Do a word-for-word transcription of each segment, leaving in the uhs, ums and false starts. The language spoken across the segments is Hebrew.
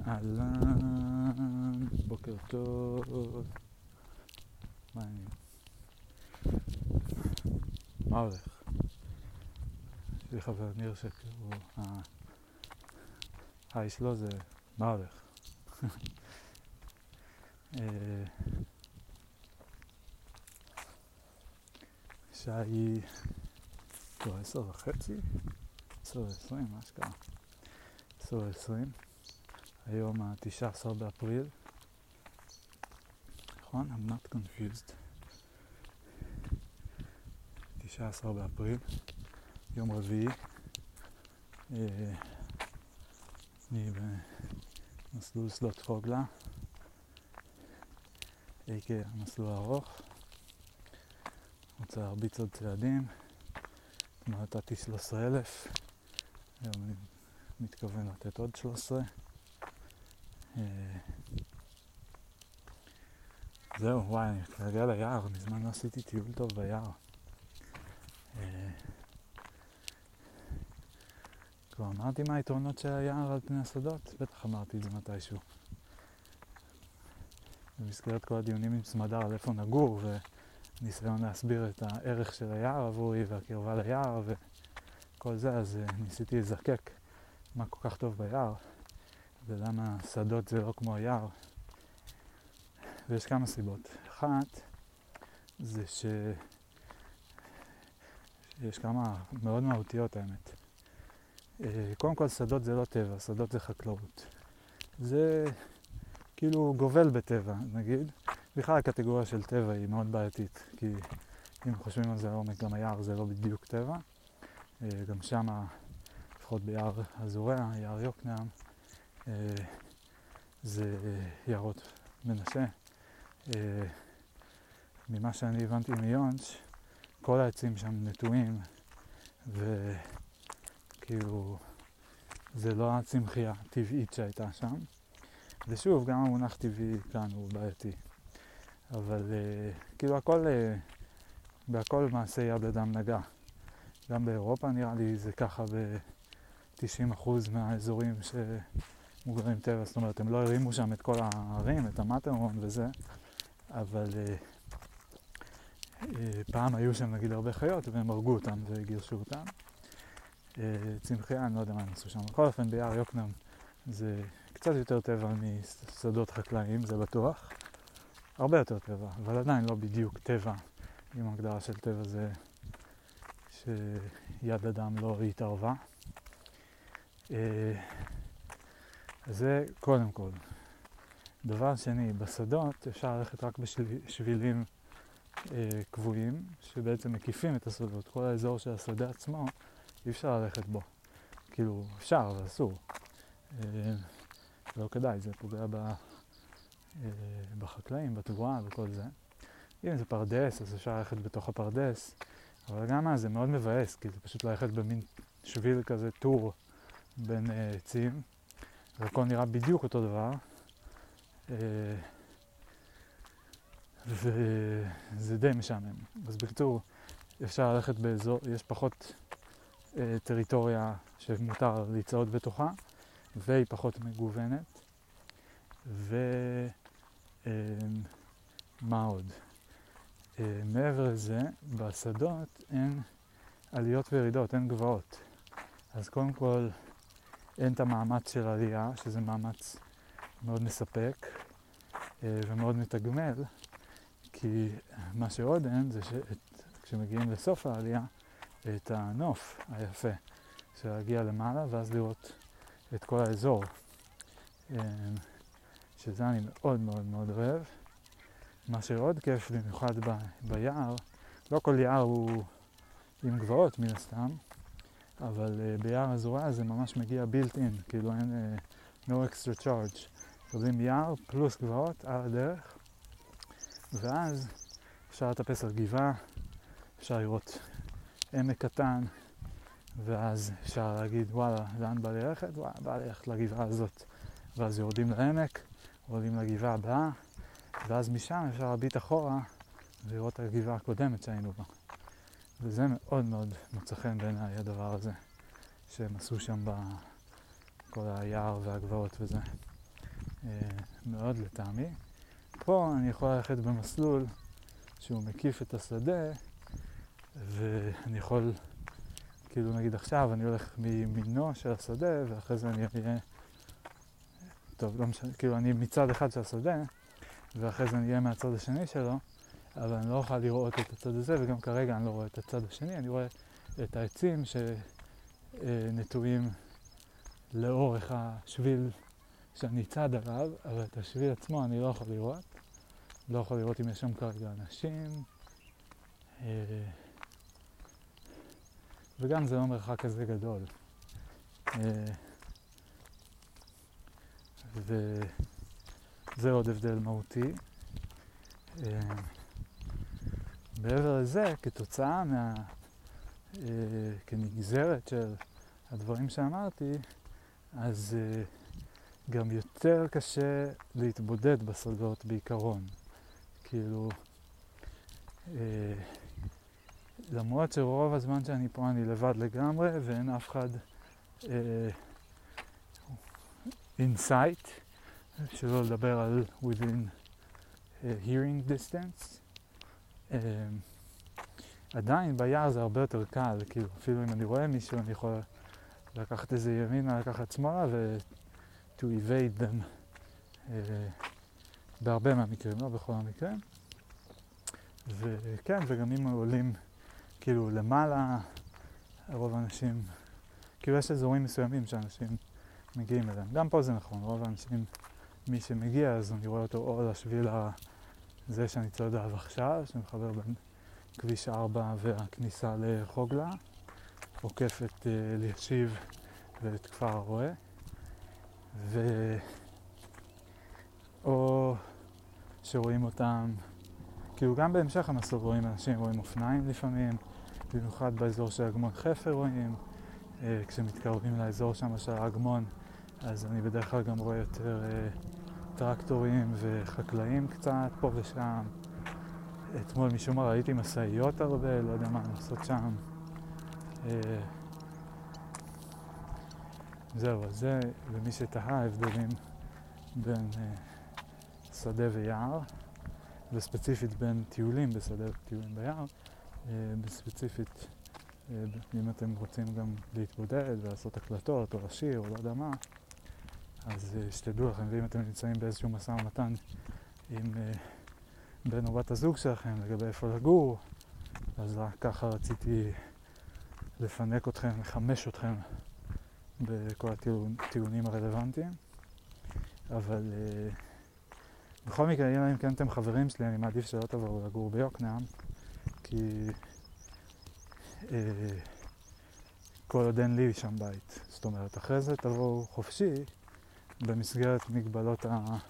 אהלן, בוקר טוב. מה העניינים? מה הולך? יש לי חבר ניר שכאילו היי שלו זה מה הולך? שעה היא כבר עשר וחצי, עשר ועשרים, מה שקרה? עשר ועשרים, היום ה-תשעה עשר באפריל, נכון? I'm not confused. תשעה עשר באפריל, יום רביעי, אני במסלול שדות פוגלה, אייקה המסלול הארוך, רוצה להרביץ עוד צעדים, כלומר נתתי שלושה עשר אלף, היום אני מתכוון לתת עוד שלוש עשרה. זהו, וואי, אני מתגעגע ליער, מזמן לא עשיתי טיול טוב ביער. כבר אמרתי מה היתרונות של היער על פני השדות? בטח אמרתי את זה מתישהו. במסגרת כל הדיונים עם סמדר על איפה נגור וניסיון להסביר את הערך של היער עבורי והקרבה ליער וכל זה, אז ניסיתי לזקק מה כל כך טוב ביער ולמה שדות זה לא כמו היער. ויש כמה סיבות. אחת זה ש... יש כמה מאוד מהותיות האמת. קודם כל שדות זה לא טבע, שדות זה חקלאות. זה כאילו גובל בטבע, נגיד. בכלל הקטגוריה של טבע היא מאוד בעייתית, כי אם חושבים על זה לעומק, גם היער זה לא בדיוק טבע. גם שם, לפחות ביער הזורע, יער יוקנעם, זה יערות מנשה. ממה שאני הבנתי מיונש, כל העצים שם נטועים, וכאילו זה לא הצמחייה הטבעית שהייתה שם. ושוב, גם המונח טבעי כאן הוא בעייתי. אבל uh, כאילו הכל, uh, בהכל מעשה יד אדם נגע. גם באירופה נראה לי זה ככה ב-תשעים אחוז מהאזורים שמוגדרים טבע. זאת אומרת, הם לא הרימו שם את כל הערים, את המטרון וזה, אבל uh, uh, פעם היו שם נגיד הרבה חיות והם הרגו אותם וגירשו אותם. Uh, צמחייה, אני לא יודע מה הם עשו שם. בכל אופן, ביער יוקנעם זה קצת יותר טבע משדות חקלאיים, זה בטוח. הרבה יותר טבע, אבל עדיין לא בדיוק טבע. עם הגדרה של טבע זה שיד אדם לא התערבה. זה קודם כל. דבר שני, בשדות אפשר ללכת רק בשבילים קבועים, שבעצם מקיפים את השדות. כל האזור של השדה עצמו, אי אפשר ללכת בו. כאילו, אפשר, אבל אסור. לא כדאי, זה פוגע ב... בחקלאים, בתבואה וכל זה. אם זה פרדס, אז אפשר ללכת בתוך הפרדס, אבל גם אז זה מאוד מבאס, כי זה פשוט ללכת במין שביל כזה, טור בין uh, עצים, והכל נראה בדיוק אותו דבר, uh, וזה די משעמם. אז בקיצור, אפשר ללכת באזור, יש פחות uh, טריטוריה שמותר לצעוד בתוכה, והיא פחות מגוונת, ו... Uh, מה עוד? Uh, מעבר לזה, בשדות אין עליות וירידות, אין גבעות. אז קודם כל, אין את המאמץ של עלייה, שזה מאמץ מאוד מספק uh, ומאוד מתגמל, כי מה שעוד אין זה שכשמגיעים לסוף העלייה, את הנוף היפה של להגיע למעלה ואז לראות את כל האזור. Uh, שזה אני מאוד מאוד מאוד אוהב. מה שעוד כיף במיוחד ב- ביער, לא כל יער הוא עם גבעות מן הסתם, אבל uh, ביער הזורע זה ממש מגיע built in, כאילו אין uh, no extra charge. קובלים יער פלוס גבעות על הדרך, ואז אפשר לטפס על גבעה, אפשר לראות עמק קטן, ואז אפשר להגיד וואלה, לאן בא לי ללכת? וואלה, בא לי ללכת לגבעה הזאת. ואז יורדים לעמק, עולים לגבעה הבאה, ואז משם אפשר להביט אחורה ולראות את הגבעה הקודמת שהיינו בה. וזה מאוד מאוד מוצא חן בעיניי הדבר הזה, שהם עשו שם בכל היער והגבעות וזה. מאוד לטעמי. פה אני יכול ללכת במסלול שהוא מקיף את השדה, ואני יכול, כאילו נגיד עכשיו אני הולך מימינו של השדה, ואחרי זה אני אהיה, טוב, לא משנה, כאילו אני מצד אחד של השדה, ואחרי זה אני אהיה מהצד השני שלו, אבל אני לא אוכל לראות את הצד הזה, וגם כרגע אני לא רואה את הצד השני, אני רואה את העצים שנטועים לאורך השביל שאני צד עליו, אבל את השביל עצמו אני לא יכול לראות. לא יכול לראות אם יש שם כרגע אנשים. וגם זה לא מרחק כזה גדול. וזה עוד הבדל מהותי. מעבר לזה, כתוצאה מה... כנגזרת של הדברים שאמרתי, אז גם יותר קשה להתבודד בשדות בעיקרון. כאילו, למרות שרוב הזמן שאני פה אני לבד לגמרי ואין אף אחד in sight, שלא לדבר על within hearing distance. עדיין ביער זה הרבה יותר קל, כאילו אפילו אם אני רואה מישהו אני יכול לקחת איזה ימינה, לקחת שמאלה ו to evade them בהרבה מהמקרים, לא בכל המקרים. וכן, וגם אם עולים כאילו למעלה, רוב האנשים, כאילו יש אזורים מסוימים שאנשים מגיעים אליהם. גם פה זה נכון, רוב האנשים, מי שמגיע אז אני רואה אותו או לשביל הזה שאני צועד עליו עכשיו, שמחבר בין כביש ארבע והכניסה לחוגלה, עוקף את אלישיב ואת כפר הרועה, ו... או שרואים אותם, כאילו גם בהמשך המסלול רואים אנשים, רואים אופניים לפעמים, במיוחד באזור של אגמון חפר רואים, אה, כשמתקרבים לאזור שם של האגמון, אז אני בדרך כלל גם רואה יותר אה, טרקטורים וחקלאים קצת פה ושם. אתמול משום מה ראיתי מסעיות הרבה, לא יודע מה לעשות שם. אה, זהו, אז זה למי שתהה ההבדלים בין אה, שדה ויער, וספציפית בין טיולים בשדה וטיולים ביער. אה, בספציפית, אה, אם אתם רוצים גם להתבודד ולעשות הקלטות או לשיר או לא יודע מה, אז אה, שתדעו לכם, ואם אתם נמצאים באיזשהו משא ומתן עם אה, בן או בת הזוג שלכם לגבי איפה לגור, אז רק ככה רציתי לפנק אתכם, לחמש אתכם בכל הטיעונים הרלוונטיים. אבל uh, בכל מקרה, אם כן אתם חברים שלי, אני מעדיף שלא תבואו לגור ביוקנעם, כי uh, כל עוד אין לי שם בית. זאת אומרת, אחרי זה תבואו חופשי במסגרת מגבלות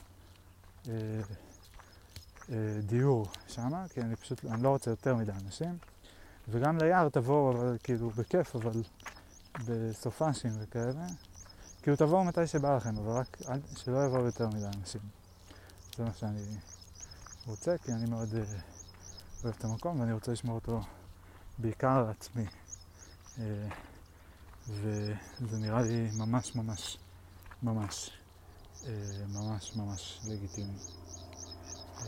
הדיור שמה, כי אני פשוט, אני לא רוצה יותר מדי אנשים. וגם ליער תבואו, אבל כאילו בכיף, אבל בסופשים וכאלה. כאילו תבואו מתי שבא לכם, אבל רק שלא יבואו יותר מדי אנשים. זה מה שאני רוצה, כי אני מאוד uh, אוהב את המקום, ואני רוצה לשמור אותו בעיקר לעצמי. Uh, וזה נראה לי ממש ממש ממש uh, ממש ממש לגיטימי. Uh,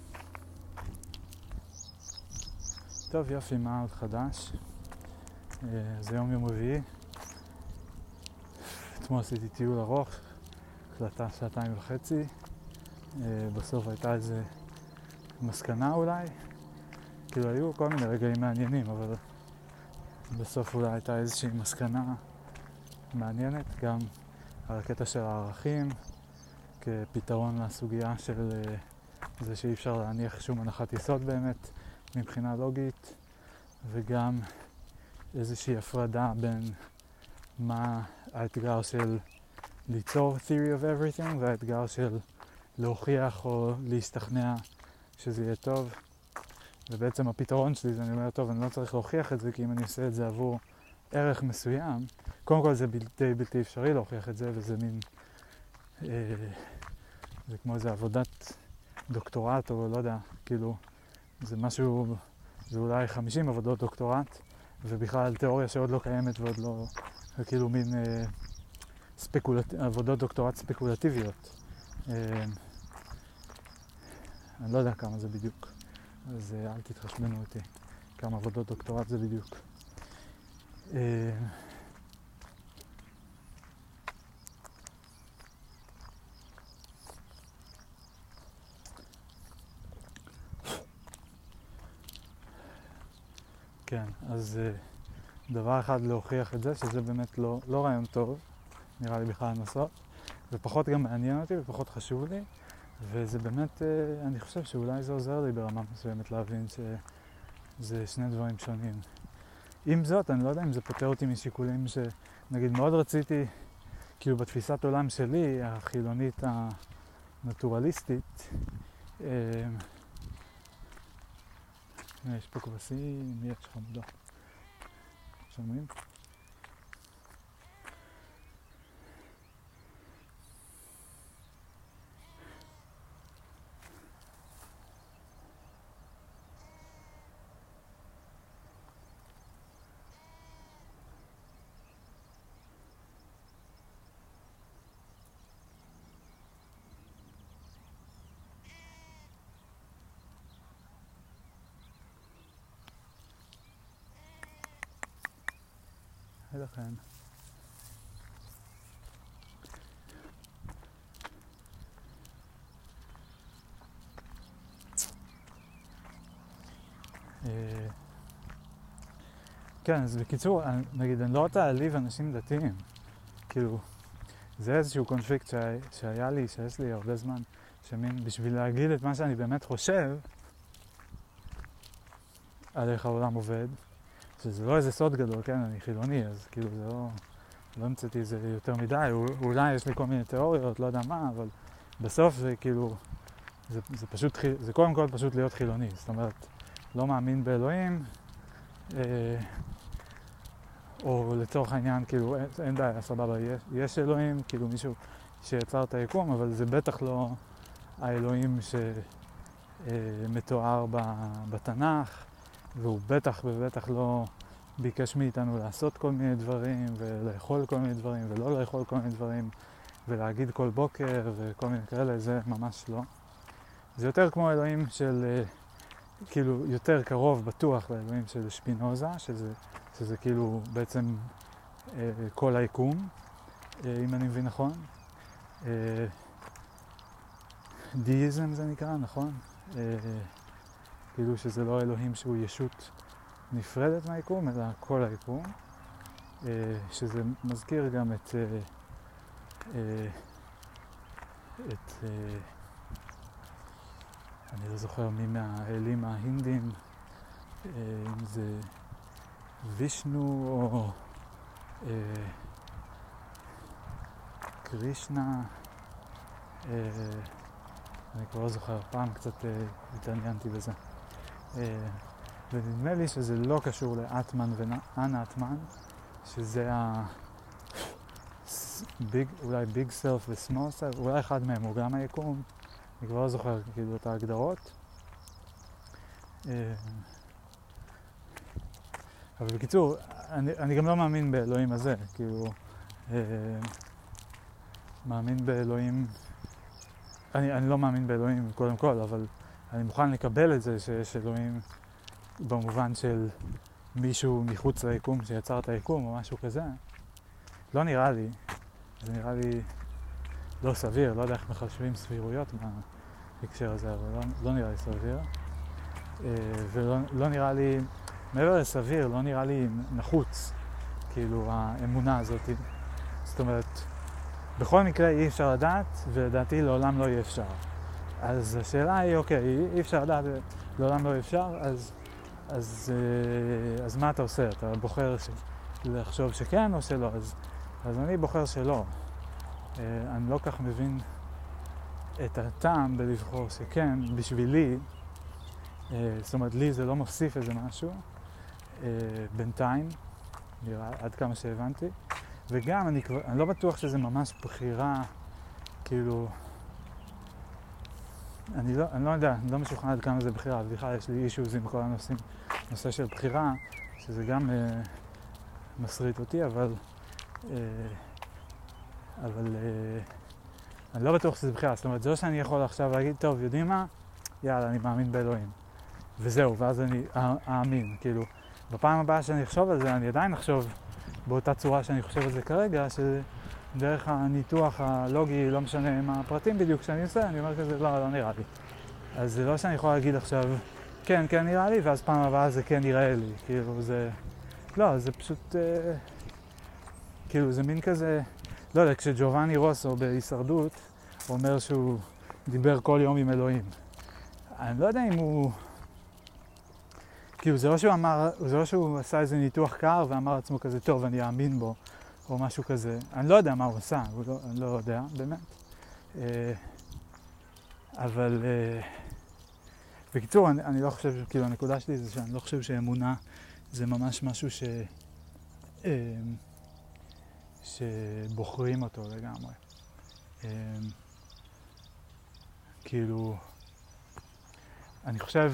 טוב, יופי, מה עוד חדש? Uh, זה יום יום רביעי. אתמול עשיתי טיול ארוך, הקלטה שעתיים וחצי. Uh, בסוף הייתה איזה מסקנה אולי. כאילו היו כל מיני רגעים מעניינים, אבל בסוף אולי הייתה איזושהי מסקנה מעניינת, גם על הקטע של הערכים, כפתרון לסוגיה של uh, זה שאי אפשר להניח שום הנחת יסוד באמת מבחינה לוגית, וגם איזושהי הפרדה בין מה האתגר של ליצור theory of everything והאתגר של להוכיח או להשתכנע שזה יהיה טוב. ובעצם הפתרון שלי זה, אני אומר, טוב, אני לא צריך להוכיח את זה, כי אם אני עושה את זה עבור ערך מסוים, קודם כל זה בלתי, בלתי אפשרי להוכיח את זה, וזה מין, אה, זה כמו איזה עבודת דוקטורט או לא יודע, כאילו, זה משהו, זה אולי חמישים עבודות דוקטורט, ובכלל תיאוריה שעוד לא קיימת ועוד לא, זה כאילו מין אה, ספקולט... עבודות דוקטורט ספקולטיביות. אה, אני לא יודע כמה זה בדיוק, אז אה, אל תתחשבנו אותי כמה עבודות דוקטורט זה בדיוק. אה, כן, אז uh, דבר אחד להוכיח את זה, שזה באמת לא, לא רעיון טוב, נראה לי בכלל לנסות, ופחות גם מעניין אותי ופחות חשוב לי, וזה באמת, uh, אני חושב שאולי זה עוזר לי ברמה מסוימת להבין שזה שני דברים שונים. עם זאת, אני לא יודע אם זה פותר אותי משיקולים שנגיד מאוד רציתי, כאילו בתפיסת עולם שלי, החילונית הנטורליסטית, uh, יש פה כבשים, יש חמודה. שומעים? ולכן. כן, אז בקיצור, נגיד, אני לא רוצה להעליב אנשים דתיים. כאילו, זה איזשהו קונפליקט שהיה, שהיה לי, שיש לי הרבה זמן, שמין בשביל להגיד את מה שאני באמת חושב על איך העולם עובד, שזה לא איזה סוד גדול, כן, אני חילוני, אז כאילו זה לא, לא המצאתי זה יותר מדי, אולי יש לי כל מיני תיאוריות, לא יודע מה, אבל בסוף זה כאילו, זה, זה פשוט, זה קודם כל פשוט להיות חילוני, זאת אומרת, לא מאמין באלוהים, אה, או לצורך העניין, כאילו, אין, אין בעיה, סבבה, יש, יש אלוהים, כאילו מישהו שיצר את היקום, אבל זה בטח לא האלוהים שמתואר בתנ"ך, והוא בטח ובטח לא ביקש מאיתנו לעשות כל מיני דברים, ולאכול כל מיני דברים, ולא לאכול כל מיני דברים, ולהגיד כל בוקר, וכל מיני כאלה, זה ממש לא. זה יותר כמו אלוהים של, כאילו, יותר קרוב, בטוח, לאלוהים של שפינוזה, שזה, שזה כאילו בעצם אה, כל היקום, אה, אם אני מבין נכון. אה, דיאיזם זה נקרא, נכון? אה, כאילו שזה לא אלוהים שהוא ישות נפרדת מהיקום, אלא כל היקום, אה, שזה מזכיר גם את, אה, אה, את אה, אני לא זוכר מי מהאלים ההינדים, אה, אם זה וישנו או אה, קרישנה, אה, אני כבר לא זוכר, פעם קצת אה, התעניינתי בזה. אה, ונדמה לי שזה לא קשור לאטמן ואנאטמן, שזה ה... ביג, אולי ביג סלף וסמול סלף, אולי אחד מהם הוא גם היקום, אני כבר לא זוכר כאילו את ההגדרות. אבל בקיצור, אני, אני גם לא מאמין באלוהים הזה, כאילו, מאמין באלוהים, אני, אני לא מאמין באלוהים קודם כל, אבל אני מוכן לקבל את זה שיש אלוהים במובן של מישהו מחוץ ליקום שיצר את היקום או משהו כזה. לא נראה לי, זה נראה לי לא סביר, לא יודע איך מחשבים סבירויות בהקשר הזה, אבל לא, לא נראה לי סביר. ולא לא נראה לי, מעבר לסביר, לא נראה לי נחוץ, כאילו, האמונה הזאת. זאת אומרת, בכל מקרה אי אפשר לדעת, ולדעתי לעולם לא יהיה אפשר. אז השאלה היא, אוקיי, אי אפשר לדעת, לעולם לא יהיה אפשר, אז, אז, אז מה אתה עושה? אתה בוחר ש... לחשוב שכן או שלא? אז, אז אני בוחר שלא. אני לא כך מבין את הטעם בלבחור שכן, בשבילי, זאת אומרת, לי זה לא מוסיף איזה משהו, בינתיים, נראה, עד כמה שהבנתי. וגם אני, כבר, אני לא בטוח שזה ממש בחירה, כאילו, אני לא, אני לא יודע, אני לא משוכנע עד כמה זה בחירה, בכלל יש לי אישוז עם כל הנושאים, נושא של בחירה, שזה גם אה, מסריט אותי, אבל, אה, אבל אה, אני לא בטוח שזה בחירה, זאת אומרת, זה לא שאני יכול עכשיו להגיד, טוב, יודעים מה? יאללה, אני מאמין באלוהים. וזהו, ואז אני אאמין, כאילו. בפעם הבאה שאני אחשוב על זה, אני עדיין אחשוב באותה צורה שאני חושב על זה כרגע, שדרך הניתוח הלוגי, לא משנה מה הפרטים בדיוק שאני עושה, אני אומר כזה, לא, לא נראה לי. אז זה לא שאני יכול להגיד עכשיו, כן, כן נראה לי, ואז פעם הבאה זה כן נראה לי. כאילו, זה... לא, זה פשוט... אה... כאילו, זה מין כזה... לא יודע, כשג'ובאני רוסו בהישרדות, הוא אומר שהוא דיבר כל יום עם אלוהים. אני לא יודע אם הוא... כאילו, זה לא שהוא אמר, זה לא שהוא עשה איזה ניתוח קר ואמר עצמו כזה, טוב, אני אאמין בו, או משהו כזה. אני לא יודע מה הוא עשה, הוא לא, אני לא יודע, באמת. אה... אבל... אה... בקיצור, אני, אני לא חושב, כאילו, הנקודה שלי זה שאני לא חושב שאמונה זה ממש משהו ש... אה... שבוחרים אותו לגמרי. אה... כאילו, אני חושב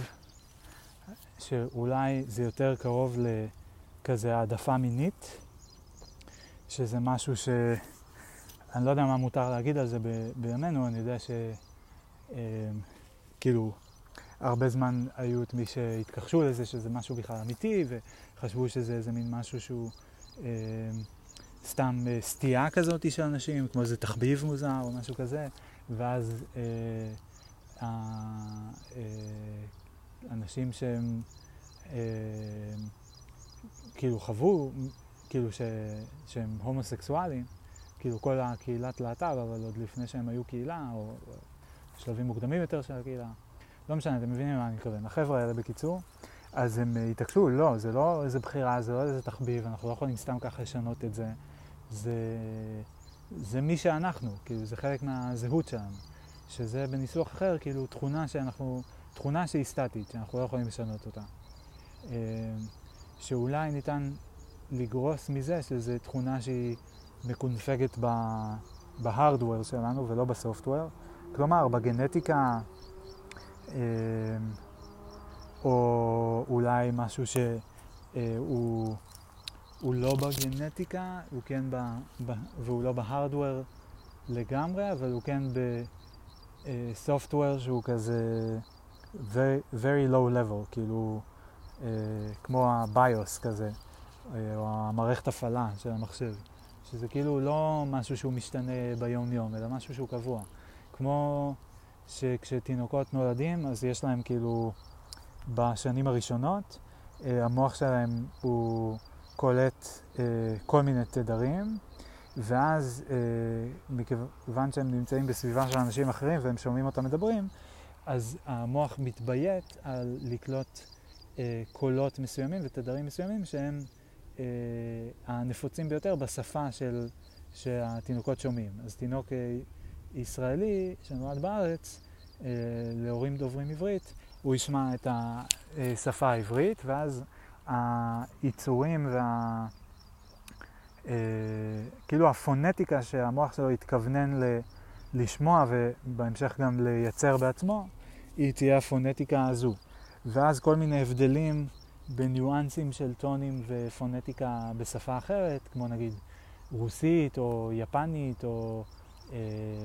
שאולי זה יותר קרוב לכזה העדפה מינית, שזה משהו ש... אני לא יודע מה מותר להגיד על זה ב... בימינו, אני יודע ש... אה... כאילו, הרבה זמן היו את מי שהתכחשו לזה שזה משהו בכלל אמיתי, וחשבו שזה איזה מין משהו שהוא אה, סתם אה, סטייה כזאת של אנשים, כמו איזה תחביב מוזר או משהו כזה, ואז אה, אה, אה, אנשים שהם אה, כאילו חוו, כאילו ש, שהם הומוסקסואלים, כאילו כל הקהילת להט"ב, אבל עוד לפני שהם היו קהילה, או שלבים מוקדמים יותר של הקהילה, לא משנה, אתם מבינים מה אני מתכוון. החבר'ה האלה בקיצור, אז הם התעקשו, לא, זה לא איזה בחירה, זה לא איזה תחביב, אנחנו לא יכולים סתם ככה לשנות את זה. זה, זה מי שאנחנו, כאילו, זה חלק מהזהות שלנו. שזה בניסוח אחר, כאילו, תכונה שאנחנו, תכונה שהיא סטטית, שאנחנו לא יכולים לשנות אותה. שאולי ניתן לגרוס מזה שזו תכונה שהיא מקונפגת בהארדוור שלנו ולא בסופטוור. כלומר, בגנטיקה, או אולי משהו שהוא הוא לא בגנטיקה, הוא כן ב, ב, והוא לא בהארדוור לגמרי, אבל הוא כן בסופטוור שהוא כזה very, very low level, כאילו כמו הביוס כזה, או המערכת הפעלה של המחשב, שזה כאילו לא משהו שהוא משתנה ביום יום, אלא משהו שהוא קבוע. כמו שכשתינוקות נולדים, אז יש להם כאילו, בשנים הראשונות, המוח שלהם הוא קולט כל מיני תדרים, ואז מכיוון שהם נמצאים בסביבה של אנשים אחרים והם שומעים אותם מדברים, אז המוח מתביית על לקלוט קולות מסוימים ותדרים מסוימים שהם הנפוצים ביותר בשפה של שהתינוקות שומעים. אז תינוק ישראלי שנולד בארץ, להורים דוברים עברית, הוא ישמע את השפה העברית, ואז היצורים וה... כאילו הפונטיקה שהמוח שלו התכוונן לשמוע ובהמשך גם לייצר בעצמו, היא תהיה הפונטיקה הזו. ואז כל מיני הבדלים בניואנסים של טונים ופונטיקה בשפה אחרת, כמו נגיד רוסית או יפנית או אה,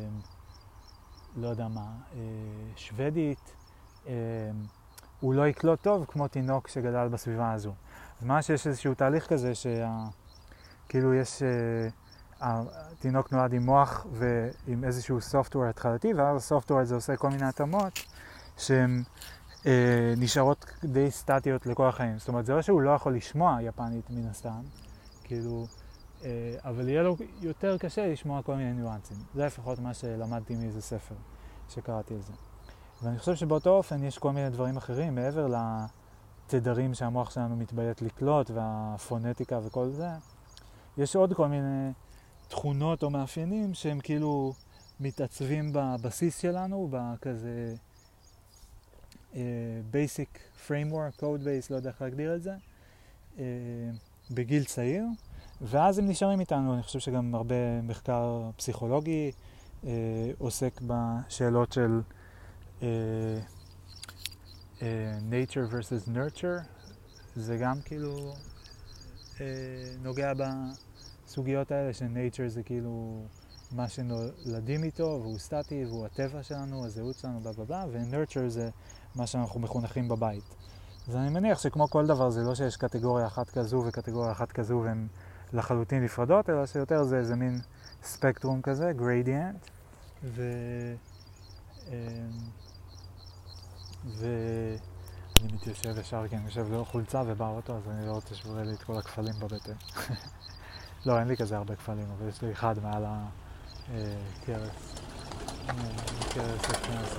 לא יודע מה, אה, שוודית, אה, הוא לא יקלוט טוב כמו תינוק שגדל בסביבה הזו. אז מה שיש איזשהו תהליך כזה שכאילו יש, אה, התינוק נולד עם מוח ועם איזשהו סופטוור התחלתי, ואז הסופטוור הזה עושה כל מיני התאמות שהן אה, נשארות די סטטיות לכל החיים. זאת אומרת, זה לא שהוא לא יכול לשמוע יפנית מן הסתם, כאילו, אה, אבל יהיה לו יותר קשה לשמוע כל מיני ניואנסים. זה לפחות מה שלמדתי מאיזה ספר שקראתי על זה. ואני חושב שבאותו אופן יש כל מיני דברים אחרים, מעבר לתדרים שהמוח שלנו מתביית לקלוט והפונטיקה וכל זה. יש עוד כל מיני תכונות או מאפיינים שהם כאילו מתעצבים בבסיס שלנו, בכזה uh, basic framework, code base, לא יודע איך להגדיר את זה, uh, בגיל צעיר, ואז הם נשארים איתנו. אני חושב שגם הרבה מחקר פסיכולוגי uh, עוסק בשאלות של uh, uh, nature versus nurture, זה גם כאילו uh, נוגע בסוגיות האלה, ש-nature זה כאילו מה שנולדים איתו, והוא סטטי, והוא הטבע שלנו, הזהות שלנו, בלה בלה בלה, ו-nurture זה מה שאנחנו מחונכים בבית. אז אני מניח שכמו כל דבר זה לא שיש קטגוריה אחת כזו וקטגוריה אחת כזו והן לחלוטין נפרדות, אלא שיותר זה איזה מין ספקטרום כזה, gradient, ו... ואני מתיישב ישר, כי אני יושב לא חולצה ובאוטו, אז אני לא רוצה שבורה לי את כל הכפלים בבטן. לא, אין לי כזה הרבה כפלים, אבל יש לי אחד מעל הקרס. קרס הקנס.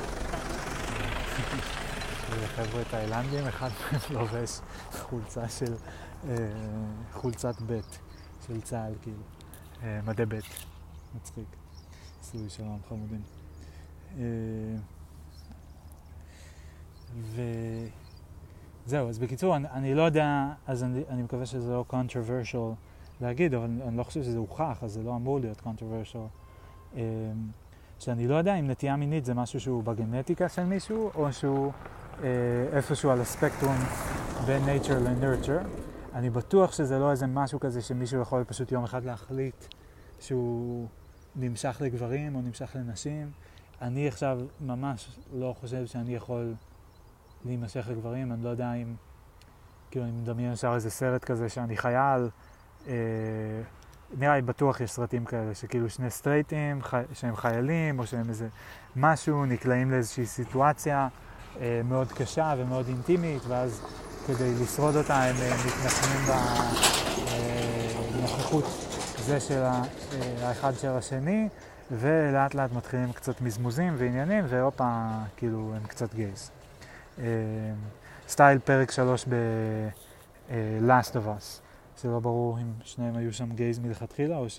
חבר'ה תאילנדים, אחד מהם לובש חולצה של, חולצת בית של צהל, כאילו, מדי בית. מצחיק. עשוי שלום חמודים. וזהו, אז בקיצור, אני, אני לא יודע, אז אני, אני מקווה שזה לא controversial להגיד, אבל אני, אני לא חושב שזה הוכח, אז זה לא אמור להיות controversial. שאני לא יודע אם נטייה מינית זה משהו שהוא בגנטיקה של מישהו, או שהוא אה, איפשהו על הספקטרום בין nature ל-nurture. אני בטוח שזה לא איזה משהו כזה שמישהו יכול פשוט יום אחד להחליט שהוא נמשך לגברים או נמשך לנשים. אני עכשיו ממש לא חושב שאני יכול להימשך לגברים, אני לא יודע אם, כאילו אני מדמיין ישר איזה סרט כזה שאני חייל, אה, נראה לי בטוח יש סרטים כאלה, שכאילו שני סטרייטים חי... שהם חיילים, או שהם איזה משהו, נקלעים לאיזושהי סיטואציה אה, מאוד קשה ומאוד אינטימית, ואז כדי לשרוד אותה הם אה, מתנחמים בנוכחות אה, זה של ה... אה, האחד של השני, ולאט לאט מתחילים קצת מזמוזים ועניינים, ואופה, כאילו, הם קצת גייז. אה, סטייל פרק שלוש ב-Last of Us. שלא ברור אם שניהם היו שם גייז מלכתחילה, או ש...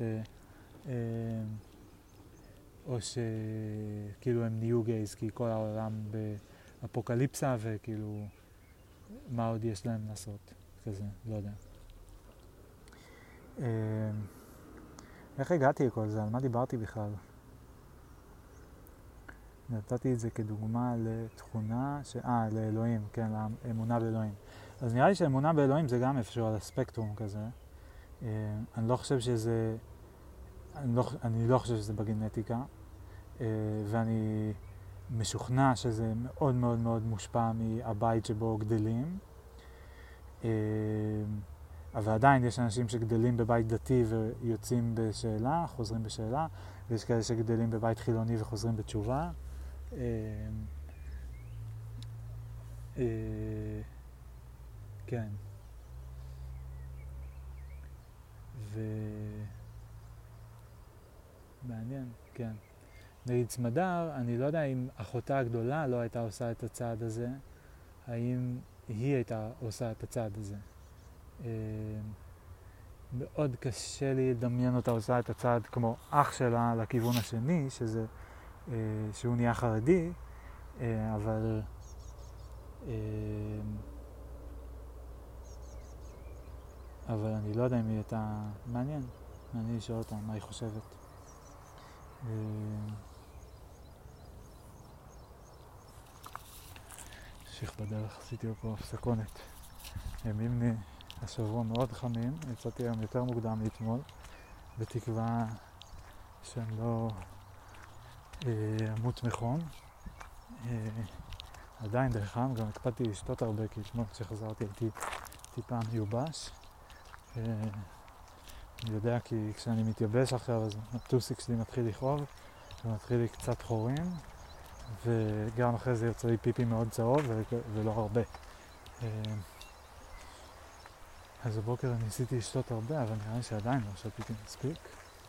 או שכאילו הם נהיו גייז, כי כל העולם באפוקליפסה, וכאילו מה עוד יש להם לעשות, כזה, לא יודע. איך הגעתי לכל זה? על מה דיברתי בכלל? נתתי את זה כדוגמה לתכונה, ש... אה, לאלוהים, כן, לאמונה באלוהים. אז נראה לי שאמונה באלוהים זה גם איפשהו על הספקטרום כזה. אה, אני לא חושב שזה, אני לא, אני לא חושב שזה בגנטיקה, אה, ואני משוכנע שזה מאוד מאוד מאוד מושפע מהבית שבו גדלים. אה, אבל עדיין יש אנשים שגדלים בבית דתי ויוצאים בשאלה, חוזרים בשאלה, ויש כאלה שגדלים בבית חילוני וחוזרים בתשובה. אה, אה, כן. ו... מעניין, כן. נגיד סמדר, אני לא יודע אם אחותה הגדולה לא הייתה עושה את הצעד הזה, האם היא הייתה עושה את הצעד הזה. אה, מאוד קשה לי לדמיין אותה עושה את הצעד כמו אח שלה לכיוון השני, שזה, אה, שהוא נהיה חרדי, אה, אבל... אה, אבל אני לא יודע אם היא הייתה מעניין. אני אשאל אותה מה היא חושבת. המשיך בדרך, עשיתי פה הפסקונת. ימים השבוע מאוד חמים, יצאתי היום יותר מוקדם מאתמול, בתקווה שאני לא אמות מחום. עדיין דרך חם, גם הקפדתי לשתות הרבה, כי אתמול כשחזרתי הייתי טיפה מיובש. אני יודע כי כשאני מתייבש עכשיו אז הטוסיק שלי מתחיל לכאוב ומתחיל לי קצת חורים, וגם אחרי זה יוצא לי פיפי מאוד צהוב ולא הרבה. אז הבוקר ניסיתי לשתות הרבה, אבל נראה לי שעדיין לא שתיתי מספיק.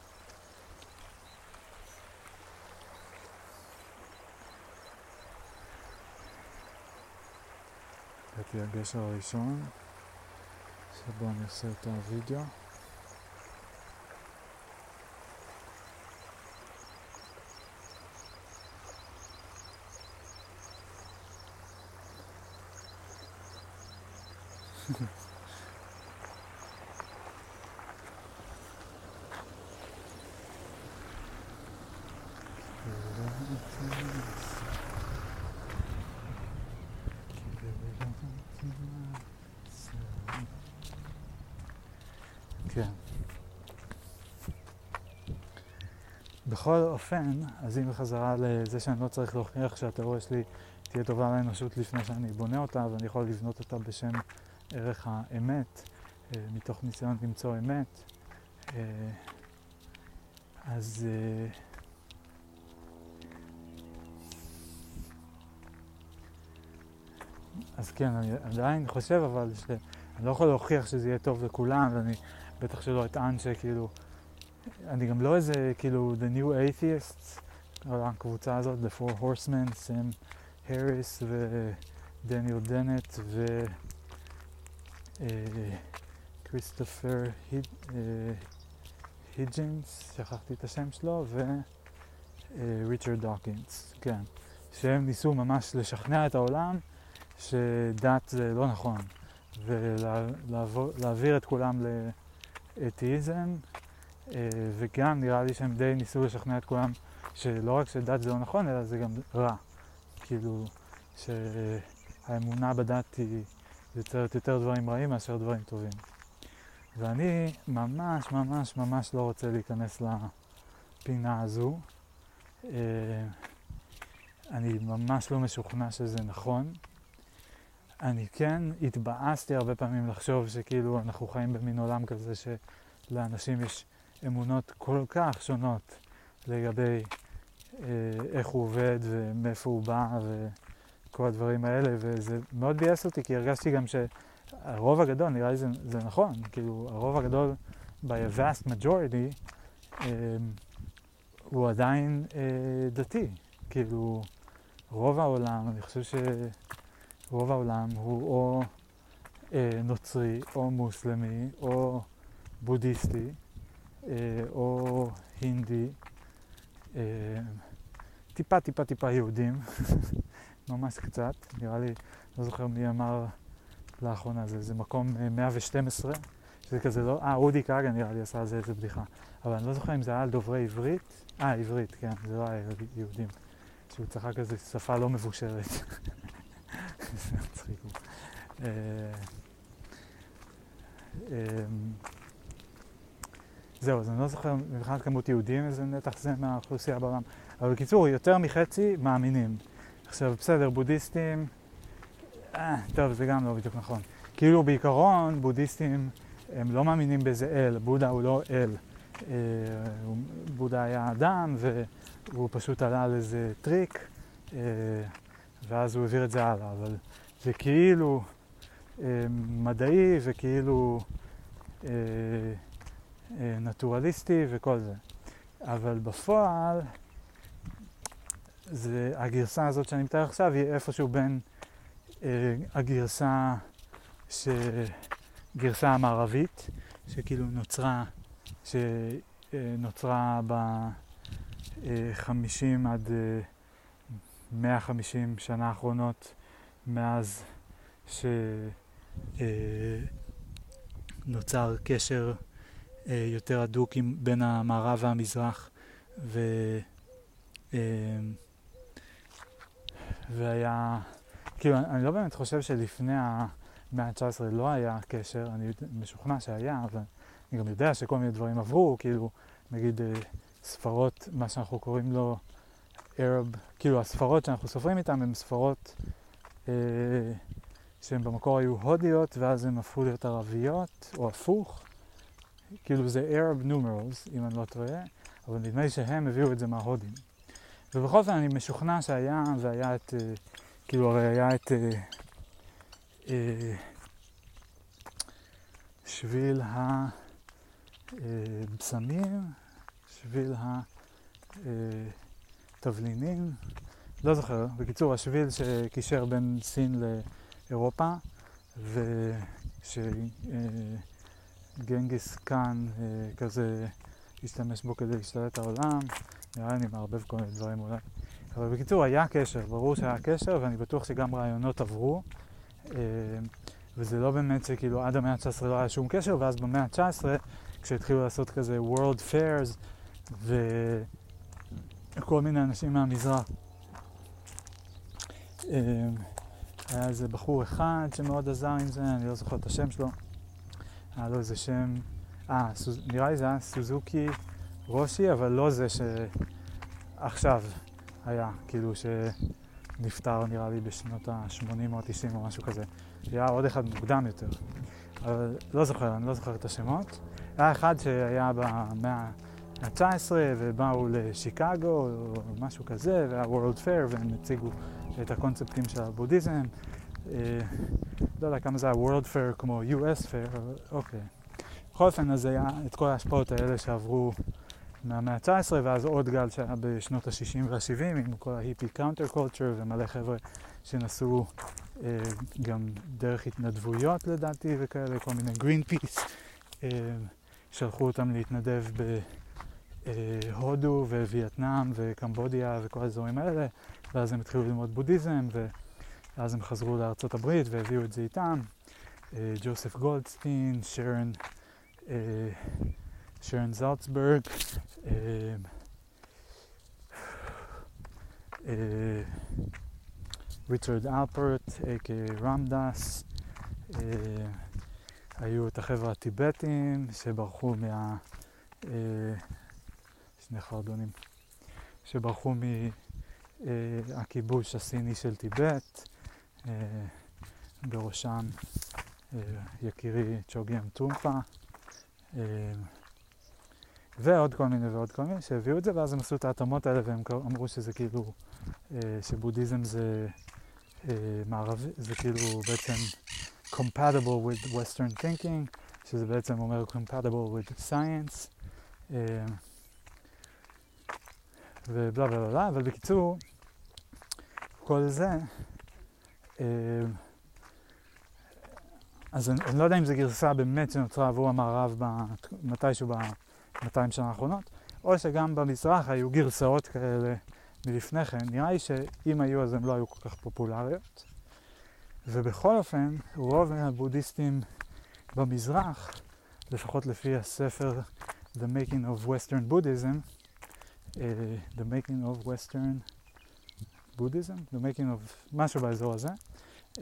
הגעתי הגשר הראשון שבו אני עושה את הווידאו. כן. בכל אופן, אז אם בחזרה לזה שאני לא צריך להוכיח שהתיאוריה שלי תהיה טובה לאנושות לפני שאני בונה אותה, ואני יכול לבנות אותה בשם ערך האמת, מתוך ניסיון למצוא אמת. אז אז כן, אני עדיין חושב אבל שאני לא יכול להוכיח שזה יהיה טוב לכולם, ואני בטח שלא אטען שכאילו, אני גם לא איזה כאילו The New Atheists, הקבוצה הזאת, The Four Horsemen, סם הריס ודניאל דנט ו כריסטופר היג'ינס, שכחתי את השם שלו, וריצ'רד דוקינס, כן, שהם ניסו ממש לשכנע את העולם שדת זה לא נכון, ולהעביר את כולם לאתאיזם, וגם נראה לי שהם די ניסו לשכנע את כולם שלא רק שדת זה לא נכון, אלא זה גם רע. כאילו שהאמונה בדת היא יוצרת יותר דברים רעים מאשר דברים טובים. ואני ממש ממש ממש לא רוצה להיכנס לפינה הזו. אני ממש לא משוכנע שזה נכון. אני כן התבאסתי הרבה פעמים לחשוב שכאילו אנחנו חיים במין עולם כזה שלאנשים יש אמונות כל כך שונות לגבי אה, איך הוא עובד ומאיפה הוא בא וכל הדברים האלה, וזה מאוד ביאס אותי כי הרגשתי גם שהרוב הגדול, נראה לי זה, זה נכון, כאילו הרוב הגדול by a vast majority אה, הוא עדיין אה, דתי, כאילו רוב העולם, אני חושב ש... רוב העולם הוא או אה, נוצרי, או מוסלמי, או בודהיסטי, אה, או הינדי, אה, טיפה טיפה טיפה יהודים, ממש קצת, נראה לי, לא זוכר מי אמר לאחרונה, זה, זה מקום אה, מאה ושתים עשרה, שזה כזה לא, אה, אודי כרגע נראה לי עשה על זה איזה בדיחה, אבל אני לא זוכר אם זה היה על דוברי עברית, אה, עברית, כן, זה לא היה יהודים, שהוא צחק איזה שפה לא מבושרת. זה מצחיק. זהו, אז אני לא זוכר מבחינת כמות יהודים איזה נתח זה מהאוכלוסייה בעולם, אבל בקיצור, יותר מחצי מאמינים. עכשיו, בסדר, בודהיסטים, אה, טוב, זה גם לא בדיוק נכון. כאילו בעיקרון, בודהיסטים הם לא מאמינים באיזה אל, בודה הוא לא אל. בודה היה אדם והוא פשוט עלה על איזה טריק, ואז הוא העביר את זה הלאה, אבל זה כאילו אה, מדעי וכאילו אה, אה, נטורליסטי וכל זה. אבל בפועל, זה, הגרסה הזאת שאני מתאר עכשיו היא איפשהו בין אה, הגרסה, ש, גרסה המערבית, שכאילו נוצרה, שנוצרה ב-חמישים עד אה, מאה וחמישים שנה האחרונות מאז שנוצר קשר יותר הדוק בין המערב והמזרח, ו... והיה, כאילו אני לא באמת חושב שלפני המאה ה-תשע עשרה לא היה קשר, אני משוכנע שהיה, אבל אני גם יודע שכל מיני דברים עברו, כאילו נגיד ספרות, מה שאנחנו קוראים לו ערב, כאילו הספרות שאנחנו סופרים איתן הן ספרות אה, שהן במקור היו הודיות ואז הן הפכו להיות ערביות או הפוך, כאילו זה Arab numerals אם אני לא טועה, אבל נדמה לי שהם הביאו את זה מההודים. ובכל זאת אני משוכנע שהיה, והיה את, אה, כאילו הרי היה את אה, אה, שביל הבשמים, שביל ה... אה, תבלינים, לא זוכר, בקיצור השביל שקישר בין סין לאירופה ושגנגיס קאן כזה השתמש בו כדי להשתלט העולם, נראה לי אני מערבב כל מיני דברים אולי, אבל בקיצור היה קשר, ברור שהיה קשר ואני בטוח שגם רעיונות עברו, וזה לא באמת שכאילו עד המאה ה-תשע עשרה לא היה שום קשר, ואז במאה ה-תשע עשרה כשהתחילו לעשות כזה World Fairs ו... כל מיני אנשים מהמזרח. היה איזה בחור אחד שמאוד עזר עם זה, אני לא זוכר את השם שלו. היה לו איזה שם, אה, נראה לי זה היה סוזוקי רושי, אבל לא זה שעכשיו היה, כאילו שנפטר נראה לי בשנות ה-שמונים או ה-תשעים או משהו כזה. היה עוד אחד מוקדם יותר, אבל לא זוכר, אני לא זוכר את השמות. היה אחד שהיה במאה ה-תשע עשרה ובאו לשיקגו או משהו כזה, והיה World Fair והם הציגו את הקונספטים של הבודהיזם. אה, לא יודע כמה זה היה World Fair כמו יו אס Fair, אבל אוקיי. בכל אופן, אז היה את כל ההשפעות האלה שעברו מהמאה ה-תשע עשרה, ואז עוד גל שהיה בשנות ה-שישים וה-שבעים, עם כל ההיפי קאונטר קולצ'ר ומלא חבר'ה שנסעו אה, גם דרך התנדבויות לדעתי וכאלה, כל מיני גרין פיס, אה, שלחו אותם להתנדב בהודו ווייטנאם וקמבודיה וכל האזורים האלה, ואז הם התחילו ללמוד בודהיזם, ואז הם חזרו לארצות הברית והביאו את זה איתם. אה, ג'וסף גולדסטין, שרן, אה, שרן זלצברג, אה, אה, ריצ'רד אלפרט, איי-קיי רמדאס, אה, היו את החבר'ה הטיבטים שברחו מה... אה, שני חרדונים, שברחו מהכיבוש הסיני של טיבט, אה, בראשם אה, יקירי צ'וגיים טומפה, אה, ועוד כל מיני ועוד כל מיני שהביאו את זה, ואז הם עשו את ההתאמות האלה והם אמרו שזה כאילו, אה, שבודהיזם זה אה, מערבי, זה כאילו בעצם compatible with Western thinking, שזה בעצם אומר compatible with science, אה, ובלה בלה בלה, אבל בקיצור, כל זה, אה, אז אני, אני לא יודע אם זו גרסה באמת שנוצרה עבור המערב מתישהו ב-מאתיים שנה האחרונות, או שגם במזרח היו גרסאות כאלה מלפני כן. נראה לי שאם היו אז הן לא היו כל כך פופולריות. ובכל אופן, רוב הבודהיסטים במזרח, לפחות לפי הספר The Making of Western Buddhism, uh, The Making of Western Buddhism, The Making of משהו באזור הזה, uh,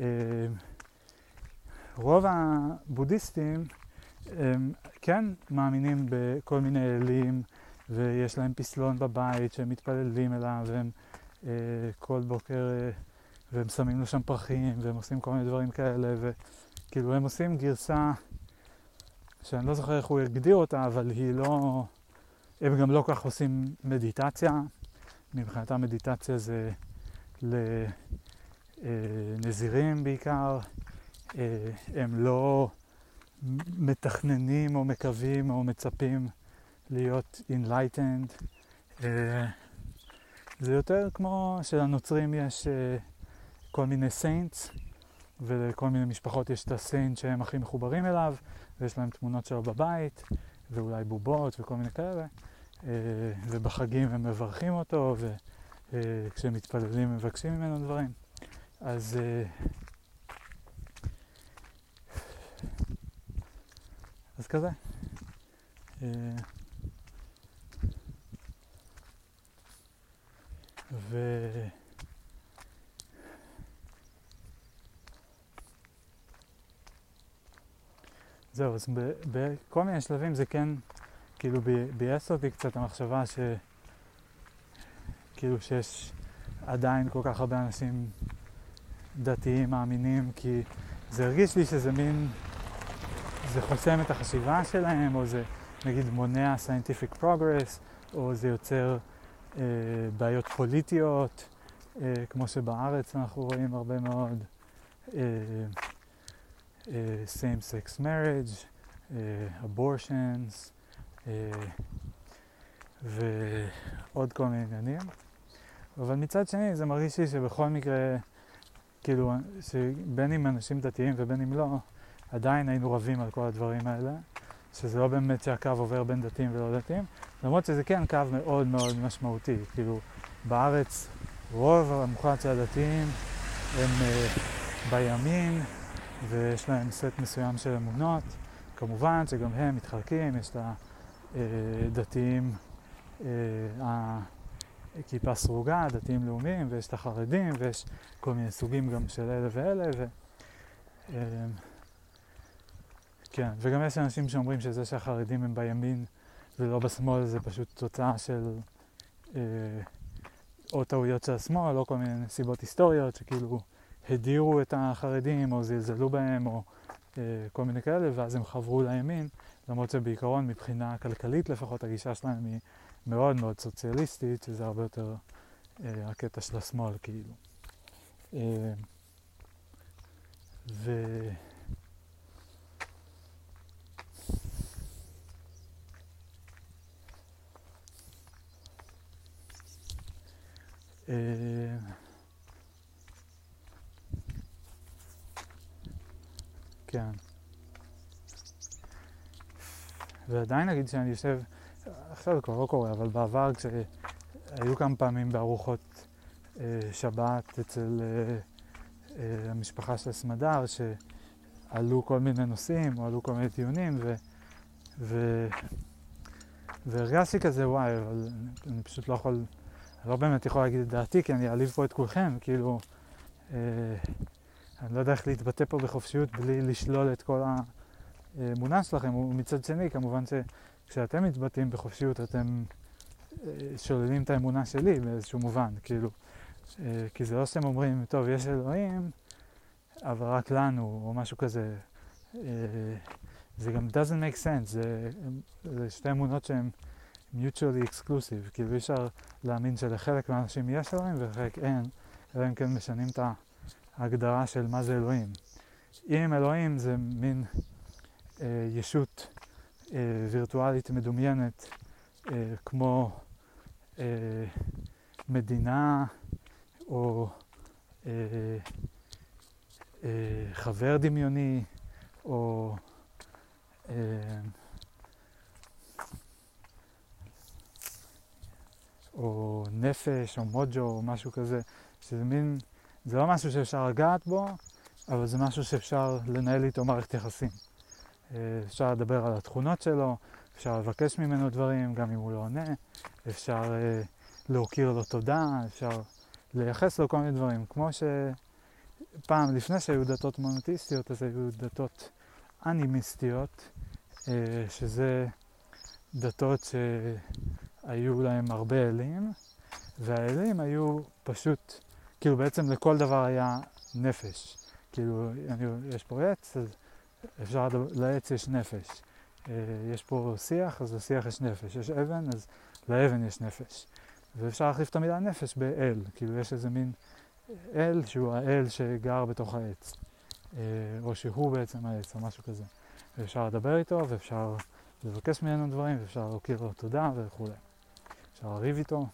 רוב הבודהיסטים הם כן מאמינים בכל מיני אלים, ויש להם פסלון בבית שהם מתפללים אליו, והם uh, כל בוקר, uh, והם שמים לו שם פרחים, והם עושים כל מיני דברים כאלה, וכאילו הם עושים גרסה שאני לא זוכר איך הוא הגדיר אותה, אבל היא לא... הם גם לא כל כך עושים מדיטציה. מבחינתם מדיטציה זה לנזירים בעיקר. הם לא מתכננים או מקווים או מצפים להיות enlightened. זה יותר כמו שלנוצרים יש כל מיני saints, ולכל מיני משפחות יש את הסיינט שהם הכי מחוברים אליו, ויש להם תמונות שלו בבית, ואולי בובות וכל מיני כאלה, ובחגים הם מברכים אותו, וכשהם מתפללים הם מבקשים ממנו דברים. אז אז כזה. ו... זהו, אז בכל מיני שלבים זה כן, כאילו בייס אותי קצת המחשבה ש... כאילו שיש עדיין כל כך הרבה אנשים דתיים מאמינים, כי זה הרגיש לי שזה מין, זה חוסם את החשיבה שלהם, או זה נגיד מונע scientific progress, או זה יוצר אה, בעיות פוליטיות, אה, כמו שבארץ אנחנו רואים הרבה מאוד אה, Uh, same-sex marriage, uh, abortions, uh, ועוד כל מיני עניינים. אבל מצד שני זה מרגיש לי שבכל מקרה, כאילו, שבין אם אנשים דתיים ובין אם לא, עדיין היינו רבים על כל הדברים האלה, שזה לא באמת שהקו עובר בין דתיים ולא דתיים, למרות שזה כן קו מאוד מאוד משמעותי. כאילו, בארץ רוב המוחלט של הדתיים הם uh, בימין, ויש להם סט מסוים של אמונות. כמובן שגם הם מתחלקים, יש את הדתיים, הכיפה סרוגה, דתיים לאומיים, ויש את החרדים, ויש כל מיני סוגים גם של אלה ואלה. ו... כן, וגם יש אנשים שאומרים שזה שהחרדים הם בימין, ולא בשמאל זה פשוט תוצאה של אה, או טעויות של השמאל, או כל מיני נסיבות היסטוריות שכאילו הדירו את החרדים, או זלזלו בהם, או אה, כל מיני כאלה, ואז הם חברו לימין, למרות שבעיקרון מבחינה כלכלית לפחות הגישה שלהם היא מאוד מאוד סוציאליסטית, שזה הרבה יותר אה, הקטע של השמאל כאילו. אה, ו... Uh, כן. ועדיין נגיד שאני יושב, עכשיו זה כבר לא קורה, אבל בעבר כשהיו כמה פעמים בארוחות uh, שבת אצל uh, uh, המשפחה של סמדר, שעלו כל מיני נושאים או עלו כל מיני טיעונים, ו... ו... והרגשתי כזה וואי, אבל אני פשוט לא יכול... אני לא באמת יכול להגיד את דעתי, כי אני אעליב פה את כולכם, כאילו, אה, אני לא יודע איך להתבטא פה בחופשיות בלי לשלול את כל האמונה שלכם, ומצד שני, כמובן שכשאתם מתבטאים בחופשיות, אתם אה, שוללים את האמונה שלי באיזשהו מובן, כאילו, אה, כי זה לא שאתם אומרים, טוב, יש אלוהים, אבל רק לנו, או משהו כזה, אה, זה גם doesn't make sense, זה, זה שתי אמונות שהן mutually exclusive, כאילו אי אפשר להאמין שלחלק מהאנשים יש אלוהים ולחלק אין, אלא אם כן משנים את ההגדרה של מה זה אלוהים. אם אלוהים זה מין אה, ישות אה, וירטואלית מדומיינת, אה, כמו אה, מדינה או אה, אה, חבר דמיוני או אה, או נפש, או מוג'ו, או משהו כזה, שזה מין, זה לא משהו שאפשר לגעת בו, אבל זה משהו שאפשר לנהל איתו מערכת יחסים. אפשר לדבר על התכונות שלו, אפשר לבקש ממנו דברים, גם אם הוא לא עונה, אפשר להוקיר לו תודה, אפשר לייחס לו כל מיני דברים. כמו שפעם לפני שהיו דתות מונותיסטיות, אז היו דתות אנימיסטיות, שזה דתות ש... היו להם הרבה אלים, והאלים היו פשוט, כאילו בעצם לכל דבר היה נפש. כאילו, אני, יש פה עץ, אז אפשר, לעץ יש נפש. יש פה שיח, אז לשיח יש נפש. יש אבן, אז לאבן יש נפש. ואפשר להחליף את המילה נפש באל. כאילו, יש איזה מין אל שהוא האל שגר בתוך העץ. או שהוא בעצם העץ, או משהו כזה. ואפשר לדבר איתו, ואפשר לבקש ממנו דברים, ואפשר להוקיר לו תודה וכו'. אפשר לריב איתו.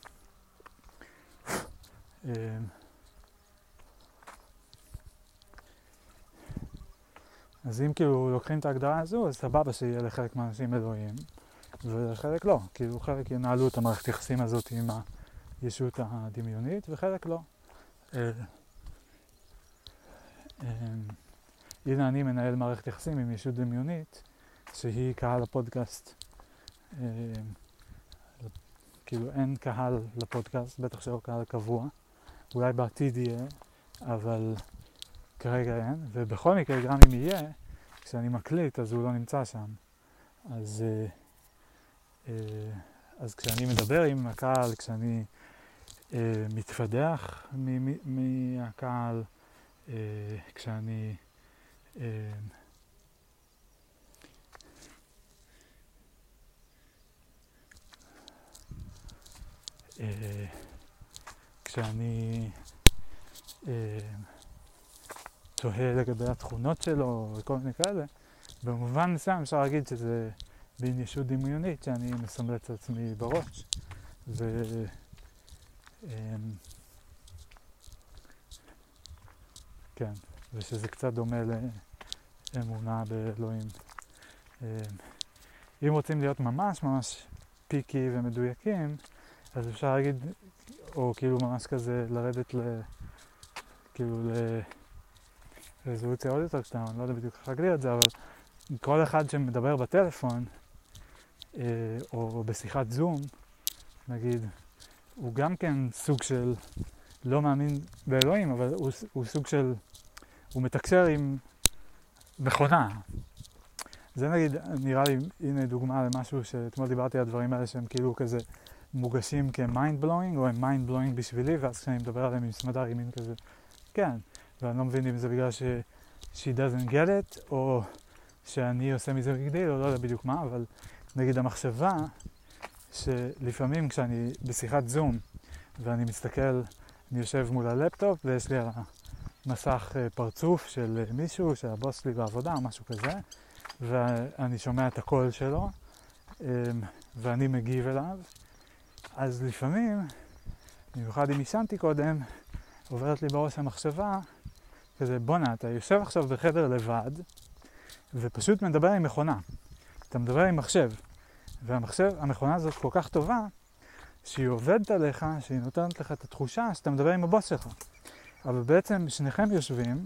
אז אם כאילו לוקחים את ההגדרה הזו, אז סבבה שיהיה לחלק מהאנשים אלוהים, ולחלק לא. כאילו חלק ינהלו את המערכת יחסים הזאת עם הישות הדמיונית, וחלק לא. הנה אני מנהל מערכת יחסים עם ישות דמיונית, שהיא קהל הפודקאסט. כאילו אין קהל לפודקאסט, בטח שלא קהל קבוע. אולי בעתיד יהיה, אבל כרגע אין. ובכל מקרה, גם אם יהיה, כשאני מקליט, אז הוא לא נמצא שם. אז, אז כשאני מדבר עם הקהל, כשאני מתפדח מהקהל, כשאני כשאני תוהה לגבי התכונות שלו וכל מיני כאלה, במובן מסוים אפשר להגיד שזה בין ישות דמיונית שאני מסמלץ עצמי בראש. ו... כן, ושזה קצת דומה לאמונה באלוהים. אם רוצים להיות ממש ממש פיקי ומדויקים, אז אפשר להגיד, או כאילו ממש כזה לרדת ל... כאילו לרזולוציה עוד יותר קטנה, אני לא יודע בדיוק איך להגדיר את זה, אבל כל אחד שמדבר בטלפון, אה, או בשיחת זום, נגיד, הוא גם כן סוג של לא מאמין באלוהים, אבל הוא, הוא סוג של, הוא מתקשר עם מכונה. זה נגיד, נראה לי, הנה דוגמה למשהו שאתמול דיברתי על הדברים האלה שהם כאילו כזה מוגשים כ-mind blowing, או הם mind blowing בשבילי, ואז כשאני מדבר עליהם עם סמדר ימין כזה, כן, ואני לא מבין אם זה בגלל ש... she doesn't get it, או שאני עושה מזה בגדיל, או לא יודע בדיוק מה, אבל נגיד המחשבה שלפעמים כשאני בשיחת זום, ואני מסתכל, אני יושב מול הלפטופ, ויש לי על המסך פרצוף של מישהו, של הבוס שלי בעבודה, או משהו כזה, ואני שומע את הקול שלו, ואני מגיב אליו, אז לפעמים, במיוחד אם ישנתי קודם, עוברת לי בראש המחשבה, כזה, בונה, אתה יושב עכשיו בחדר לבד, ופשוט מדבר עם מכונה. אתה מדבר עם מחשב, והמחשב, המכונה הזאת כל כך טובה, שהיא עובדת עליך, שהיא נותנת לך את התחושה שאתה מדבר עם הבוס שלך. אבל בעצם שניכם יושבים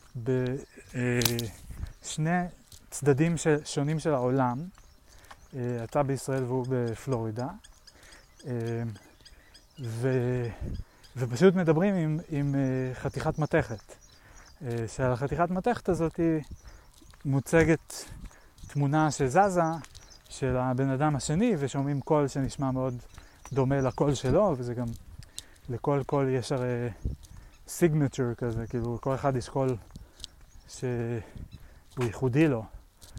בשני צדדים שונים של העולם, אתה בישראל והוא בפלורידה, ו... ופשוט מדברים עם, עם חתיכת מתכת. שעל החתיכת מתכת הזאת היא מוצגת תמונה שזזה של הבן אדם השני, ושומעים קול שנשמע מאוד דומה לקול שלו, וזה גם, לכל קול יש הרי סיגנצ'ר כזה, כאילו כל אחד יש קול שהוא ייחודי לו,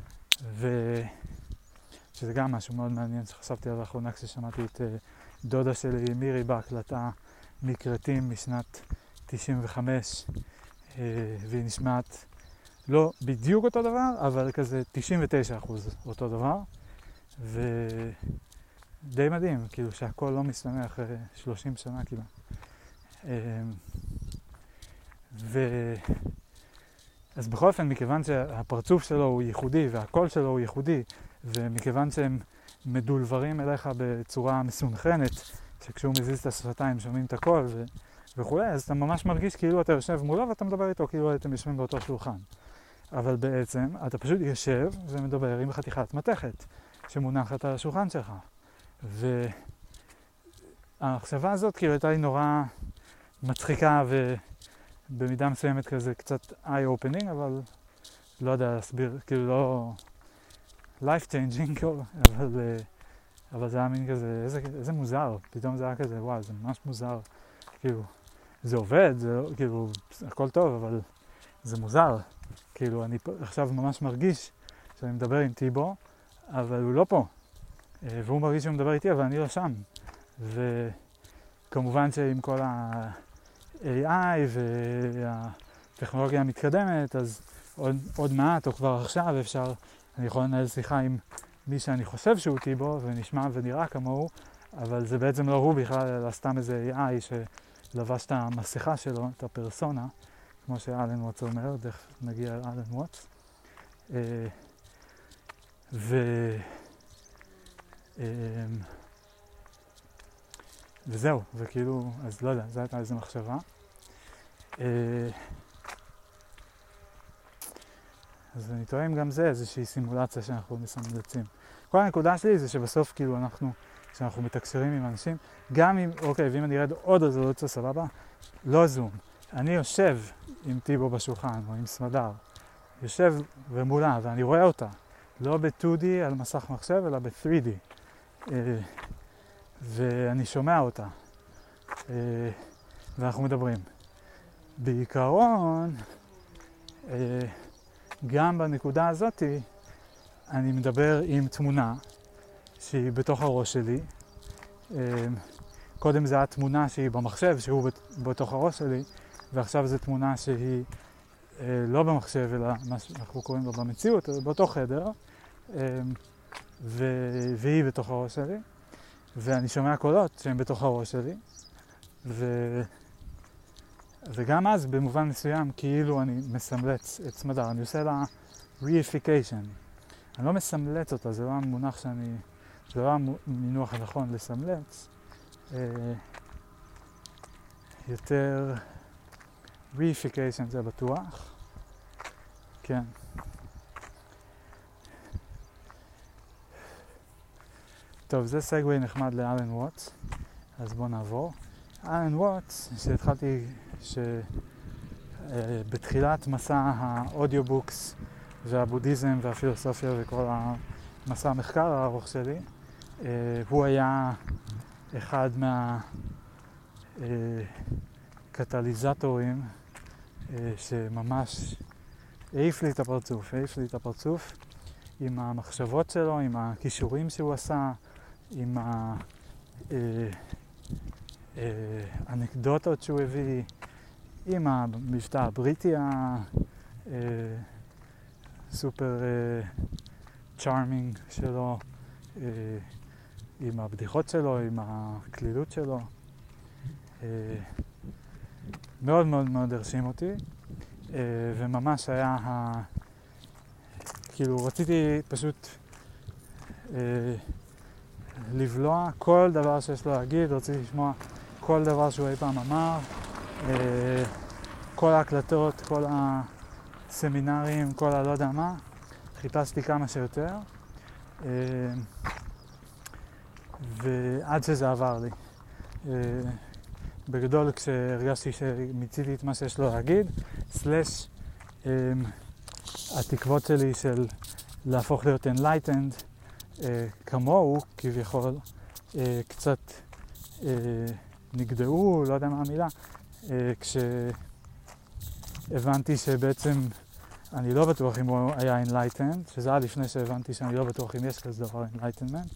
ושזה גם משהו מאוד מעניין שחשבתי על האחרונה כששמעתי את דודה שלי מירי בהקלטה מקרטים משנת תשעים וחמש, והיא נשמעת לא בדיוק אותו דבר, אבל כזה תשעים ותשעה אחוז אותו דבר, ודי מדהים, כאילו שהכל לא משתנה אחרי שלושים שנה כאילו. ו... אז בכל אופן, מכיוון שהפרצוף שלו הוא ייחודי והקול שלו הוא ייחודי, ומכיוון שהם מדולברים אליך בצורה מסונכרנת, שכשהוא מזיז את השפתיים שומעים את הקול ו... וכו', אז אתה ממש מרגיש כאילו אתה יושב מולו ואתה מדבר איתו כאילו אתם יושבים באותו שולחן. אבל בעצם אתה פשוט יושב ומדבר עם חתיכת מתכת שמונחת על השולחן שלך. והמחשבה הזאת כאילו הייתה לי נורא מצחיקה ובמידה מסוימת כזה קצת eye-opening, אבל לא יודע להסביר, כאילו לא life-changing, אבל, אבל זה היה מין כזה, איזה, איזה מוזר, פתאום זה היה כזה, וואי, זה ממש מוזר, כאילו, זה עובד, זה כאילו, הכל טוב, אבל זה מוזר. כאילו, אני עכשיו ממש מרגיש שאני מדבר עם טיבו, אבל הוא לא פה. והוא מרגיש שהוא מדבר איתי, אבל אני לא שם. וכמובן שעם כל ה-איי איי והטכנולוגיה המתקדמת, אז עוד, עוד מעט או כבר עכשיו אפשר, אני יכול לנהל שיחה עם מי שאני חושב שהוא טיבו, ונשמע ונראה כמוהו, אבל זה בעצם לא הוא בכלל, אלא סתם איזה איי איי שלבש את המסכה שלו, את הפרסונה, כמו שאלן ווטס אומר, דרך נגיע על אלן ווטס. ו... וזהו, וכאילו, אז לא יודע, זו הייתה איזו מחשבה. אז אני טועה אם גם זה איזושהי סימולציה שאנחנו מסמלצים. כל הנקודה שלי זה שבסוף כאילו אנחנו, כשאנחנו מתקשרים עם אנשים, גם אם, אוקיי, ואם אני ארד עוד רזולוציה, סבבה, לא זום. אני יושב עם טיבו בשולחן או עם סמדר, יושב ומולה ואני רואה אותה, לא ב-טו די על מסך מחשב אלא ב-תרי די, ואני שומע אותה, ואנחנו מדברים. בעיקרון, גם בנקודה הזאת אני מדבר עם תמונה שהיא בתוך הראש שלי. קודם זה היה תמונה שהיא במחשב, שהוא בתוך הראש שלי, ועכשיו זו תמונה שהיא לא במחשב, אלא מה שאנחנו קוראים לו במציאות, באותו חדר, והיא בתוך הראש שלי, ואני שומע קולות שהן בתוך הראש שלי, ו... וגם אז במובן מסוים כאילו אני מסמלץ את סמדר, אני עושה לה reification. אני לא מסמלץ אותה, זה לא המונח שאני, זה לא המינוח הנכון לסמלץ, יותר reification זה בטוח, כן. טוב, זה סגווי נחמד לאלן ווטס, אז בואו נעבור. אלן ווטס, שהתחלתי, שבתחילת מסע האודיובוקס והבודהיזם והפילוסופיה וכל המסע המחקר הארוך שלי. הוא היה אחד מהקטליזטורים שממש העיף לי את הפרצוף, העיף לי את הפרצוף עם המחשבות שלו, עם הכישורים שהוא עשה, עם האנקדוטות שהוא הביא, עם המבטא הבריטי הסופר צ'ארמינג שלו, עם הבדיחות שלו, עם הכלילות שלו. מאוד מאוד מאוד הרשים אותי, וממש היה ה... כאילו רציתי פשוט לבלוע כל דבר שיש לו להגיד, רציתי לשמוע כל דבר שהוא אי פעם אמר, כל ההקלטות, כל הסמינרים, כל הלא יודע מה, חיפשתי כמה שיותר, ועד שזה עבר לי. בגדול כשהרגשתי שמיציתי את מה שיש לו להגיד, סלש התקוות שלי של להפוך להיות enlightened כמוהו כביכול קצת נגדעו, לא יודע מה המילה, כשהבנתי שבעצם אני לא בטוח אם הוא היה enlightened, שזה היה לפני שהבנתי שאני לא בטוח אם יש כזה דבר enlightenment,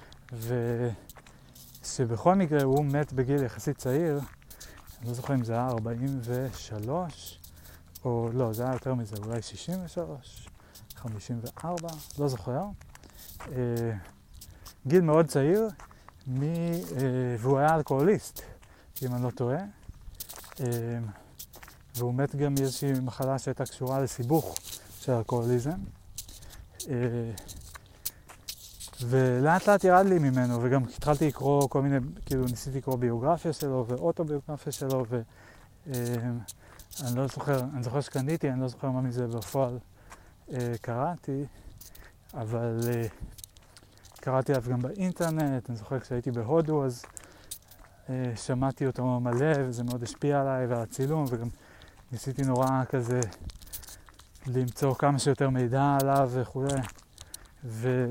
ושבכל מקרה הוא מת בגיל יחסית צעיר, אני לא זוכר אם זה היה ארבעים ושלוש, או לא, זה היה יותר מזה, אולי שישים ושלוש, חמישים וארבע, לא זוכר. גיל מאוד צעיר, מ... והוא היה אלכוהוליסט, אם אני לא טועה. והוא מת גם מאיזושהי מחלה שהייתה קשורה לסיבוך של אלכוהוליזם. ולאט לאט ירד לי ממנו, וגם התחלתי לקרוא כל מיני, כאילו ניסיתי לקרוא ביוגרפיה שלו ואוטוביוגרפיה שלו, ואני לא זוכר, אני זוכר שקניתי, אני לא זוכר מה מזה בפועל קראתי, אבל קראתי עליו גם באינטרנט, אני זוכר כשהייתי בהודו, אז שמעתי אותו מלא, וזה מאוד השפיע עליי ועל הצילום, וגם ניסיתי נורא כזה למצוא כמה שיותר מידע עליו וכו'. ו...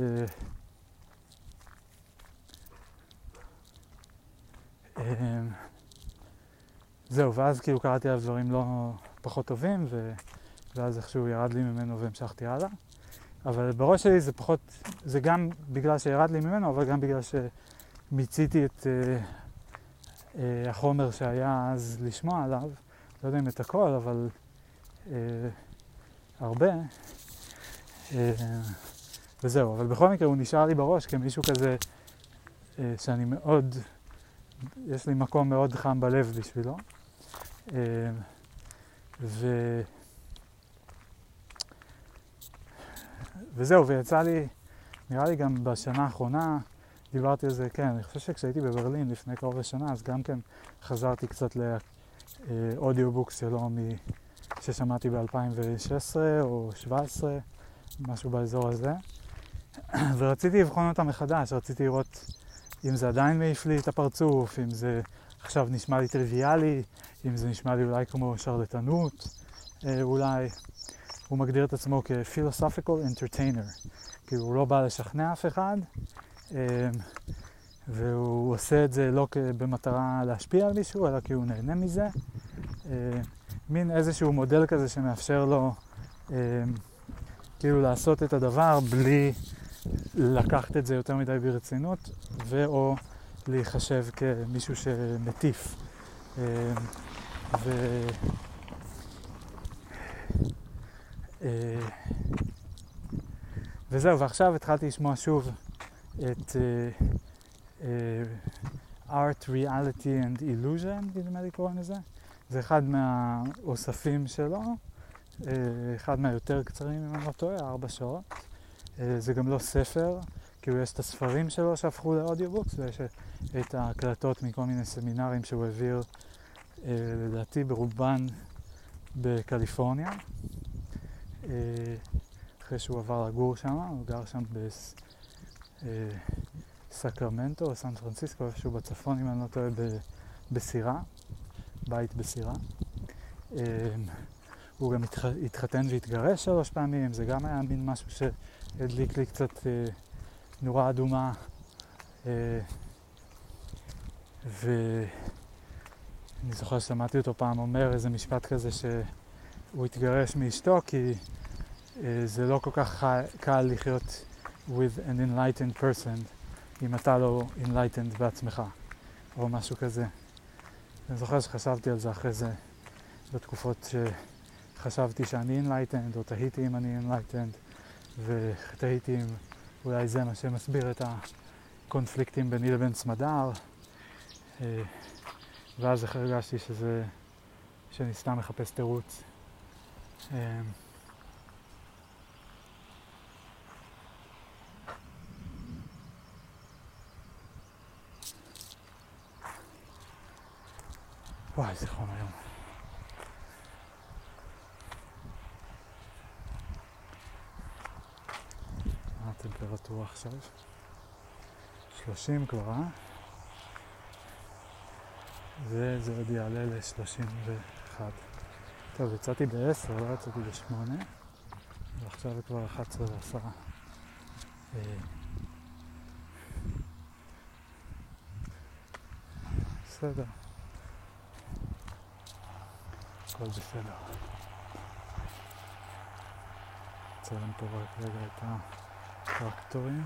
זהו, ואז כאילו קראתי עליו דברים לא פחות טובים, ו... ואז איכשהו ירד לי ממנו והמשכתי הלאה. אבל בראש שלי זה פחות, זה גם בגלל שירד לי ממנו, אבל גם בגלל שמיציתי את uh, uh, החומר שהיה אז לשמוע עליו. לא יודע אם את הכל, אבל uh, הרבה. Uh, וזהו, אבל בכל מקרה הוא נשאר לי בראש כמישהו כזה uh, שאני מאוד, יש לי מקום מאוד חם בלב בשבילו. Uh, ו... וזהו, ויצא לי, נראה לי גם בשנה האחרונה, דיברתי על זה, כן, אני חושב שכשהייתי בברלין לפני קרוב לשנה, אז גם כן חזרתי קצת לאודיובוקס שלו ששמעתי ב-אלפיים ושש עשרה או שבע עשרה, משהו באזור הזה, ורציתי לבחון אותם מחדש, רציתי לראות אם זה עדיין מעיף לי את הפרצוף, אם זה עכשיו נשמע לי טריוויאלי, אם זה נשמע לי אולי כמו שרלטנות, אולי. הוא מגדיר את עצמו כ-philosophical entertainer, כאילו הוא לא בא לשכנע אף אחד, והוא עושה את זה לא במטרה להשפיע על מישהו, אלא כי הוא נהנה מזה. מין איזשהו מודל כזה שמאפשר לו כאילו לעשות את הדבר בלי לקחת את זה יותר מדי ברצינות, ואו להיחשב כמישהו שמטיף. ו... וזהו, ועכשיו התחלתי לשמוע שוב את uh, uh, Art, Reality and Illusion, נדמה לי קוראים לזה. זה אחד מהאוספים שלו, uh, אחד מהיותר קצרים אם אני לא טועה, ארבע שעות. Uh, זה גם לא ספר, כאילו יש את הספרים שלו שהפכו לאודיובוקס, ויש את ההקלטות מכל מיני סמינרים שהוא העביר, uh, לדעתי ברובן בקליפורניה. אחרי שהוא עבר לגור שם, הוא גר שם בסקרמנטו או סן פרנסיסקו, איפשהו בצפון אם אני לא טועה, בסירה, בית בסירה. הוא גם התח... התחתן והתגרש שלוש פעמים, זה גם היה מין משהו שהדליק לי קצת אה, נורה אדומה. אה, ואני זוכר ששמעתי אותו פעם אומר איזה משפט כזה שהוא התגרש מאשתו כי אה, זה לא כל כך קל לחיות with an enlightened person אם אתה לא enlightened בעצמך או משהו כזה. אני זוכר שחשבתי על זה אחרי זה בתקופות שחשבתי שאני enlightened או תהיתי אם אני enlightened ותהיתי אם אולי זה מה שמסביר את הקונפליקטים ביני לבין סמדר, ואז איך הרגשתי שזה, שאני סתם מחפש תירוץ. וואי, זה חום היום. מה הטמפרטורה עכשיו? שלושים כבר, אה? וזה עוד יעלה ל-שלושים ואחת. טוב, יצאתי ב-עשר, לא יצאתי ב-שמונה. ועכשיו זה כבר אחת עשרה ועשרה. בסדר. הכל בסדר. צלם פה רק רגע את הטרקטורים.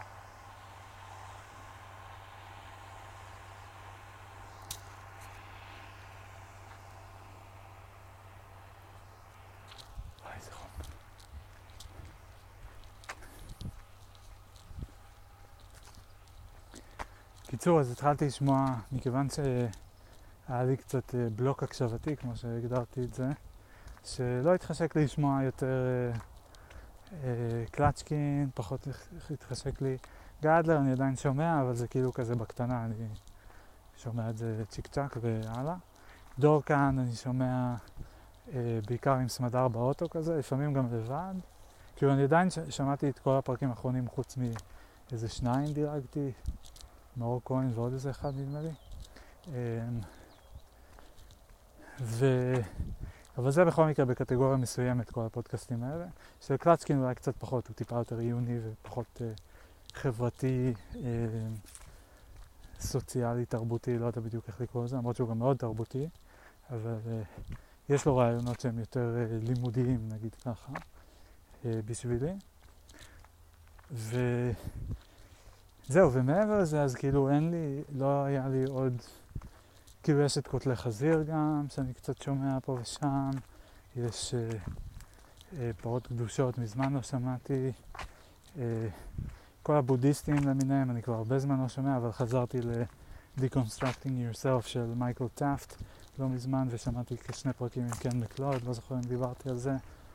וואי, זה חום. קיצור, אז התחלתי לשמוע, מכיוון שהיה לי קצת בלוק הקשבתי, כמו שהגדרתי את זה, שלא התחשק לי לשמוע יותר אה, קלצ'קין, פחות התחשק לי גדלר, אני עדיין שומע, אבל זה כאילו כזה בקטנה, אני שומע את זה צ'יק צ'ק והלאה. דור כאן אני שומע אה, בעיקר עם סמדר באוטו כזה, לפעמים גם לבד. כאילו אני עדיין ש- שמעתי את כל הפרקים האחרונים חוץ מאיזה שניים דילגתי, מאור כהן ועוד איזה אחד נדמה לי. אה, ו... אבל זה בכל מקרה בקטגוריה מסוימת כל הפודקאסטים האלה. של קלצ'קין אולי קצת פחות, הוא טיפה יותר עיוני ופחות אה, חברתי, אה, סוציאלי, תרבותי, לא יודע בדיוק איך לקרוא לזה, למרות שהוא גם מאוד תרבותי, אבל אה, יש לו רעיונות שהם יותר אה, לימודיים, נגיד ככה, אה, בשבילי. וזהו, ומעבר לזה, אז כאילו אין לי, לא היה לי עוד, כאילו יש את קוטלי חזיר גם, שאני קצת שומע פה ושם, יש אה, אה, פרות קדושות, מזמן לא שמעתי, אה, כל הבודהיסטים למיניהם, אני כבר הרבה זמן לא שומע, אבל חזרתי ל-Deconstructing Yourself של מייקל טאפט לא מזמן, ושמעתי כשני פרקים עם קן מקלוד, לא זוכר אם דיברתי על זה,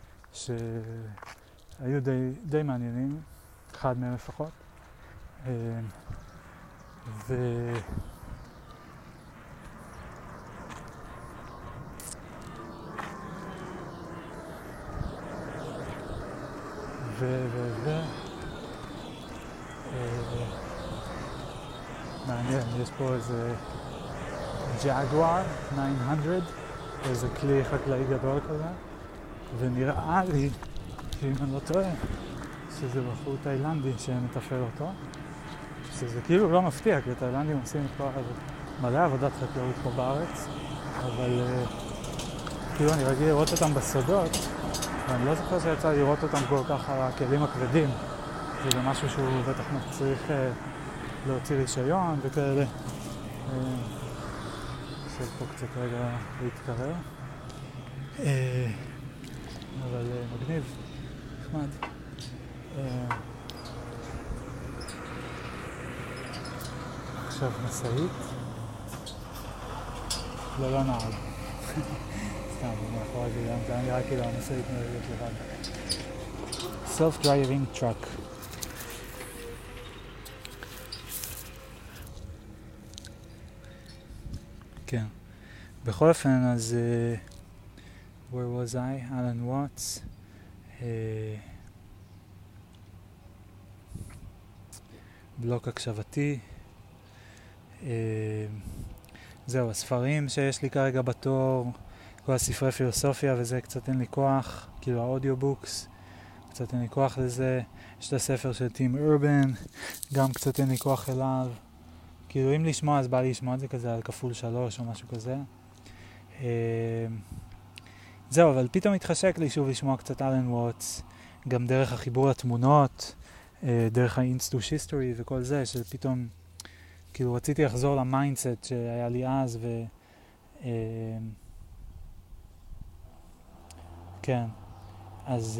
שהיו די, די מעניינים, אחד מהם לפחות. ו... ו... ו... ו... מעניין, יש פה איזה ג'אגואר תשע מאות, איזה כלי חקלאי גדול כזה, ונראה לי, שאם אני לא טועה, שזה בחור תאילנדי שמטפל אותו, שזה כאילו לא מפתיע, כי התאילנדים עושים את מלא עבודת חקלאות פה בארץ, אבל כאילו אני רגיל לראות אותם בסודות, ואני לא זוכר שיצא לראות אותם כל כך על הכלים הכבדים. זה גם משהו שהוא בטח צריך להוציא רישיון וכאלה. עכשיו פה קצת רגע להתקרר. אבל מגניב, נחמד. עכשיו משאית. לא, לא נעל. סתם, זה מאחורי גילם, זה נראה כאילו המשאית נראית לבד. Self-driving truck. כן. בכל אופן, אז... Uh, where was I? Alan Watts. Uh, בלוק הקשבתי. Uh, זהו, הספרים שיש לי כרגע בתור. כל הספרי פילוסופיה וזה, קצת אין לי כוח, כאילו האודיובוקס, קצת אין לי כוח לזה. יש את הספר של טים אורבן, גם קצת אין לי כוח אליו. כאילו אם לשמוע אז בא לי לשמוע את זה כזה על כפול שלוש או משהו כזה. זהו, אבל פתאום התחשק לי שוב לשמוע קצת אלן ווטס, גם דרך החיבור לתמונות, דרך האינסטוש היסטורי וכל זה, שפתאום כאילו רציתי לחזור למיינדסט שהיה לי אז, ו... כן, אז,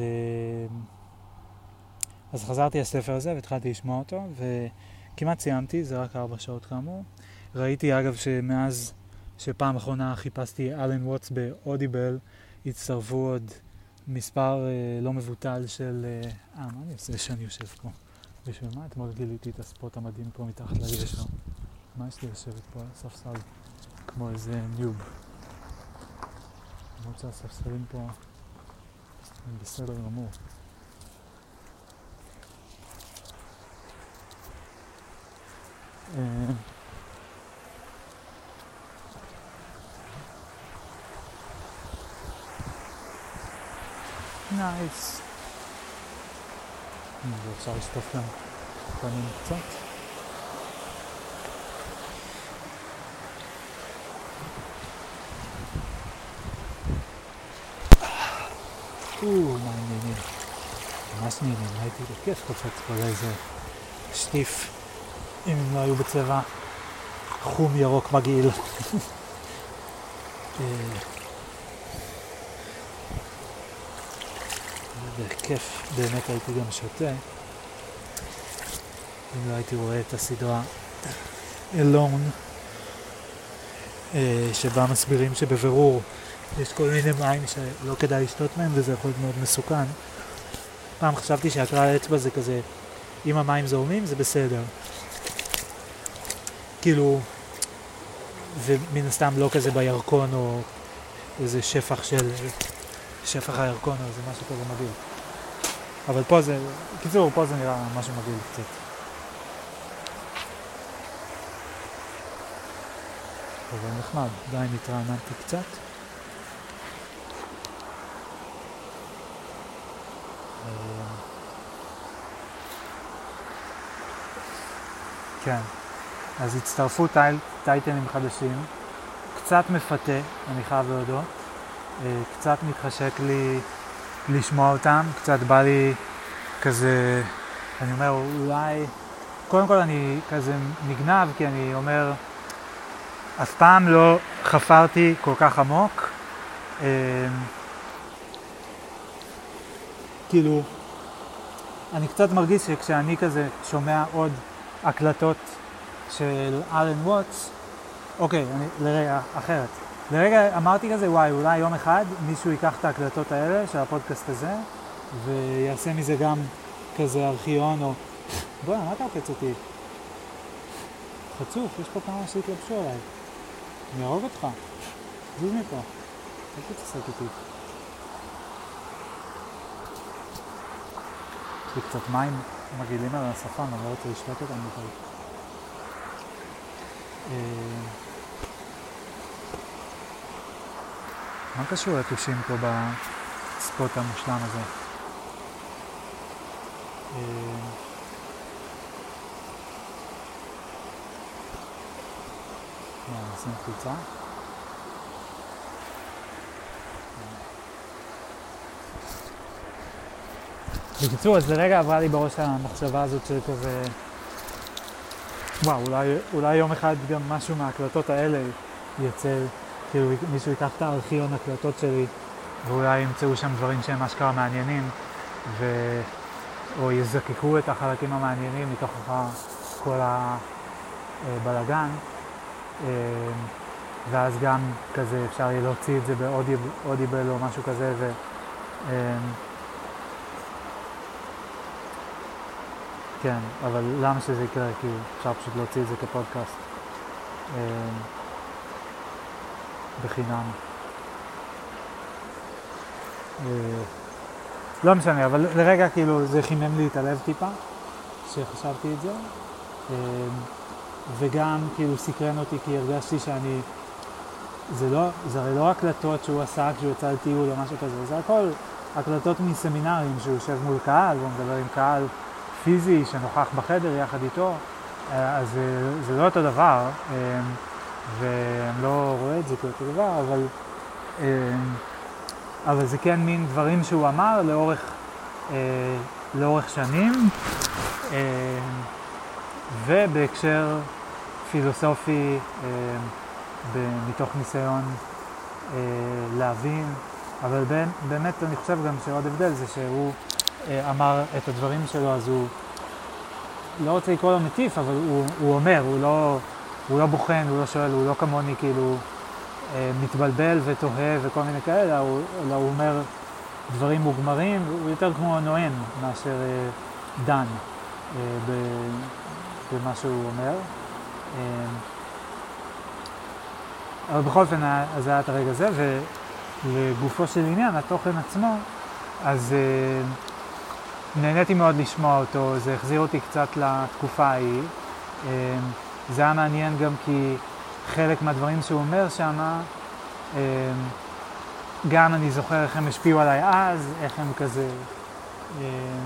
אז חזרתי לספר הזה והתחלתי לשמוע אותו, וכמעט סיימתי, זה רק ארבע שעות כאמור. ראיתי אגב שמאז שפעם אחרונה חיפשתי אלן ווטס באודיבל, הצטרפו עוד מספר אה, לא מבוטל של... אה, מה אני עושה שאני יושב פה? בשביל מה? אתמול גיליתי את הספוט המדהים פה מתחת לגשר. מה יש לי לשבת פה על הספסל? כמו איזה ניוב. למרות שהספסלים פה הם בסדר גמור. אה... נייס. ואפשר לשטוף גם פנים קצת. או, מה עניינים? ממש נהנים, הייתי בכיף קופץ פה לאיזה שטיף, אם הם לא היו בצבע חום ירוק מגעיל. בכיף, באמת הייתי גם שותה אם לא הייתי רואה את הסדרה אלון, שבה מסבירים שבבירור יש כל מיני מים שלא כדאי לשתות מהם וזה יכול להיות מאוד מסוכן. פעם חשבתי שהכלל האצבע זה כזה, אם המים זורמים זה בסדר, כאילו, ומן הסתם לא כזה בירקון או איזה שפח של שפח הירקון או איזה משהו כזה מגעיל. אבל פה זה, קיצור, פה זה נראה משהו מגעיל קצת. אבל נחמד, עדיין התרעננתי קצת. כן, אז הצטרפו טייל, טייטנים חדשים, קצת מפתה, אני חייב להודות. קצת מתחשק לי לשמוע אותם, קצת בא לי כזה, אני אומר אולי, קודם כל אני כזה נגנב, כי אני אומר, אף פעם לא חפרתי כל כך עמוק, כאילו, אני קצת מרגיש שכשאני כזה שומע עוד הקלטות של אלן ווטס, אוקיי, אני לרגע אחרת. לרגע אמרתי כזה, וואי, אולי יום אחד מישהו ייקח את ההקלטות האלה של הפודקאסט הזה, ויעשה מזה גם כזה ארכיון או... בואי, מה אתה עוקץ אותי? חצוף, יש פה כמה שהתלבשו עליי. אני ארוג אותך. זוז מפה. אל תתעסק איתי. יש לי קצת מים מגעילים על השפם, אני לא רוצה לשתות אותם בכלל. מה קשור לתושים פה בספוט המושלם הזה? מה, נשים חולצה? בקיצור, אז לרגע עברה לי בראש המחשבה הזאת של כזה... וואו, אולי, אולי יום אחד גם משהו מההקלטות האלה יצא, כאילו מישהו ייקח את הארכיון הקלטות שלי, ואולי ימצאו שם דברים שהם אשכרה מעניינים, ו... או יזקקו את החלקים המעניינים מתוך כל הבלגן, ואז גם כזה אפשר יהיה להוציא את זה באודיבל או משהו כזה, ו... כן, אבל למה שזה יקרה? כי אפשר פשוט להוציא את זה כפודקאסט בחינם. לא משנה, אבל לרגע כאילו זה חימם לי את הלב טיפה, שחשבתי את זה, וגם כאילו סקרן אותי כי הרגשתי שאני זה לא, זה הרי לא הקלטות שהוא עשה כשהוא יצא לטיול או משהו כזה, זה הכל הקלטות מסמינרים שהוא יושב מול קהל, והוא מדבר עם קהל פיזי שנוכח בחדר יחד איתו, אז זה, זה לא אותו דבר, ואני לא רואה את זה כאותו דבר, אבל, אבל זה כן מין דברים שהוא אמר לאורך, לאורך שנים, ובהקשר פילוסופי, מתוך ניסיון להבין, אבל באמת אני חושב גם שעוד הבדל זה שהוא אמר את הדברים שלו, אז הוא לא רוצה לקרוא לו מטיף, אבל הוא, הוא אומר, הוא לא, הוא לא בוחן, הוא לא שואל, הוא לא כמוני כאילו מתבלבל ותוהה וכל מיני כאלה, הוא, אלא הוא אומר דברים מוגמרים, הוא יותר כמו נואם מאשר דן במה שהוא אומר. אבל בכל אופן, אז היה את הרגע הזה, ולגופו של עניין, התוכן עצמו, אז uh, נהניתי מאוד לשמוע אותו, זה החזיר אותי קצת לתקופה ההיא. Uh, זה היה מעניין גם כי חלק מהדברים שהוא אומר שם, uh, גם אני זוכר איך הם השפיעו עליי אז, איך הם כזה uh,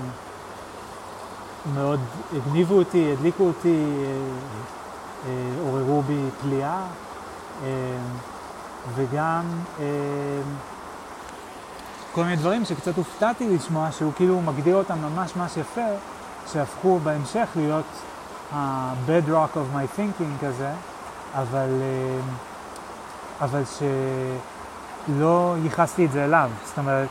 מאוד הגניבו אותי, הדליקו אותי, uh, uh, עוררו בי פליאה. וגם כל מיני דברים שקצת הופתעתי לשמוע שהוא כאילו מגדיר אותם ממש ממש יפה, שהפכו בהמשך להיות ה-bedrock of my thinking כזה, אבל, אבל שלא ייחסתי את זה אליו. זאת אומרת,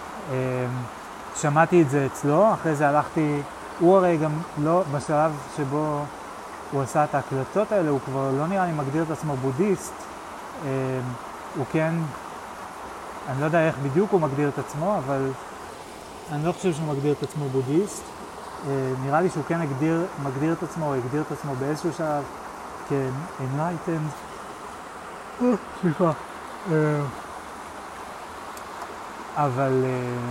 שמעתי את זה אצלו, אחרי זה הלכתי, הוא הרי גם לא, בשלב שבו הוא עשה את ההקלטות האלה, הוא כבר לא נראה לי מגדיר את עצמו בודהיסט, הוא כן, אני לא יודע איך בדיוק הוא מגדיר את עצמו, אבל אני לא חושב שהוא מגדיר את עצמו בודהיסט. נראה לי שהוא כן הגדיר, מגדיר את עצמו, או הגדיר את עצמו באיזשהו שלב כ-enlightened. סליחה. אבל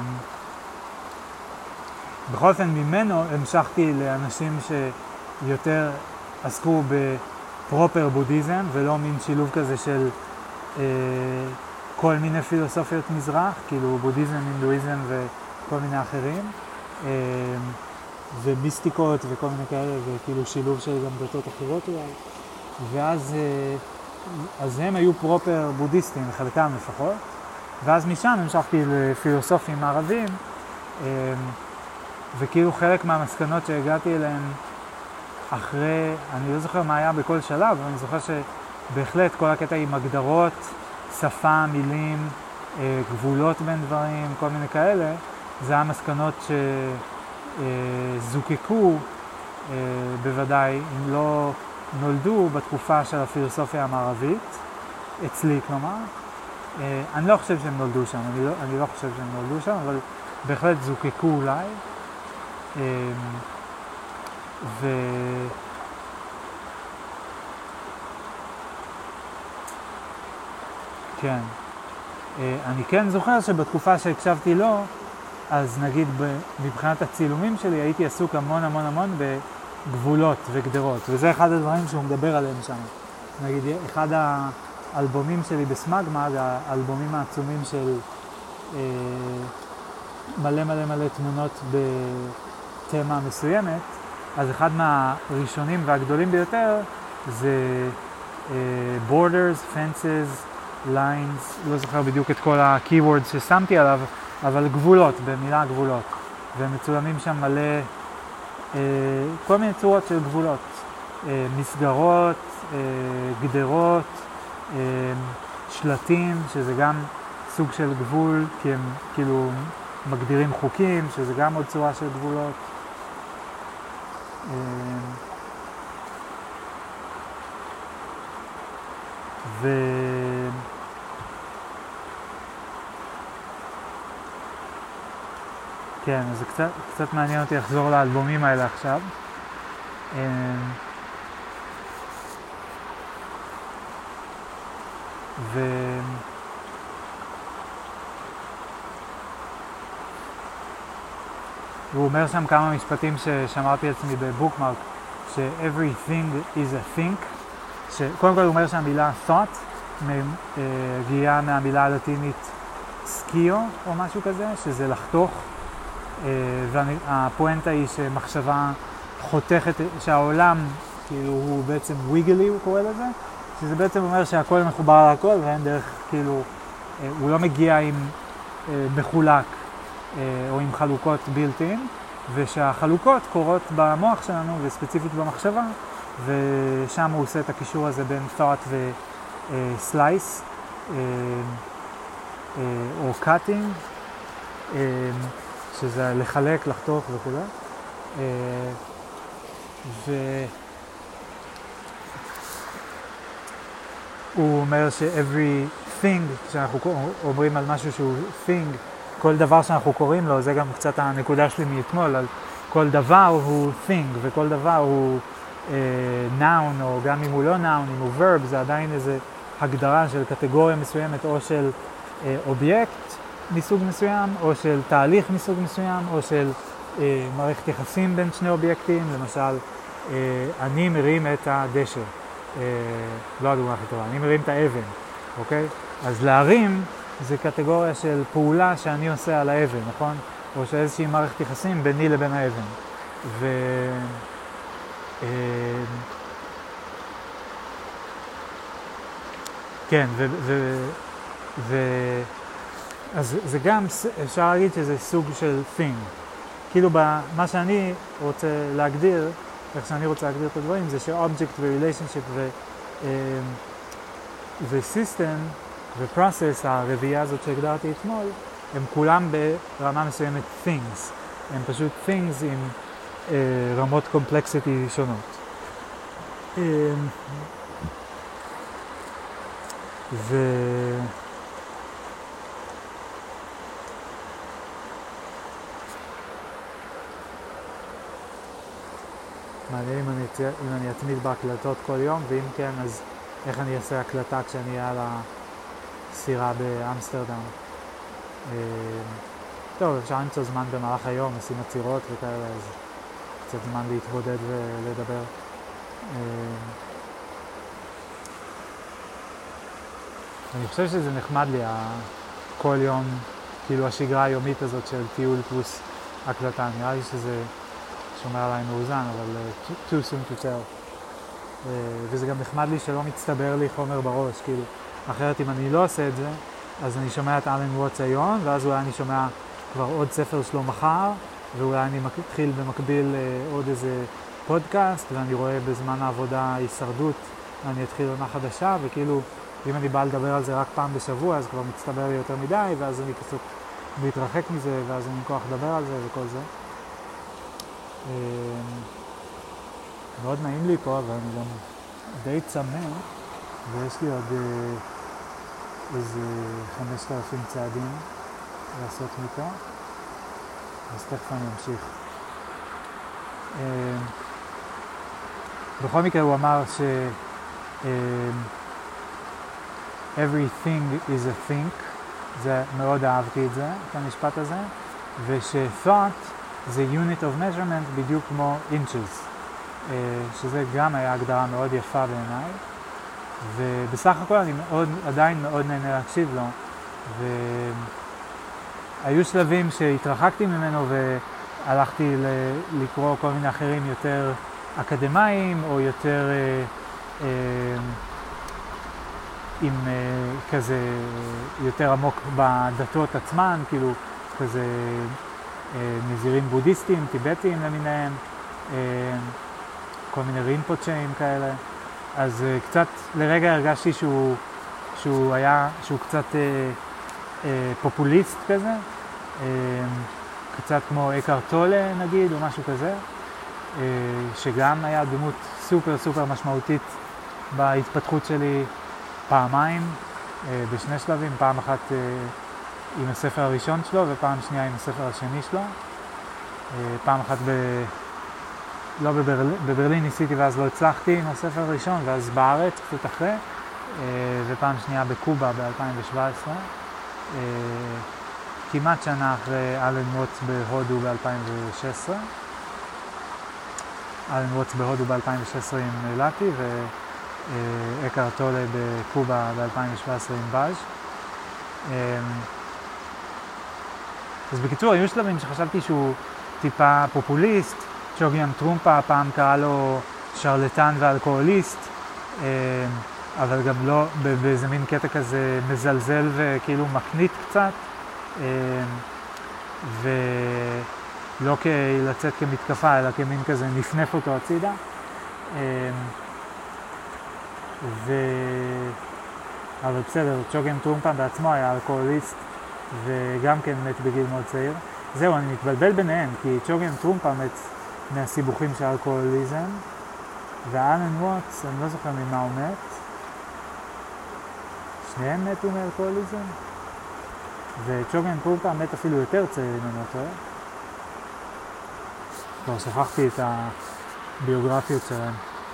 בכל אופן ממנו המשכתי לאנשים שיותר עסקו בפרופר בודהיזם, ולא מין שילוב כזה של אה, כל מיני פילוסופיות מזרח, כאילו בודהיזם, הינדואיזם וכל מיני אחרים, אה, ומיסטיקות וכל מיני כאלה, וכאילו שילוב של גם דתות אחרות אולי. ואז אה, אז הם היו פרופר בודהיסטים, חלקם לפחות, ואז משם המשכתי לפילוסופים ערבים, אה, וכאילו חלק מהמסקנות שהגעתי אליהן אחרי, אני לא זוכר מה היה בכל שלב, אבל אני זוכר שבהחלט כל הקטע עם הגדרות, שפה, מילים, גבולות בין דברים, כל מיני כאלה, זה המסקנות שזוקקו בוודאי, אם לא נולדו בתקופה של הפילוסופיה המערבית, אצלי כלומר. אני לא חושב שהם נולדו שם, אני לא, אני לא חושב שהם נולדו שם, אבל בהחלט זוקקו אולי. ו... כן. אני כן זוכר שבתקופה שהקשבתי לו, אז נגיד מבחינת הצילומים שלי הייתי עסוק המון המון המון בגבולות וגדרות, וזה אחד הדברים שהוא מדבר עליהם שם. נגיד אחד האלבומים שלי בסמגמג, האלבומים העצומים של אה, מלא מלא מלא תמונות בתמה מסוימת, אז אחד מהראשונים והגדולים ביותר זה uh, borders, fences, lines, לא זוכר בדיוק את כל ה-keywords ששמתי עליו, אבל גבולות, במילה גבולות. ומצולמים שם מלא, uh, כל מיני צורות של גבולות. Uh, מסגרות, uh, גדרות, uh, שלטים, שזה גם סוג של גבול, כי הם כאילו מגדירים חוקים, שזה גם עוד צורה של גבולות. ו... כן, אז זה קצת, קצת מעניין אותי לחזור לאלבומים האלה עכשיו. ו... הוא אומר שם כמה משפטים ששמרתי עצמי בבוקמרק, ש-everything is a think, שקודם כל הוא אומר שם מילה thought, הגיעה מהמילה הלטינית סקיו או משהו כזה, שזה לחתוך, והפואנטה היא שמחשבה חותכת, שהעולם כאילו הוא בעצם ויגלי, הוא קורא לזה, שזה בעצם אומר שהכל מחובר להכל ואין דרך, כאילו, הוא לא מגיע עם מחולק או עם חלוקות בילט-אין, ושהחלוקות קורות במוח שלנו וספציפית במחשבה, ושם הוא עושה את הקישור הזה בין thought ו-slice או cutting, שזה לחלק, לחתוך וכו'. והוא אומר ש-everything, כשאנחנו אומרים על משהו שהוא thing, כל דבר שאנחנו קוראים לו, זה גם קצת הנקודה שלי מאתמול, על כל דבר הוא thing, וכל דבר הוא uh, noun, או גם אם הוא לא noun, אם הוא verb, זה עדיין איזו הגדרה של קטגוריה מסוימת, או של uh, אובייקט מסוג מסוים, או של תהליך מסוג מסוים, או של uh, מערכת יחסים בין שני אובייקטים, למשל, uh, אני מרים את הדשא, uh, לא הדוגמה הכי טובה, אני מרים את האבן, אוקיי? אז להרים, זה קטגוריה של פעולה שאני עושה על האבן, נכון? או שאיזושהי מערכת יחסים ביני לבין האבן. ו... כן, ו... ו... ו... אז זה גם, אפשר להגיד שזה סוג של thing. כאילו, מה שאני רוצה להגדיר, איך שאני רוצה להגדיר את הדברים, זה ש-object ו-relationship ו... ו-system ו-process, הרביעייה הזאת שהגדרתי אתמול, הם כולם ברמה מסוימת things. הם פשוט things עם אה, רמות complexity שונות. אה, ו... מעניין אם אני, אם אני אתמיד בהקלטות כל יום, ואם כן, אז איך אני אעשה הקלטה כשאני אהיה על הסירה באמסטרדם. טוב, אפשר למצוא זמן במהלך היום, עושים עצירות וכאלה, אז קצת זמן להתבודד ולדבר. אני חושב שזה נחמד לי, כל יום, כאילו השגרה היומית הזאת של טיול פלוס הקלטה. נראה לי שזה שומר עליי מאוזן, אבל too soon to tell. וזה גם נחמד לי שלא מצטבר לי חומר בראש, כאילו, אחרת אם אני לא עושה את זה, אז אני שומע את אלן ווטס היום, ואז אולי אני שומע כבר עוד ספר שלו מחר, ואולי אני מתחיל במקביל עוד איזה פודקאסט, ואני רואה בזמן העבודה הישרדות, אני אתחיל עונה חדשה, וכאילו, אם אני בא לדבר על זה רק פעם בשבוע, אז כבר מצטבר לי יותר מדי, ואז אני קצת מתרחק מזה, ואז אני כוח לדבר על זה וכל זה. מאוד נעים לי פה, אבל אני גם די צמא, ויש לי עוד איזה חמשת אלפים צעדים לעשות מפה, אז תכף אני אמשיך. בכל מקרה הוא אמר ש everything is a think, זה מאוד אהבתי את זה, את המשפט הזה, וש-thought זה unit of measurement בדיוק כמו inches, שזה גם היה הגדרה מאוד יפה בעיניי, ובסך הכל אני מאוד, עדיין מאוד נהנה להקשיב לו, והיו שלבים שהתרחקתי ממנו והלכתי ל- לקרוא כל מיני אחרים יותר אקדמיים או יותר אה, אה, עם אה, כזה יותר עמוק בדתות עצמן, כאילו כזה אה, נזירים בודהיסטים, טיבטיים למיניהם, אה, כל מיני רינפוצ'אים כאלה. אז uh, קצת לרגע הרגשתי שהוא, שהוא היה, שהוא קצת uh, uh, פופוליסט כזה, uh, קצת כמו אקהרט טולה נגיד, או משהו כזה, uh, שגם היה דמות סופר סופר משמעותית בהתפתחות שלי פעמיים, uh, בשני שלבים, פעם אחת uh, עם הספר הראשון שלו, ופעם שנייה עם הספר השני שלו, uh, פעם אחת ב... לא בברלין, בברלין ניסיתי ואז לא הצלחתי עם הספר הראשון, ואז בארץ קצת אחרי, ופעם שנייה בקובה ב-אלפיים שבע עשרה, כמעט שנה אחרי אלן ווטס בהודו ב-אלפיים שש עשרה. אלן ווטס בהודו ב-אלפיים שש עשרה עם לטי, אקר טולה בקובה ב-אלפיים שבע עשרה עם באז. אז בקיצור, היו שלבים שחשבתי שהוא טיפה פופוליסט, צ'וג'יאן טרומפה פעם קרא לו שרלטן ואלכוהוליסט, אבל גם לא באיזה מין קטע כזה מזלזל וכאילו מקנית קצת, ולא לצאת כמתקפה, אלא כמין כזה נפנף אותו הצידה. ו... אבל בסדר, צ'וג'יאן טרומפה בעצמו היה אלכוהוליסט, וגם כן מת בגיל מאוד צעיר. זהו, אני מתבלבל ביניהם, כי צ'וג'יאן טרומפה מת מהסיבוכים של אלכוהוליזם, ואלן ווטס, אני לא זוכר ממה הוא מת. שניהם מתו מאלכוהוליזם, וצ'וג'יאן טרומפה מת אפילו יותר צעיר אם אני לא טועה. כבר שכחתי את הביוגרפיות שלהם.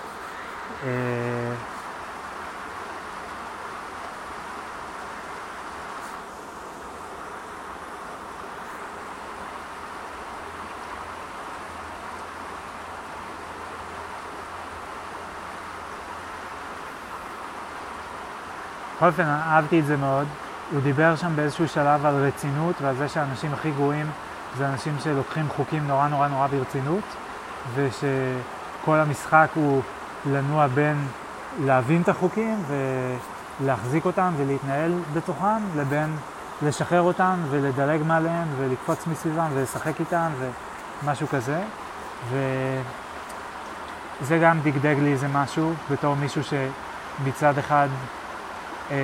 בכל אופן, אהבתי את זה מאוד. הוא דיבר שם באיזשהו שלב על רצינות ועל זה שהאנשים הכי גרועים זה אנשים שלוקחים חוקים נורא נורא נורא ברצינות, ושכל המשחק הוא לנוע בין להבין את החוקים ולהחזיק אותם ולהתנהל בתוכם, לבין לשחרר אותם ולדלג מעליהם ולקפוץ מסביבם ולשחק איתם ומשהו כזה. וזה גם דגדג לי איזה משהו בתור מישהו שמצד אחד אה,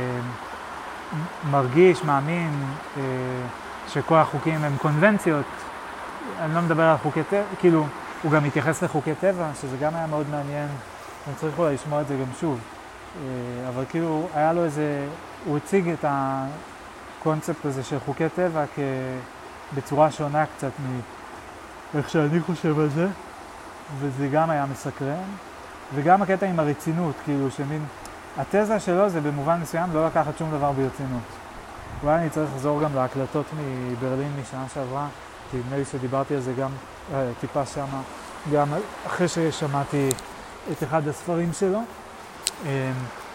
מרגיש, מאמין אה, שכל החוקים הם קונבנציות. אני לא מדבר על חוקי טבע, כאילו הוא גם מתייחס לחוקי טבע, שזה גם היה מאוד מעניין. אני צריך אולי לשמוע את זה גם שוב. אה, אבל כאילו היה לו איזה, הוא הציג את הקונספט הזה של חוקי טבע בצורה שונה קצת מאיך שאני חושב על זה, וזה גם היה מסקרן. וגם הקטע עם הרצינות, כאילו שמין, התזה שלו זה במובן מסוים לא לקחת שום דבר ברצינות. אולי אני צריך לחזור גם להקלטות מברלין משנה שעברה, כי נדמה לי שדיברתי על זה גם אה, טיפה שמה, גם אחרי ששמעתי את אחד הספרים שלו. אה,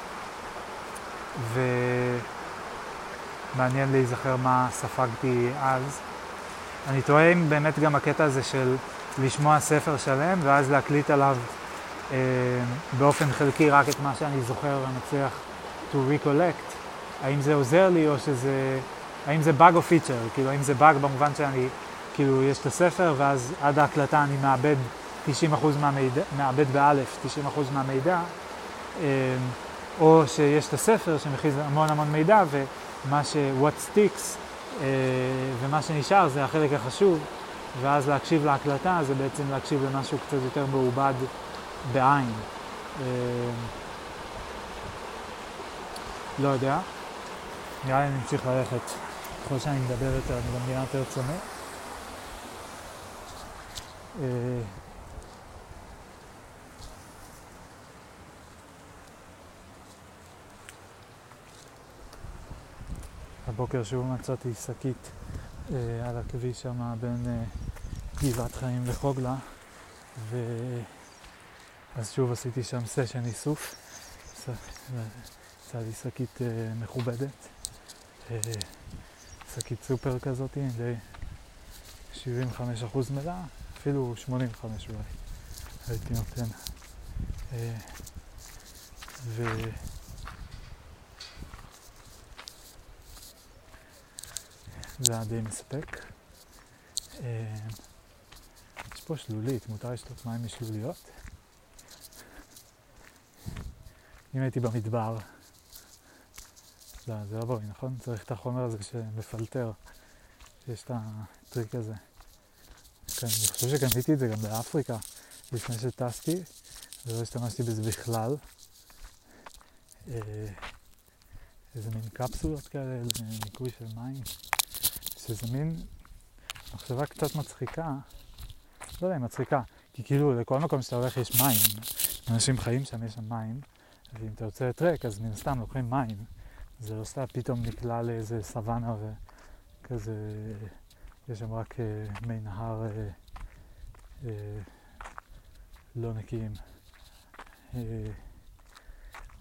ומעניין להיזכר מה ספגתי אז. אני תוהה אם באמת גם הקטע הזה של לשמוע ספר שלם ואז להקליט עליו אה, באופן חלקי רק את מה שאני זוכר ומצליח to recollect, האם זה עוזר לי או שזה, האם זה באג או פיצ'ר, כאילו האם זה באג במובן שאני, כאילו יש את הספר ואז עד ההקלטה אני מאבד תשעים אחוז מהמידע, מאבד באלף תשעים אחוז מהמידע, אה, או שיש את הספר שמכיל המון המון מידע ומה ש what sticks אה, ומה שנשאר זה החלק החשוב, ואז להקשיב להקלטה זה בעצם להקשיב למשהו קצת יותר מעובד בעין. אה, לא יודע. נראה לי אני אמשיך ללכת. ככל שאני מדבר יותר, אני גם נראה יותר צמא. אה, הבוקר שוב מצאתי שקית אה, על הכביש שם בין אה, גבעת חיים וחוגלה, ואז שוב עשיתי שם סשן איסוף. יצא לי שקית אה, מכובדת, אה, שקית סופר כזאת, די שבעים וחמישה אחוז מלאה, אפילו שמונים וחמש אולי הייתי נותן. אה, ו... זה היה די מספק. יש פה שלולית, מותר לשתות מים משלוליות. אם הייתי במדבר, לא, זה לא בריא, נכון? צריך את החומר הזה שמפלטר, שיש את הטריק הזה. כן, אני חושב שקניתי את זה גם באפריקה, לפני שטסתי, ולא השתמשתי בזה בכלל. איזה מין קפסולות כאלה, ניקוי של מים. שזה מין מחשבה קצת מצחיקה, לא יודע אם מצחיקה, כי כאילו לכל מקום שאתה הולך יש מים, אנשים חיים שם, יש שם מים, ואם אתה יוצא לטרק אז מן סתם לוקחים מים, זה לא סתם פתאום נקלע לאיזה סוואנה וכזה, יש שם רק אה, מי נהר אה, אה, לא נקיים. אה,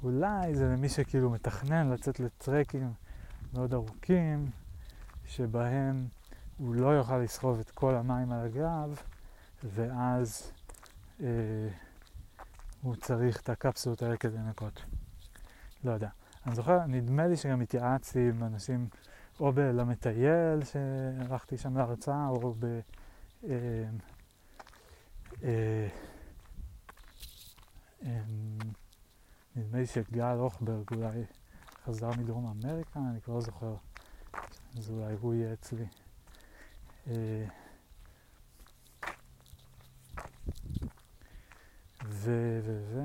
אולי זה למי שכאילו מתכנן לצאת לטרקים מאוד ארוכים, שבהם הוא לא יוכל לסחוב את כל המים על הגב, ואז אה, הוא צריך את הקפסולות האלה כדי לנקות. לא יודע. אני זוכר, נדמה לי שגם התייעצתי עם אנשים, או למטייל שהלכתי שם להרצאה, או ב... אה, אה, אה, נדמה לי שגל אוכברג אולי חזר מדרום אמריקה, אני כבר לא זוכר, אז אולי הוא יהיה אצלי. אה, ו... ו... ו...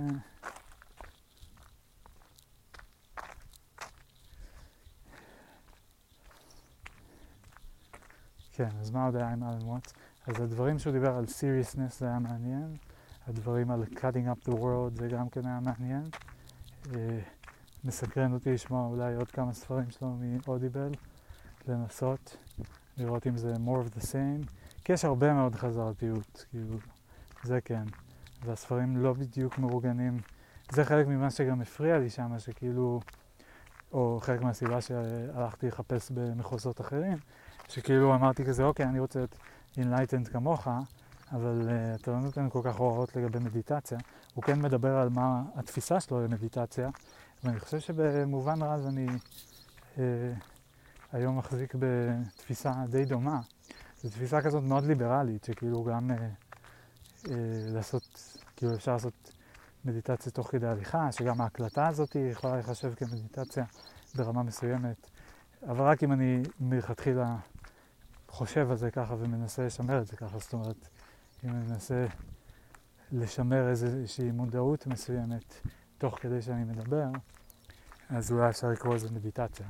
כן, אז מה עוד היה עם אלן ווטס? אז הדברים שהוא דיבר על seriousness זה היה מעניין, הדברים על cutting up the world זה גם כן היה מעניין. אה, מסקרן אותי לשמוע אולי עוד כמה ספרים שלו מאודיבל, לנסות, לראות אם זה more of the same, כי יש הרבה מאוד חזרתיות, כאילו, זה כן, והספרים לא בדיוק מאורגנים, זה חלק ממה שגם הפריע לי שם, שכאילו, או חלק מהסיבה שהלכתי לחפש במחוזות אחרים, שכאילו אמרתי כזה, אוקיי, אני רוצה להיות enlightened כמוך, אבל uh, אתה לא נותן כל כך הוראות לגבי מדיטציה. הוא כן מדבר על מה התפיסה שלו למדיטציה, ואני חושב שבמובן רב אני uh, היום מחזיק בתפיסה די דומה. זו תפיסה כזאת מאוד ליברלית, שכאילו גם uh, uh, לעשות, כאילו אפשר לעשות מדיטציה תוך כדי הליכה, שגם ההקלטה הזאת יכולה לחשב כמדיטציה ברמה מסוימת, אבל רק אם אני מלכתחילה חושב על זה ככה ומנסה לשמר את זה ככה, זאת אומרת, אם אני מנסה לשמר איזושהי מודעות מסוימת תוך כדי שאני מדבר, אז אולי אפשר לקרוא לזה מדיטציה.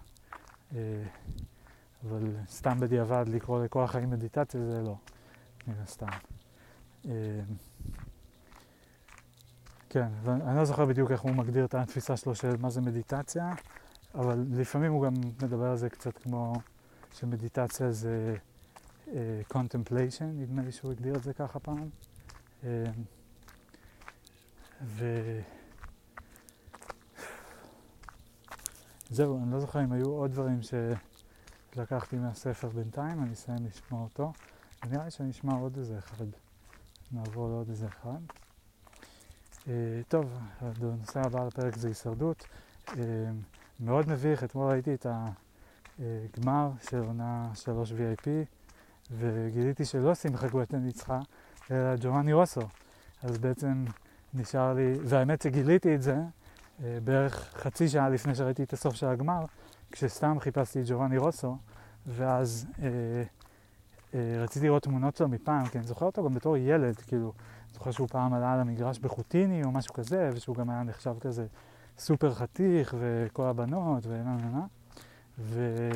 אבל סתם בדיעבד לקרוא לכל החיים מדיטציה זה לא, מן הסתם. כן, ואני לא זוכר בדיוק איך הוא מגדיר את התפיסה שלו של מה זה מדיטציה, אבל לפעמים הוא גם מדבר על זה קצת כמו שמדיטציה זה uh, contemplation, נדמה לי שהוא הגדיר את זה ככה פעם. Uh, וזהו, אני לא זוכר אם היו עוד דברים שלקחתי מהספר בינתיים, אני אסיים לשמוע אותו. נראה לי שאני אשמע עוד איזה אחד, נעבור לעוד איזה אחד. Uh, טוב, הנושא הבא לפרק זה הישרדות. Uh, מאוד מביך, אתמול ראיתי את הגמר של עונה שלוש וי איי פי וגיליתי שלא שמחה גואטה ניצחה, אלא ג'ובאני רוסו. אז בעצם נשאר לי, והאמת שגיליתי את זה בערך חצי שעה לפני שראיתי את הסוף של הגמר, כשסתם חיפשתי את ג'ובאני רוסו, ואז אה, אה, רציתי לראות תמונות שלו מפעם, כי אני זוכר אותו גם בתור ילד, כאילו, זוכר שהוא פעם עלה על המגרש בחוטיני או משהו כזה, ושהוא גם היה נחשב כזה סופר חתיך וכל הבנות ואינה אינה. ו...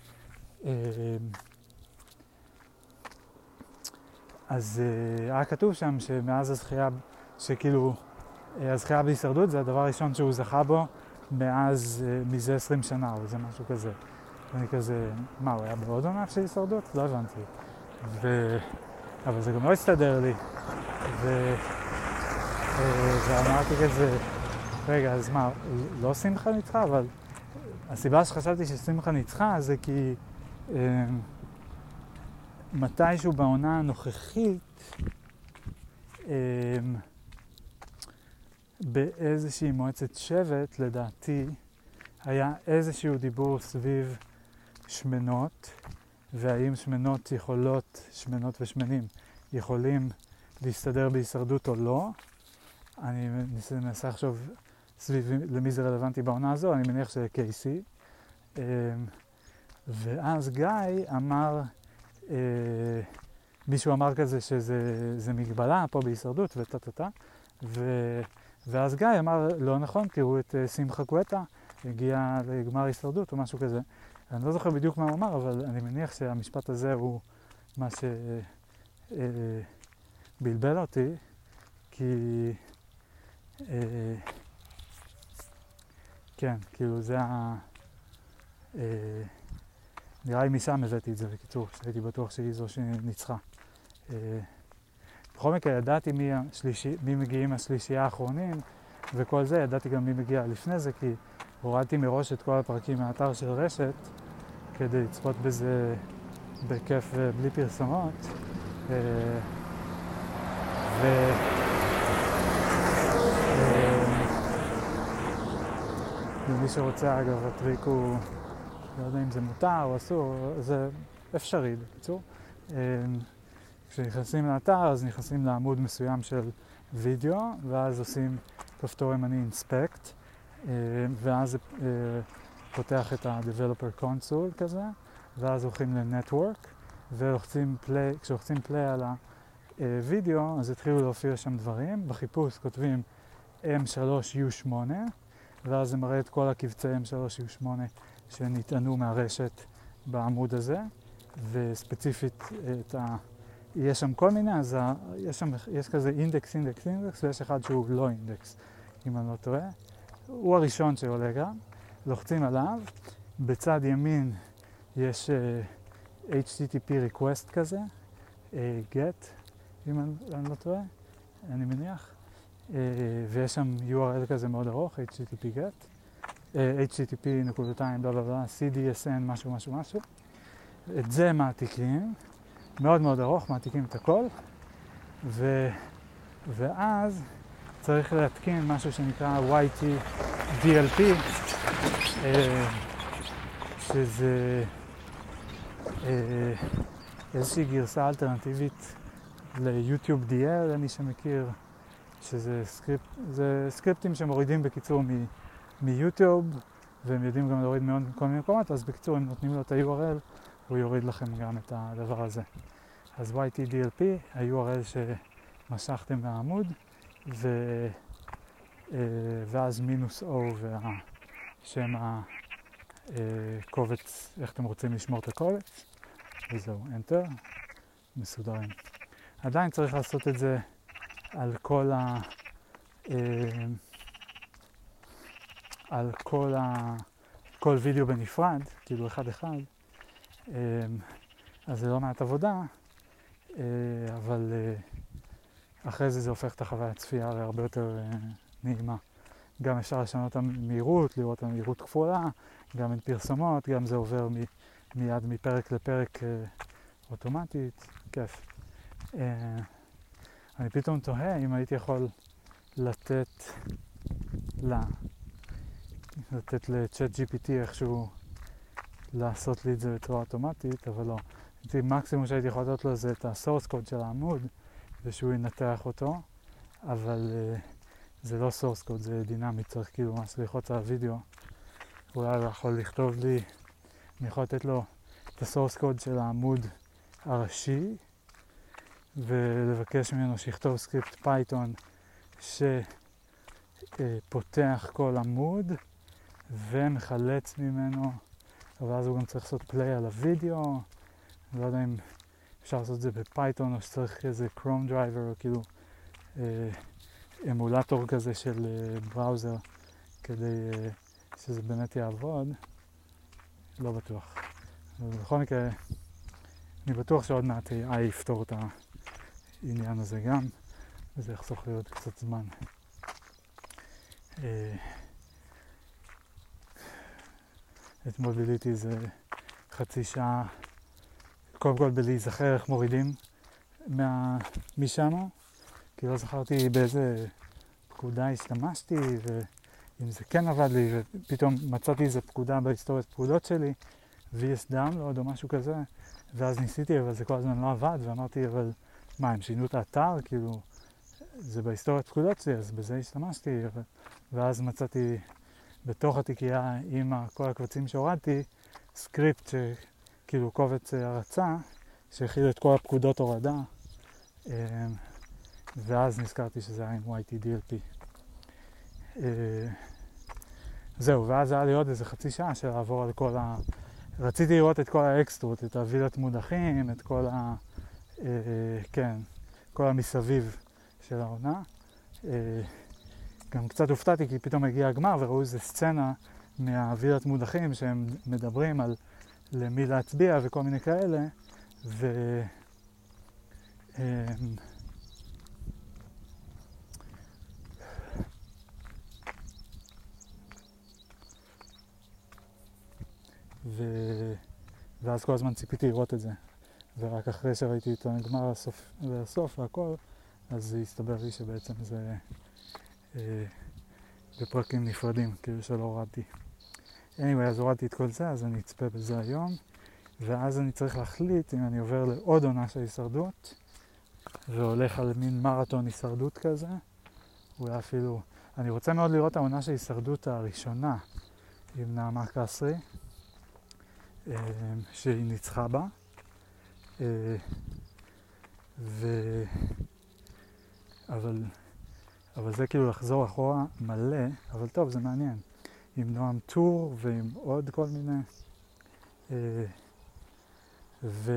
אז היה כתוב שם שמאז הזכייה, שכאילו הזכייה בהישרדות זה הדבר הראשון שהוא זכה בו מאז, מזה עשרים שנה או זה משהו כזה. ואני כזה, מה, הוא היה בעוד עונה של הישרדות? לא הבנתי. ו... אבל זה גם לא הסתדר לי. ו... ואמרתי כזה, רגע, אז מה, לא שמחה ניצחה, אבל הסיבה שחשבתי ששמחה ניצחה זה כי אה, מתישהו בעונה הנוכחית אה, באיזושהי מועצת שבט, לדעתי, היה איזשהו דיבור סביב שמנות, והאם שמנות יכולות, שמנות ושמנים, יכולים להסתדר בהישרדות או לא. אני מנסה לחשוב סביב למי זה רלוונטי בעונה הזו, אני מניח שזה קייסי. ואז גיא אמר, מישהו אמר כזה שזה מגבלה פה בהישרדות וטטטה, ואז גיא אמר, לא נכון, תראו את שמחה גואטה, הגיע לגמר הישרדות או משהו כזה. אני לא זוכר בדיוק מה הוא אמר, אבל אני מניח שהמשפט הזה הוא מה שבלבל אותי, כי כן, כאילו זה ה... נראה לי משם הבאתי את זה בקיצור, שהייתי בטוח שהיא זו שניצחה. בכל מקרה, ידעתי מי, השלישי, מי מגיעים השלישייה האחרונים, וכל זה, ידעתי גם מי מגיע לפני זה, כי הורדתי מראש את כל הפרקים מהאתר של רשת, כדי לצפות בזה בכיף ובלי פרסומות. ו... ומי שרוצה, אגב, הטריק הוא, לא יודע אם זה מותר או אסור, זה אפשרי, בקיצור. כשנכנסים לאתר, אז נכנסים לעמוד מסוים של וידאו, ואז עושים כפתור ימני אינספקט, ואז זה פותח את ה-Developer Console כזה, ואז הולכים ל-Network, ולוחצים play, כשלוחצים play על הווידאו, אז התחילו להופיע שם דברים. בחיפוש כותבים אם שלוש יו שמונה, ואז זה מראה את כל הקבצי אם שלוש יו שמונה שנטענו מהרשת בעמוד הזה, וספציפית את ה... יש שם כל מיני, אז ה... יש שם, יש כזה אינדקס, אינדקס, אינדקס, ויש אחד שהוא לא אינדקס, אם אני לא טועה. הוא הראשון שעולה גם, לוחצים עליו, בצד ימין יש uh, אייץ' טי טי פי request כזה, uh, get, אם אני, אני לא טועה, אני מניח, uh, ויש שם יו אר אל כזה מאוד ארוך, אייץ' טי טי פי get, uh, אייץ' טי טי פי נקודתיים, בלה בלה בלה, סי די אס אן, משהו משהו משהו. את זה מעתיקים, מאוד מאוד ארוך, מעתיקים את הכל, ו... ואז צריך להתקין משהו שנקרא וואי טי די אל פי, אה, שזה אה, איזושהי גרסה אלטרנטיבית ליוטיוב די אל, למי שמכיר, שזה סקריפ, זה סקריפטים שמורידים בקיצור מ, מיוטיוב, והם יודעים גם להוריד מאוד מכל מיני מקומות, אז בקיצור אם נותנים לו את ה-יו אר אל, הוא יוריד לכם גם את הדבר הזה. אז וואי טי די אל פי, ה-יו אר אל שמשכתם מהעמוד, ו... ואז מינוס O והשם הקובץ, איך אתם רוצים לשמור את הקובץ, וזהו, Enter, מסודרים. עדיין צריך לעשות את זה על כל ה... על כל ה... כל וידאו בנפרד, כאילו אחד אחד, אז זה לא מעט עבודה, אבל אחרי זה זה הופך את החוויית צפייה הרבה יותר נעימה. גם אפשר לשנות את המהירות, לראות את המהירות כפולה, גם אין פרסומות, גם זה עובר מ- מיד מפרק לפרק אוטומטית, כיף. אני פתאום תוהה אם הייתי יכול לתת לה, לתת לצ'אט ג'י פי טי איכשהו לעשות לי את זה בצורה אוטומטית, אבל לא. מקסימום שהייתי יכול לתת לו זה את הסורס קוד של העמוד, ושהוא ינתח אותו, אבל uh, זה לא סורס קוד, זה דינמי, צריך כאילו ממש ללחוץ על הוידאו. אולי הוא יכול לכתוב לי, אני יכול לתת לו את הסורס קוד של העמוד הראשי, ולבקש ממנו שיכתוב סקריפט פייתון שפותח כל עמוד, ומחלץ ממנו, אבל אז הוא גם צריך לעשות פליי על הוידאו. אני לא יודע אם אפשר לעשות את זה בפייתון, או שצריך איזה קרום דרייבר, או כאילו אה, אמולטור כזה של אה, בראוזר, כדי אה, שזה באמת יעבוד. לא בטוח. אבל בכל מקרה, אני בטוח שעוד מעט איי יפתור את העניין הזה גם, וזה יחסוך לי עוד קצת זמן. אה, אתמול ביליתי איזה חצי שעה, קודם כל בלהיזכר איך מורידים מה... משם, כי לא זכרתי באיזה פקודה השתמשתי, ואם זה כן עבד לי, ופתאום מצאתי איזה פקודה בהיסטוריית פקודות שלי, וי אס דאונלוד או משהו כזה, ואז ניסיתי, אבל זה כל הזמן לא עבד, ואמרתי, אבל מה, הם שינו את האתר? כאילו, זה בהיסטוריית פקודות שלי, אז בזה השתמשתי, אבל... ואז מצאתי בתוך התיקייה עם כל הקבצים שהורדתי, סקריפט שכאילו קובץ הרצה, שהכיל את כל הפקודות הורדה, ואז נזכרתי שזה היה עם וואי טי די אל פי. זהו, ואז היה לי עוד איזה חצי שעה של לעבור על כל ה... רציתי לראות את כל האקסטרות, את הווילות מודחים, את כל ה... כן, כל המסביב של העונה. גם קצת הופתעתי כי פתאום הגיע הגמר וראו איזה סצנה מהווילות מודחים שהם מדברים על למי להצביע וכל מיני כאלה, ו... ו... ואז כל הזמן ציפיתי לראות את זה. ורק אחרי שראיתי את הנגמר הסוף, והסוף והכל, אז הסתבר לי שבעצם זה אה, בפרקים נפרדים, כאילו שלא הורדתי. anyway, אז הורדתי את כל זה, אז אני אצפה בזה היום, ואז אני צריך להחליט אם אני עובר לעוד עונה של הישרדות, והולך על מין מרתון הישרדות כזה, אולי אפילו, אני רוצה מאוד לראות העונה של הישרדות הראשונה עם נעמה קסרי, אה, שהיא ניצחה בה, אה, ו... אבל, אבל זה כאילו לחזור אחורה מלא, אבל טוב, זה מעניין. עם נועם טור ועם עוד כל מיני. אה, ו...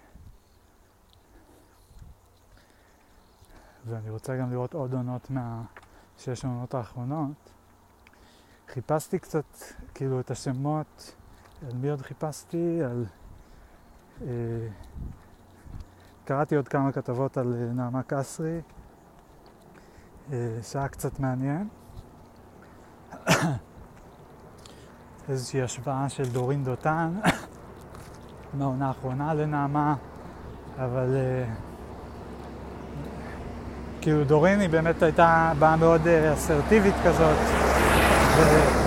ואני רוצה גם לראות עוד עונות מהשש עונות האחרונות. חיפשתי קצת, כאילו, את השמות, על מי עוד חיפשתי, על... אה, קראתי עוד כמה כתבות על אה, נעמה קסרי, אה, שהיה קצת מעניין. איזושהי השוואה של דורין דותן מהעונה האחרונה לנעמה, אבל uh, כאילו דורין היא באמת הייתה באה מאוד uh, אסרטיבית כזאת, ו...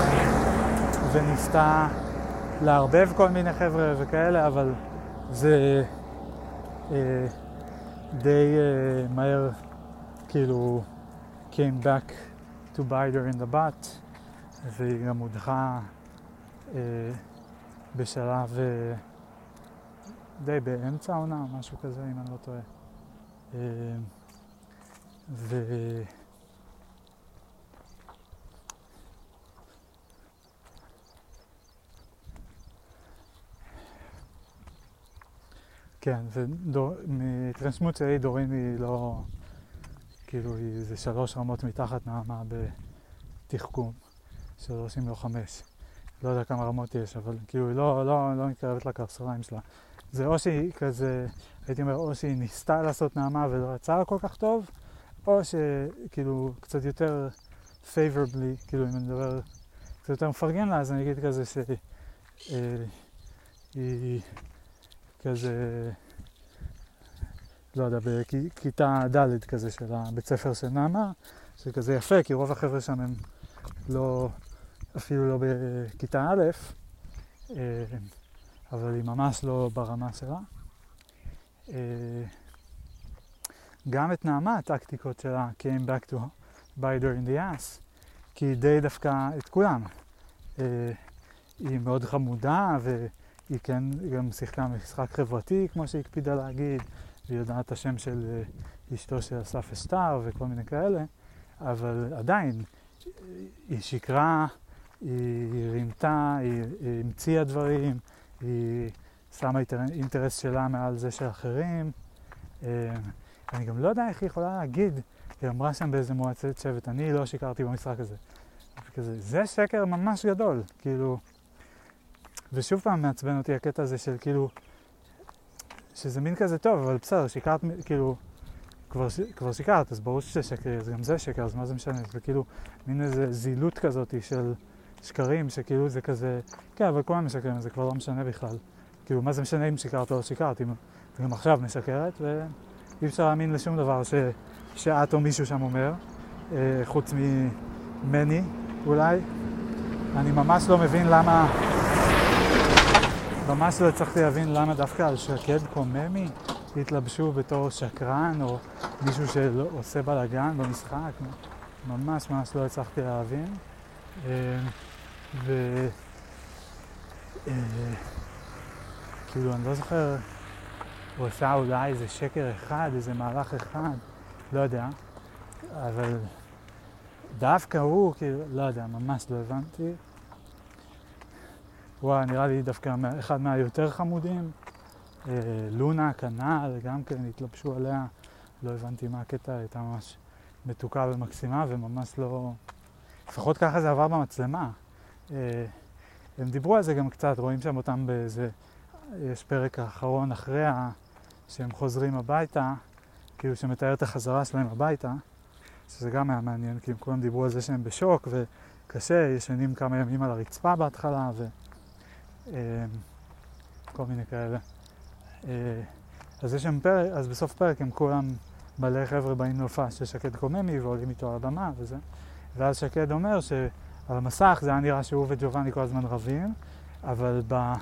וניסתה לערבב כל מיני חבר'ה וכאלה, אבל זה uh, די uh, מהר כאילו came back to bite her in the butt, והיא גם הודחה uh, בשלב uh, די באמצע העונה, משהו כזה, אם אני לא טועה. Uh, ו... כן, ומהתרשמות שלי דורין היא לא, כאילו היא זה שלוש רמות מתחת נעמה בתחכום, שלוש אם לא חמש. לא יודע כמה רמות יש, אבל כאילו היא לא, לא, לא מתקרבת לקרסוליים שלה. זה או שהיא כזה, הייתי אומר, או שהיא ניסתה לעשות נעמה ולא יצאה לה כל כך טוב, או שכאילו קצת יותר favorably, כאילו אם אני מדבר קצת יותר מפרגן לה, אז אני אגיד כזה שהיא אה, כזה, לא יודע, בכיתה ד' כזה של הבית ספר של נעמה, שכזה יפה, כי רוב החבר'ה שם הם לא, אפילו לא בכיתה א', אה, אבל היא ממש לא ברמה שלה. גם את נעמה הטקטיקות שלה came back to bite her in the ass, כי היא די דווקא את כולם. היא מאוד חמודה, והיא כן גם שיחקה משחק חברתי, כמו שהיא הקפידה להגיד, והיא יודעת את השם של אשתו של אסף אסתר וכל מיני כאלה, אבל עדיין היא שקרה, היא רימתה, היא המציאה דברים, היא שמה אינטרס שלה מעל זה של אחרים. אני גם לא יודע איך היא יכולה להגיד, היא אמרה שם באיזה מועצת שבט, אני לא שיקרתי במשחק הזה. וכזה, זה שקר ממש גדול, כאילו, ושוב פעם מעצבן אותי הקטע הזה של כאילו, שזה מין כזה טוב, אבל בסדר, שיקרת, כאילו, כבר, כבר שיקרת, אז ברור שזה שקרי, אז גם זה שקר, אז מה זה משנה? זה כאילו מין איזה זילות כזאת של שקרים, שכאילו זה כזה, כן, אבל כולם משקרים, זה כבר לא משנה בכלל. כאילו, מה זה משנה אם שיקרת או לא שיקרת, אם גם עכשיו משקרת, ואי אפשר להאמין לשום דבר ש, שאת או מישהו שם אומר, אה, חוץ ממני, אולי. אני ממש לא מבין למה, ממש לא הצלחתי להבין למה דווקא על שקד קוממי התלבשו בתור שקרן, או מישהו שעושה בלגן במשחק. ממש ממש לא הצלחתי להבין. אה, ו... אה, כאילו, אני לא זוכר, הוא עושה אולי איזה שקר אחד, איזה מהלך אחד, לא יודע, אבל דווקא הוא, כאילו, לא יודע, ממש לא הבנתי. הוא נראה לי דווקא אחד מהיותר חמודים. אה, לונה, כנ"ל, גם כן התלבשו עליה, לא הבנתי מה הקטע, הייתה ממש מתוקה ומקסימה, וממש לא... לפחות ככה זה עבר במצלמה. אה, הם דיברו על זה גם קצת, רואים שם אותם באיזה... יש פרק האחרון אחרי ה... שהם חוזרים הביתה, כאילו שמתאר את החזרה שלהם הביתה, שזה גם היה מעניין, כי הם כולם דיברו על זה שהם בשוק וקשה, ישנים כמה ימים על הרצפה בהתחלה, כל מיני כאלה. אז יש שם פרק, אז בסוף פרק הם כולם מלא חבר'ה באים להופעה של שקד קוממי ועולים איתו על הבמה וזה. ואז שקד אומר שעל המסך זה היה נראה שהוא וג'ובאני כל הזמן רבים, אבל ב...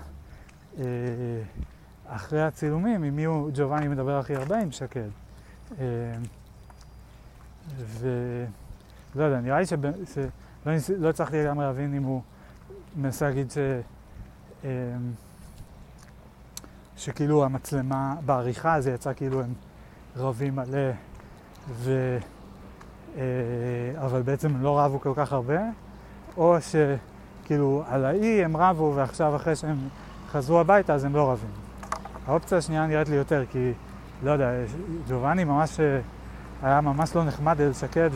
אחרי הצילומים, עם מי הוא ג'ובאני מדבר הכי הרבה עם שקד. ולא יודע, נראה לי שלא לא הצלחתי לגמרי להבין אם הוא מנסה להגיד ש... שכאילו המצלמה בעריכה זה יצא כאילו הם רבים מלא, ו... אבל בעצם הם לא רבו כל כך הרבה, או שכאילו על האי הם רבו ועכשיו אחרי שהם חזרו הביתה אז הם לא רבים. האופציה השנייה נראית לי יותר, כי לא יודע, ג'ובאני ממש היה ממש לא נחמד אל שקד,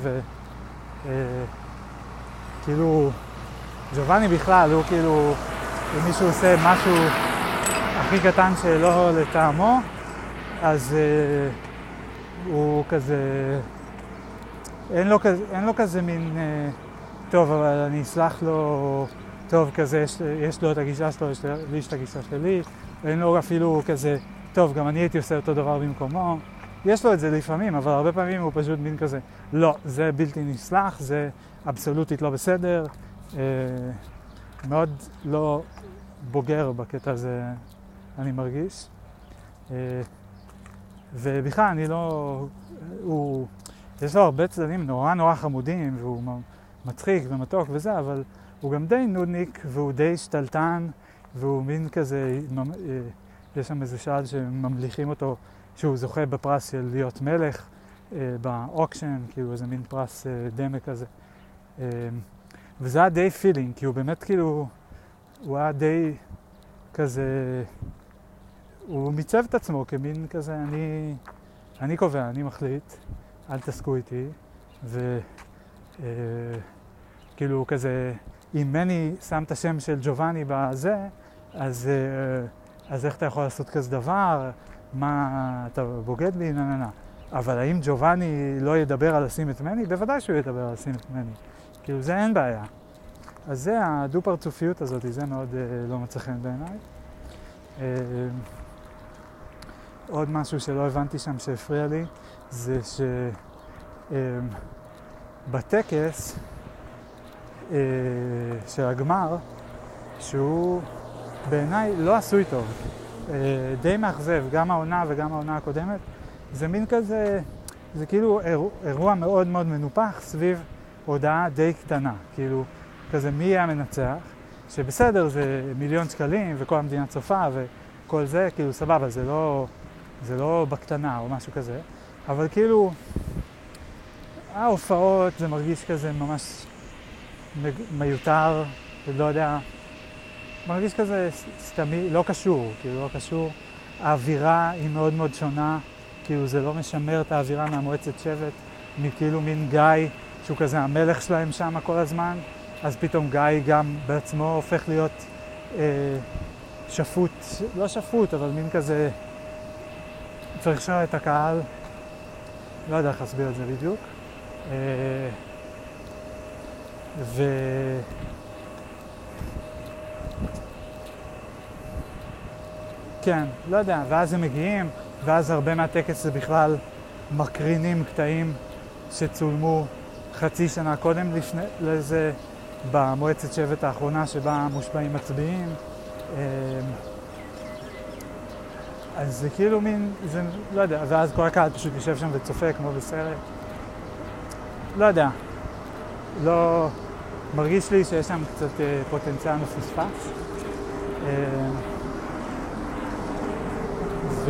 וכאילו ג'ובאני בכלל הוא כאילו, אם מישהו עושה משהו הכי קטן שלא לטעמו, אז אה, הוא כזה, אין לו כזה, אין לו כזה מין, אה, טוב, אבל אני אסלח לו, טוב, כזה, יש, יש לו את הגישה שלו, יש לי את הגישה שלי, אין לו אפילו כזה, טוב, גם אני הייתי עושה אותו דבר במקומו. יש לו את זה לפעמים, אבל הרבה פעמים הוא פשוט מין כזה, לא, זה בלתי נסלח, זה אבסולוטית לא בסדר, אה, מאוד לא בוגר בקטע הזה, אני מרגיש. ובכלל, אני לא... הוא... יש לו הרבה צדדים נורא נורא חמודים, והוא מצחיק ומתוק וזה, אבל הוא גם די נודניק, והוא די שתלטן, והוא מין כזה... יש שם איזה שעד שממליכים אותו, שהוא זוכה בפרס של להיות מלך באוקשן, כאילו איזה מין פרס דמה כזה. וזה היה די פילינג, כי הוא באמת כאילו... הוא היה די כזה... הוא מיצב את עצמו כמין כזה, אני, אני קובע, אני מחליט, אל תעסקו איתי, וכאילו כזה, אם מני שם את השם של ג'ובאני בזה, אז, אז איך אתה יכול לעשות כזה דבר? מה, אתה בוגד לי? נה נה נה. אבל האם ג'ובאני לא ידבר על לשים את מני? בוודאי שהוא ידבר על לשים את מני. כאילו זה אין בעיה. אז זה, הדו-פרצופיות הזאת, זה מאוד לא מצא חן בעיניי. עוד משהו שלא הבנתי שם שהפריע לי, זה שבטקס של הגמר, שהוא בעיניי לא עשוי טוב, די מאכזב, גם העונה וגם העונה הקודמת, זה מין כזה, זה כאילו אירוע מאוד מאוד מנופח סביב הודעה די קטנה, כאילו כזה מי יהיה המנצח, שבסדר זה מיליון שקלים וכל המדינה צופה וכל זה, כאילו סבבה, זה לא... זה לא בקטנה או משהו כזה, אבל כאילו ההופעות זה מרגיש כזה ממש מיותר, לא יודע, מרגיש כזה סתמי, לא קשור, כאילו לא קשור. האווירה היא מאוד מאוד שונה, כאילו זה לא משמר את האווירה מהמועצת שבט, מכאילו מין גיא שהוא כזה המלך שלהם שם כל הזמן, אז פתאום גיא גם בעצמו הופך להיות אה, שפוט, לא שפוט, אבל מין כזה צריך לשאול את הקהל, לא יודע איך להסביר את זה בדיוק. ו... כן, לא יודע, ואז הם מגיעים, ואז הרבה מהטקס זה בכלל מקרינים קטעים שצולמו חצי שנה קודם לפני לזה, במועצת שבט האחרונה שבה מושבעים מצביעים. אז זה כאילו מין, זה, לא יודע, ואז כל הקהל פשוט יושב שם וצופה כמו בסרט. לא יודע, לא, מרגיש לי שיש שם קצת אה, פוטנציאל מפוספס. אה, ו...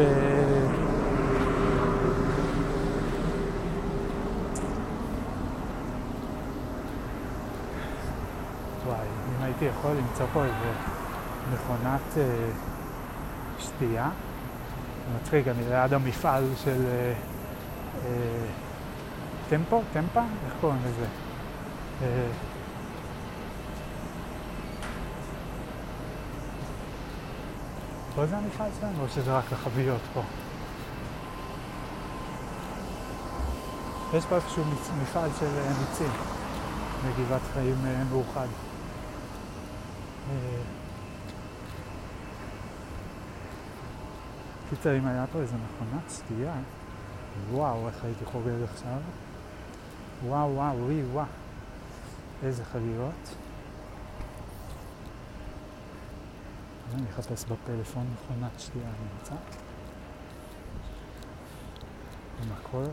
וואי, אם הייתי יכול למצוא פה איזה מכונת אה, שתייה, מצחיק, אני ליד המפעל של אה, אה, טמפו, טמפה? איך קוראים לזה? אה, פה זה המפעל שלנו או שזה רק לחביות פה? יש פה איפשהו מפעל של מיצים בגבעת חיים מאוחד. אה, קיצר, אם היה פה איזה מכונת שתייה, וואו, איך הייתי חוגג עכשיו. וואו, וואו, וואי, וואו. איזה חגיגות. אני אחפש בפלאפון מכונת שתייה, אני נמצא. במכולת.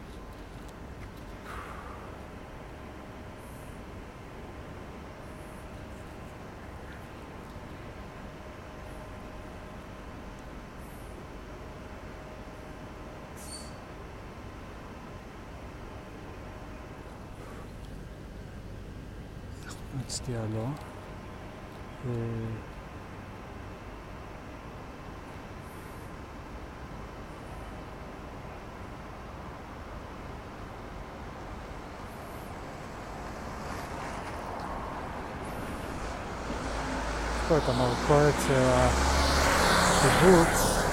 מכונת שתייה לא. פה את המרכולת של הקיבוץ,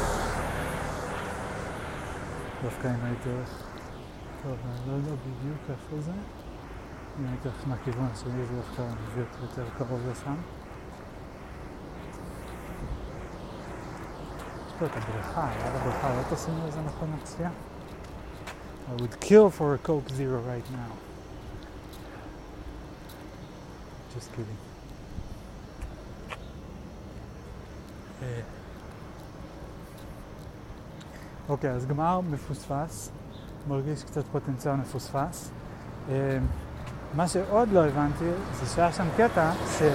דווקא אם הייתי הולך, טוב, אני לא יודע בדיוק איפה זה, אם הייתי הולך מהכיוון שלי זה דווקא מביא אותי יותר קרוב לשם. יש פה את הבריכה, ליד הבריכה, לא תשימו איזה מכונת שתייה? I would kill for a Coke Zero right now. Just kidding. אוקיי, אז גמר מפוספס, מרגיש קצת פוטנציאל מפוספס. מה שעוד לא הבנתי זה שהיה שם קטע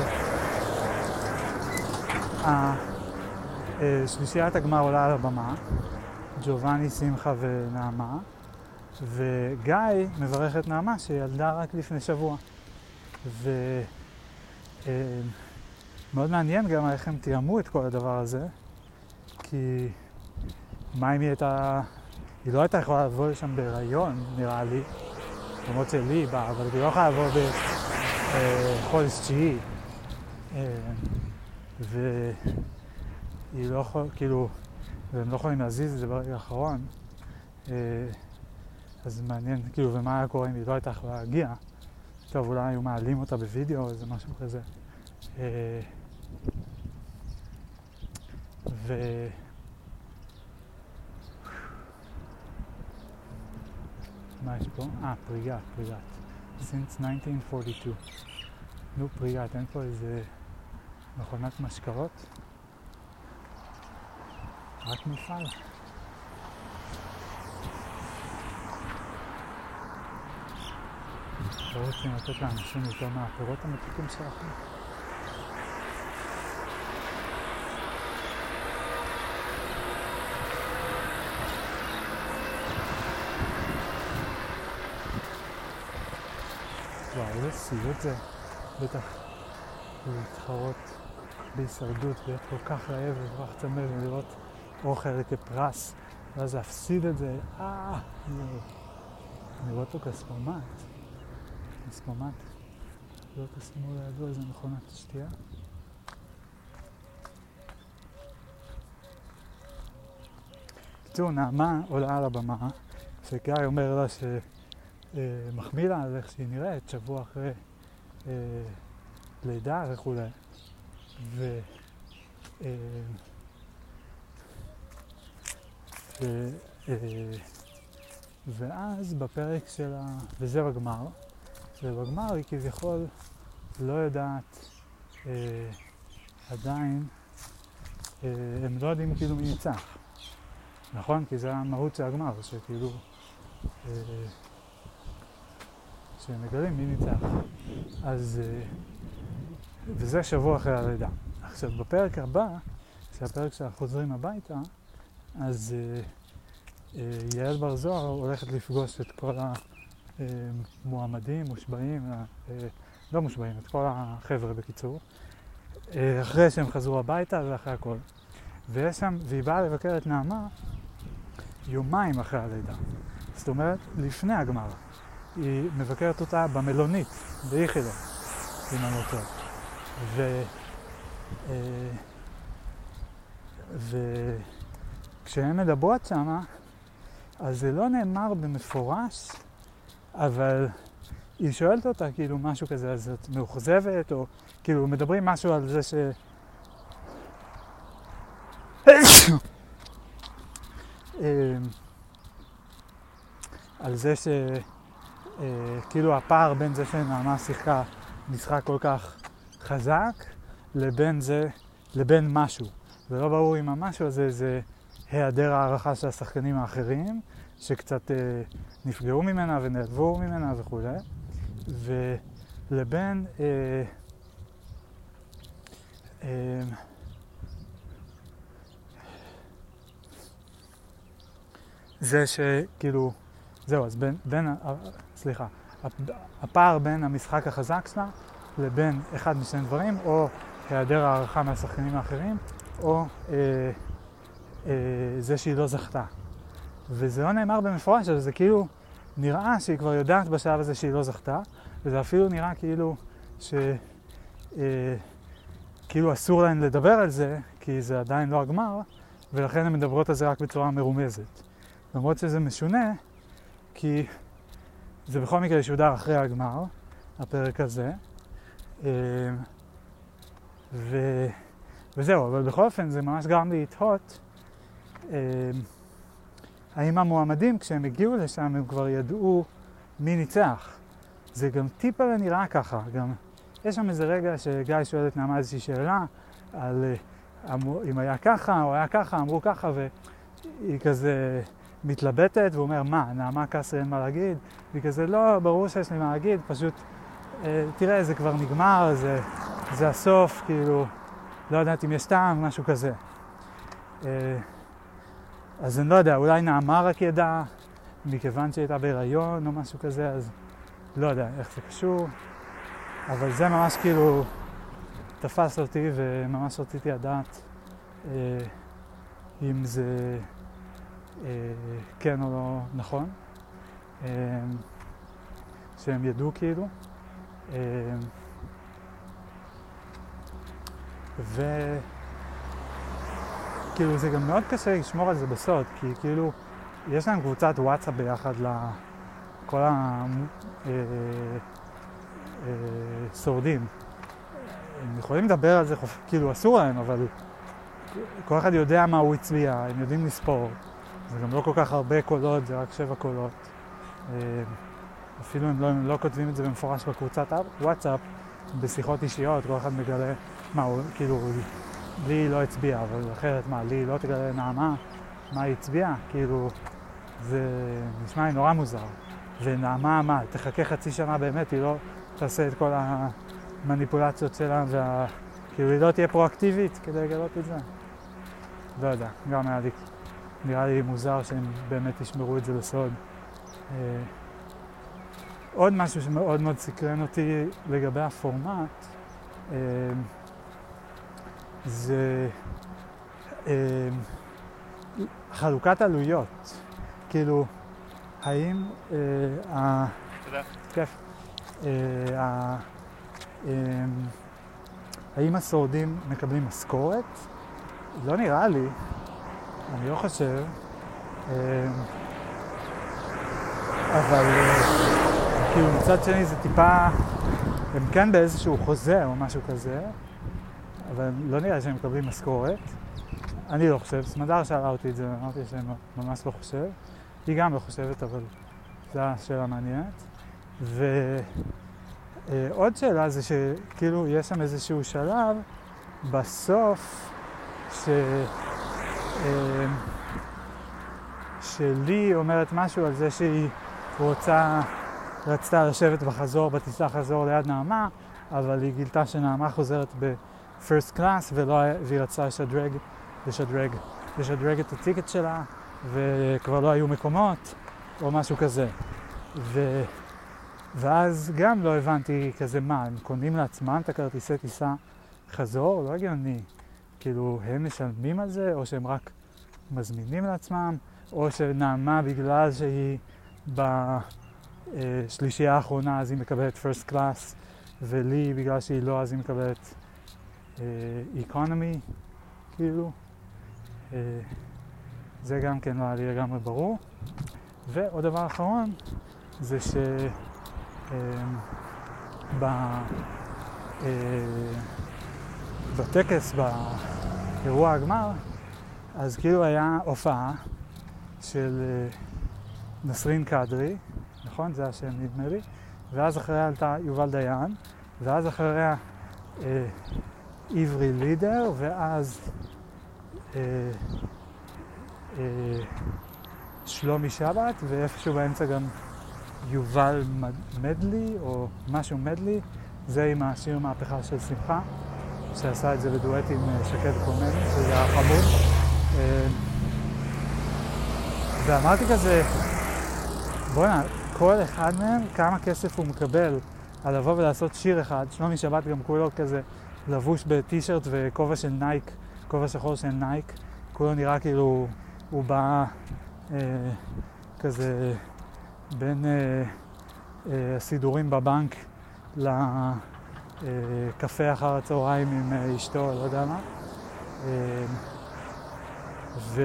ששלישיית הגמר עולה על הבמה, ג'ובאני, שמחה ונעמה, וגיא מברך את נעמה שילדה רק לפני שבוע. ו... מאוד מעניין גם איך הם תיאמו את כל הדבר הזה, כי מה אם היא הייתה, היא לא הייתה יכולה לבוא לשם בהיריון, נראה לי, למרות שלי היא באה, אבל היא לא יכולה לבוא בחודש תשיעי, והיא לא יכולה, כאילו, והם לא יכולים להזיז את זה ברגע האחרון, אז מעניין, כאילו, ומה היה קורה אם היא לא הייתה יכולה להגיע, טוב, אולי היו מעלים אותה בווידאו או איזה משהו כזה. ו... מה יש פה? אה, פריגת, פריגת. since nineteen forty-two. נו, פריגת, אין פה איזה מכונת משקאות? רק מפעל. לא רוצים לתת לאנשים יותר מהפירות המתוקים שלכם? וואו, איזה סיוט זה, בטח להתחרות בהישרדות, להיות כל כך רעב וכל כך צמא ולראות אוכל כפרס, ואז להפסיד את זה, אה, אני רואה אותו כספומט, כספומט, לא תשימו לידו איזה מכונת שתייה. בקיצור, נעמה עולה על הבמה, שגיא אומר לה ש... מחמיא לה על איך שהיא נראית, שבוע אחרי אה, לידה וכו'. ו... אה, ו... אה, ואז בפרק של ה... וזה בגמר, ובגמר היא כביכול לא יודעת אה, עדיין, אה, הם לא יודעים כאילו מי ניצח. נכון? כי זה המהות של הגמר, שכאילו... אה, שהם מגלים מי ניצח. אז, וזה שבוע אחרי הלידה. עכשיו, בפרק הבא, שהפרק של החוזרים הביתה, אז יעל בר זוהר הולכת לפגוש את כל המועמדים, מושבעים, לא מושבעים, את כל החבר'ה בקיצור, אחרי שהם חזרו הביתה ואחרי הכל. ויש שם, והיא באה לבקר את נעמה יומיים אחרי הלידה. זאת אומרת, לפני הגמר. היא מבקרת אותה במלונית, באיכילוב, אם אני לא טועה. ו... וכשהן מדברות שמה, אז זה לא נאמר במפורש, אבל היא שואלת אותה כאילו משהו כזה, אז את מאוכזבת, או כאילו מדברים משהו על זה ש... על זה ש... כאילו הפער בין זה שנעמה שיחקה משחק כל כך חזק לבין זה, לבין משהו. זה לא ברור אם המשהו הזה זה היעדר הערכה של השחקנים האחרים, שקצת אה, נפגעו ממנה ונעלבו ממנה וכו'. ולבין אה, אה, זה שכאילו, זהו, אז בין, בין, סליחה, הפער בין המשחק החזק שלה לבין אחד משני דברים, או היעדר הערכה מהשחקנים האחרים, או אה, אה, זה שהיא לא זכתה. וזה לא נאמר במפורש, אבל זה כאילו נראה שהיא כבר יודעת בשלב הזה שהיא לא זכתה, וזה אפילו נראה כאילו ש... אה, כאילו אסור להן לדבר על זה, כי זה עדיין לא הגמר, ולכן הן מדברות על זה רק בצורה מרומזת. למרות שזה משונה, כי זה בכל מקרה ישודר אחרי הגמר, הפרק הזה. ו... וזהו, אבל בכל אופן זה ממש גרם לי לתהות האם המועמדים, כשהם הגיעו לשם, הם כבר ידעו מי ניצח. זה גם טיפה נראה ככה. גם יש שם איזה רגע שגיא שואל את נעמה איזושהי שאלה על אם היה ככה או היה ככה, אמרו ככה, והיא כזה מתלבטת, והוא אומר, מה, נעמה קסרי אין מה להגיד? והיא כזה, לא, ברור שיש לי מה להגיד, פשוט, אה, תראה, זה כבר נגמר, זה, זה הסוף, כאילו, לא יודעת אם יש טעם, משהו כזה. אה, אז אני לא יודע, אולי נעמה רק ידע, מכיוון שהייתה בהיריון או משהו כזה, אז לא יודע איך זה קשור, אבל זה ממש כאילו תפס אותי, וממש רציתי לדעת אה, אם זה אה, כן או לא נכון, אה, שהם ידעו כאילו. אה, וכאילו זה גם מאוד קשה לשמור על זה בסוד, כי כאילו יש להם קבוצת וואטסאפ ביחד לכל השורדים. הם יכולים לדבר על זה, כאילו אסור להם, אבל כל אחד יודע מה הוא הצביע, הם יודעים לספור. זה גם לא כל כך הרבה קולות, זה רק שבע קולות. אפילו הם לא, הם לא כותבים את זה במפורש בקבוצת וואטסאפ, בשיחות אישיות, כל אחד מגלה מה הוא, כאילו, לי לא הצביע, אבל אחרת מה, לי לא תגלה נעמה מה היא הצביעה, כאילו, זה נשמע לי נורא מוזר. ונעמה, מה, תחכה חצי שנה באמת, היא לא תעשה את כל המניפולציות שלה, וה... כאילו היא לא תהיה פרואקטיבית כדי לגלות את זה. לא יודע, גם היה לי, נראה לי מוזר שהם באמת ישמרו את זה בסוד. אה, עוד משהו שמאוד מאוד סקרן אותי לגבי הפורמט, אה, זה אה, חלוקת עלויות. כאילו, האם אה, ה... תודה. כיף. אה, ה... אה, האם השורדים מקבלים משכורת? לא נראה לי. אני לא חושב. אה, אבל אה, כאילו מצד שני זה טיפה, הם כן באיזשהו חוזה או משהו כזה, אבל לא נראה שהם מקבלים משכורת. אני לא חושב, סמדר שאלה אותי את זה, אמרתי שאני ממש לא חושב. היא גם לא חושבת, אבל זו השאלה מעניינת. ועוד שאלה זה שכאילו יש שם איזשהו שלב בסוף ש... שלי אומרת משהו על זה שהיא רוצה, רצתה לשבת בחזור, בטיסה חזור ליד נעמה, אבל היא גילתה שנעמה חוזרת ב-first class ולא, והיא רצתה לשדרג, לשדרג, לשדרג את הטיקט שלה, וכבר לא היו מקומות, או משהו כזה. ו... ואז גם לא הבנתי כזה מה, הם קונים לעצמם את הכרטיסי טיסה חזור? לא הגיוני. כאילו, הם משלמים על זה, או שהם רק מזמינים לעצמם, או שנעמה בגלל שהיא בשלישייה האחרונה אז היא מקבלת first class, ולי בגלל שהיא לא אז היא מקבלת economy, כאילו. זה גם כן לא היה לי לגמרי ברור. ועוד דבר אחרון, זה ש... ב... בטקס, באירוע הגמר, אז כאילו היה הופעה של נסרין קדרי, נכון? זה השם נדמה לי. ואז אחריה עלתה יובל דיין, ואז אחריה אה, עברי לידר, ואז אה, אה, שלומי שבת, ואיפשהו באמצע גם יובל מדלי, או משהו מדלי, זה עם השיר מהפכה של שמחה, שעשה את זה בדואט עם שקד קומן, שזה היה חמוד. אה, ואמרתי כזה, בוא'נה, כל אחד מהם, כמה כסף הוא מקבל על לבוא ולעשות שיר אחד. שלומי שבת גם כולו כזה לבוש בטישרט וכובע של נייק, כובע שחור של נייק. כולו נראה כאילו הוא בא אה, כזה בין אה, אה, הסידורים בבנק לקפה אחר הצהריים עם אה, אשתו, לא יודע מה. אה, ו...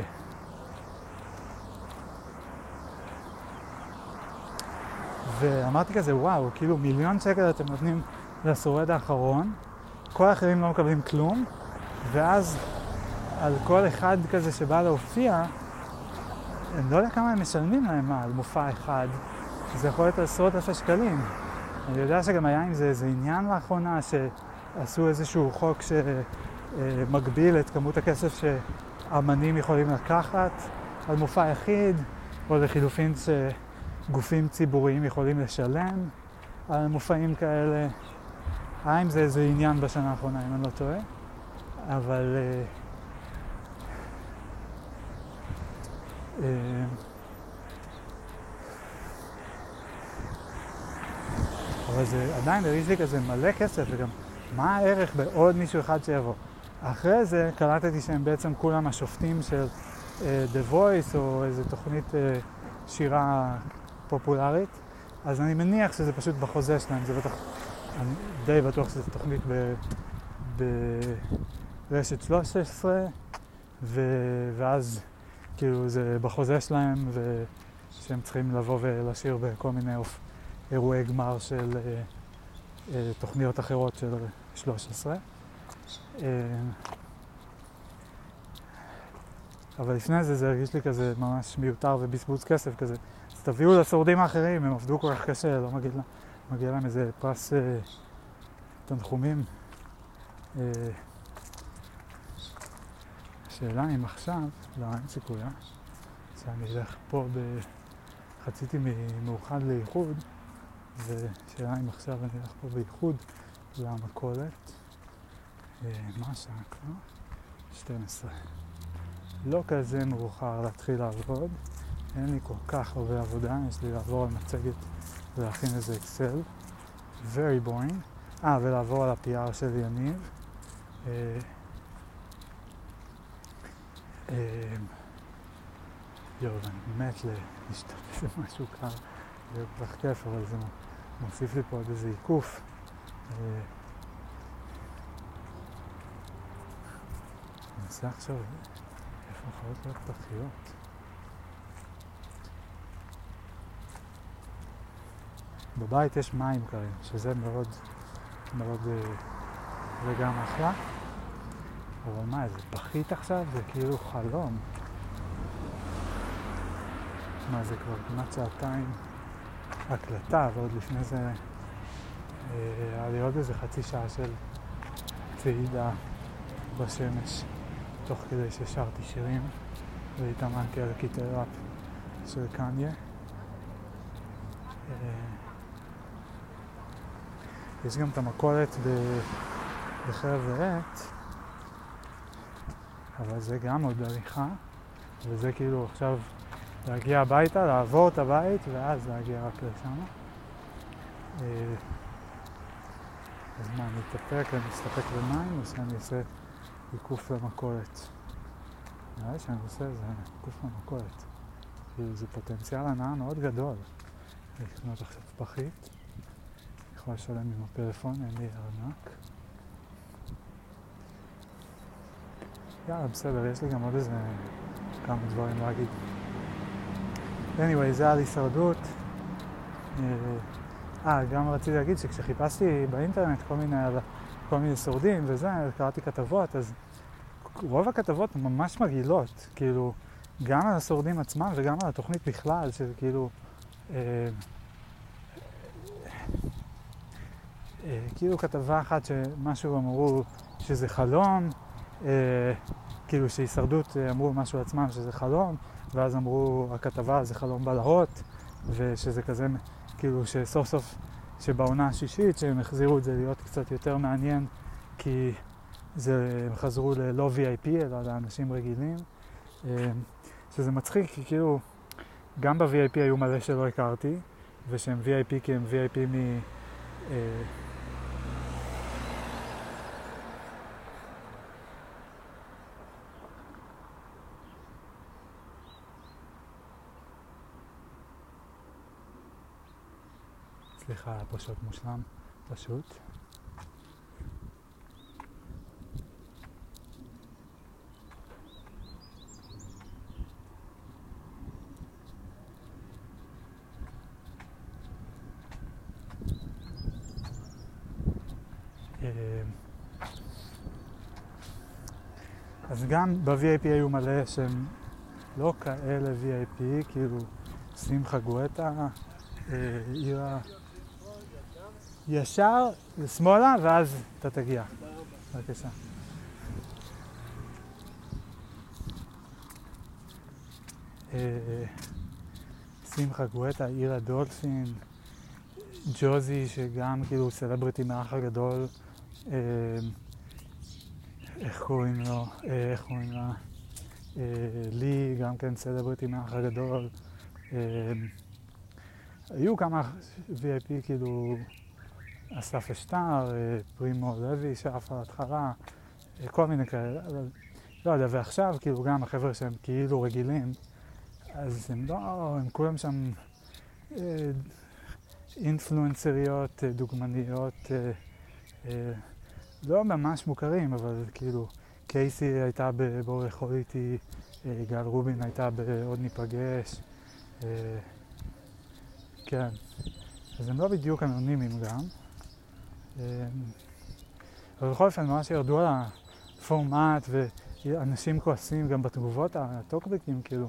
ואמרתי כזה, וואו, כאילו מיליון שקל אתם נותנים לשורד האחרון, כל האחרים לא מקבלים כלום, ואז על כל אחד כזה שבא להופיע, אני לא יודע כמה הם משלמים להם על מופע אחד, זה יכול להיות עשרות אלפי שקלים. אני יודע שגם היה עם זה איזה עניין לאחרונה, שעשו איזשהו חוק שמגביל את כמות הכסף שאמנים יכולים לקחת על מופע יחיד, או לחילופין ש... גופים ציבוריים יכולים לשלם על מופעים כאלה. היה עם זה איזה עניין בשנה האחרונה, אם אני לא טועה. אבל... אה, אה, אבל זה עדיין הרגיש לי כזה מלא כסף, וגם מה הערך בעוד מישהו אחד שיבוא. אחרי זה קלטתי שהם בעצם כולם השופטים של אה, The Voice, או איזו תוכנית אה, שירה פופולרית, אז אני מניח שזה פשוט בחוזה שלהם, זה בטח, אני די בטוח שזו תוכנית ב, ברשת שלוש עשרה, ו, ואז כאילו זה בחוזה שלהם, ושהם צריכים לבוא ולשיר בכל מיני אופ, אירועי גמר של אה, אה, תוכניות אחרות של שלוש עשרה. אה, אבל לפני זה זה הרגיש לי כזה ממש מיותר ובסבוץ כסף כזה. אז תביאו לשורדים האחרים, הם עבדו כל כך קשה, לא מגיע, מגיע להם איזה פרס אה, תנחומים. אה, השאלה אם עכשיו, לא, אין סיכויה, שאני אלך פה, ב... חציתי ממאוחד לאיחוד, ושאלה אם עכשיו אני אלך פה באיחוד למכולת. אה, מה השעה כבר? שתים עשרה. לא כזה מאוחר להתחיל לעבוד, אין לי כל כך הרבה עבודה, יש לי לעבור על מצגת ולהכין איזה אקסל, very boring. אה, ולעבור על ה-פי אר של יניב. אה, אה, יואו, אני מת להשתתף במשהו קר, זה כל כך כיף, אבל זה מוסיף לי פה עוד איזה עיקוף. אה, אני אנסה עכשיו איפה יכולות להיות פחיות. בבית יש מים קרים, שזה מאוד מאוד וגם אחלה. אבל מה, איזה פחית עכשיו? זה כאילו חלום. מה, זה כבר כמעט שעתיים הקלטה, ועוד לפני זה היה לי עוד איזה חצי שעה של צעידה בשמש, תוך כדי ששרתי שירים והתאמנתי על קטעי ראפ של קניה. יש גם את המכולת בחרב ועט, אבל זה גם עוד הליכה, וזה כאילו עכשיו להגיע הביתה, לעבור את הבית ואז להגיע רק לשם. אז מה, אני אתאפק, אני אסתפק במים או שאני אעשה עיקוף למכולת? נראה שאני עושה איזה עיקוף למכולת. כאילו זה פוטנציאל הנאה מאוד גדול. לקנות עכשיו פחית. אני יכול לשלם עם הפלאפון, אין לי ארנק. יאללה, בסדר, יש לי גם עוד איזה כמה דברים להגיד. anyway, זה על הישרדות. אה, גם רציתי להגיד שכשחיפשתי באינטרנט כל מיני, כל מיני שורדים וזה, קראתי כתבות, אז רוב הכתבות ממש מגעילות. כאילו, גם על השורדים עצמם וגם על התוכנית בכלל, שזה כאילו, אה, אה, כאילו כתבה אחת שמשהו אמרו שזה חלום, אה, כאילו שהישרדות אמרו משהו עצמם שזה חלום, ואז אמרו הכתבה זה חלום בלהות, ושזה כזה, כאילו שסוף סוף, שבעונה השישית שהם החזירו את זה להיות קצת יותר מעניין, כי זה, הם חזרו ללא וי איי פי, אלא לאנשים רגילים, אה, שזה מצחיק, כי כאילו, גם ב-וי איי פי היו מלא שלא הכרתי, ושהם וי איי פי כי הם וי איי פי מ... אה, סליחה, פשוט מושלם, פשוט. אז גם ב-וי איי פי היו מלא שהם לא כאלה וי איי פי, כאילו שמחה גואטה, עירה ישר לשמאלה ואז אתה תגיע. בבקשה. שמחה גואטה, עירה דולפין, ג'וזי שגם כאילו סלבריטי מהאח הגדול, איך קוראים לו, איך קוראים לה, לי גם כן סלבריטי מהאח הגדול. היו כמה וי איי פי כאילו אסף אשטר, פרימו לוי שאף על התחלה, כל מיני כאלה, אבל לא יודע, ועכשיו כאילו גם החבר'ה שהם כאילו רגילים, אז הם לא, הם כולם שם אינפלואנסריות, דוגמניות, לא ממש מוכרים, אבל כאילו קייסי הייתה בבוא לאכול איתי, גל רובין הייתה בעוד ניפגש, כן, אז הם לא בדיוק אנונימיים גם, אבל בכל אופן ממש ירדו על הפורמט ואנשים כועסים גם בתגובות הטוקבקים, כאילו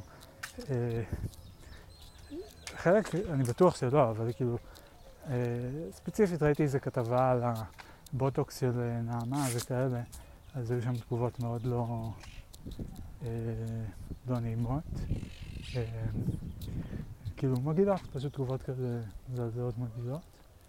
חלק אני בטוח שלא, אבל כאילו ספציפית ראיתי איזה כתבה על הבוטוקס של נעמה וכאלה, אז היו שם תגובות מאוד לא, לא נעימות, כאילו מגעילות, פשוט תגובות כזה מזלזלות מגעילות.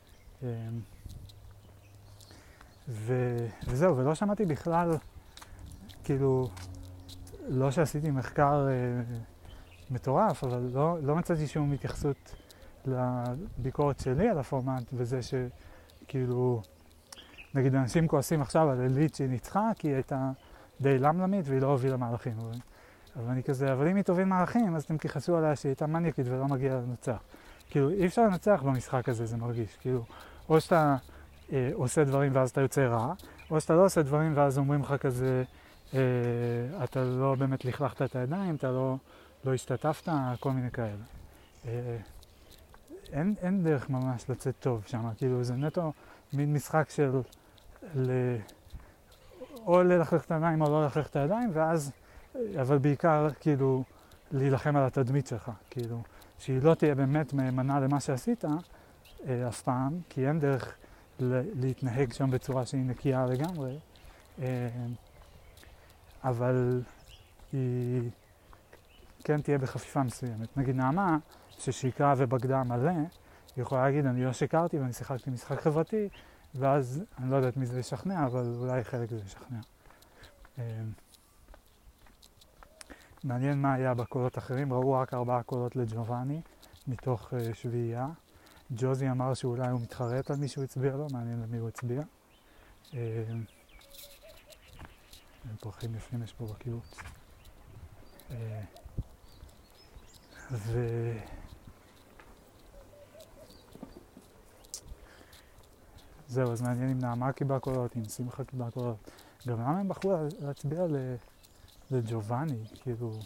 ו... וזהו, ולא שמעתי בכלל, כאילו, לא שעשיתי מחקר אה, מטורף, אבל לא, לא מצאתי שום התייחסות לביקורת שלי על הפורמט, וזה שכאילו, נגיד אנשים כועסים עכשיו על אלית שהיא ניצחה, כי היא הייתה די למלמית והיא לא הובילה מהלכים. אבל, אבל אני כזה, אבל אם היא תוביל מהלכים, אז אתם תכעסו עליה שהיא הייתה מניאקית ולא מגיעה לנצח. כאילו, אי אפשר לנצח במשחק הזה, זה מרגיש. כאילו, או שאתה אה, עושה דברים ואז אתה יוצא רע, או שאתה לא עושה דברים ואז אומרים לך כזה, אה, אתה לא באמת לכלכת את הידיים, אתה לא, לא השתתפת, כל מיני כאלה. אה, אין, אין דרך ממש לצאת טוב שם, כאילו, זה נטו מין משחק של ל... או ללכלך את הידיים או לא ללכלך את הידיים, ואז, אבל בעיקר, כאילו, להילחם על התדמית שלך, כאילו, שהיא לא תהיה באמת מהימנה למה שעשית אה, אף פעם, כי אין דרך להתנהג שם בצורה שהיא נקייה לגמרי, אה, אבל היא כן תהיה בחפיפה מסוימת. נגיד נעמה, ששיקרה ובגדה מלא, היא יכולה להגיד, אני לא שיקרתי ואני שיחקתי משחק חברתי, ואז אני לא יודעת מי זה לשכנע, אבל אולי חלק זה לשכנע. אה, מעניין מה היה בקולות אחרים, ראו רק ארבעה קולות לג'ובאני מתוך uh, שביעייה. ג'וזי אמר שאולי הוא מתחרט על מי שהוא הצביע לו, מעניין למי הוא הצביע. Uh, פרחים יפים יש פה בקיבוץ. Uh, ו... זהו, אז מעניין אם נעמה קיבלה קולות, אם שמחה קיבלה קולות. גם למה הם בחרו להצביע ל... לג'ובאני, כאילו,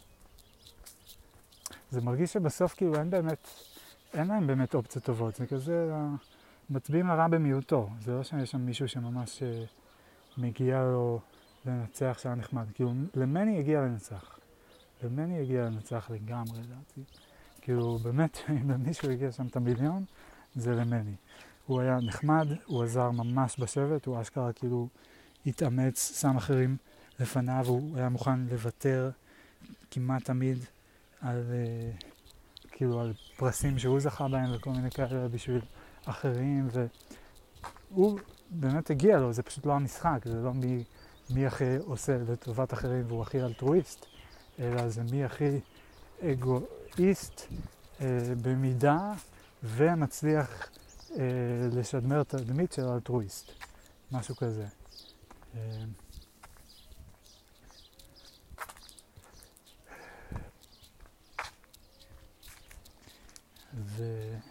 זה מרגיש שבסוף כאילו אין באמת, אין להם באמת אופציות טובות, זה כזה, מצביעים לרע במיעוטו, זה לא שיש שם מישהו שממש מגיע לו לנצח שהיה נחמד, כאילו למני הגיע לנצח, ומני הגיע לנצח לגמרי לדעתי. כאילו באמת, אם למישהו הגיע שם את המיליון, זה למני. הוא היה נחמד, הוא עזר ממש בשבט, הוא אשכרה כאילו התאמץ, שם אחרים לפניו, הוא היה מוכן לוותר כמעט תמיד על, uh, כאילו, על פרסים שהוא זכה בהם וכל מיני כאלה בשביל אחרים, והוא באמת הגיע לו, זה פשוט לא המשחק, זה לא מי, מי הכי עושה לטובת אחרים והוא הכי אלטרואיסט, אלא זה מי הכי אגואיסט uh, במידה ומצליח uh, לשדמר תדמית של אלטרואיסט, משהו כזה. Uh, ו...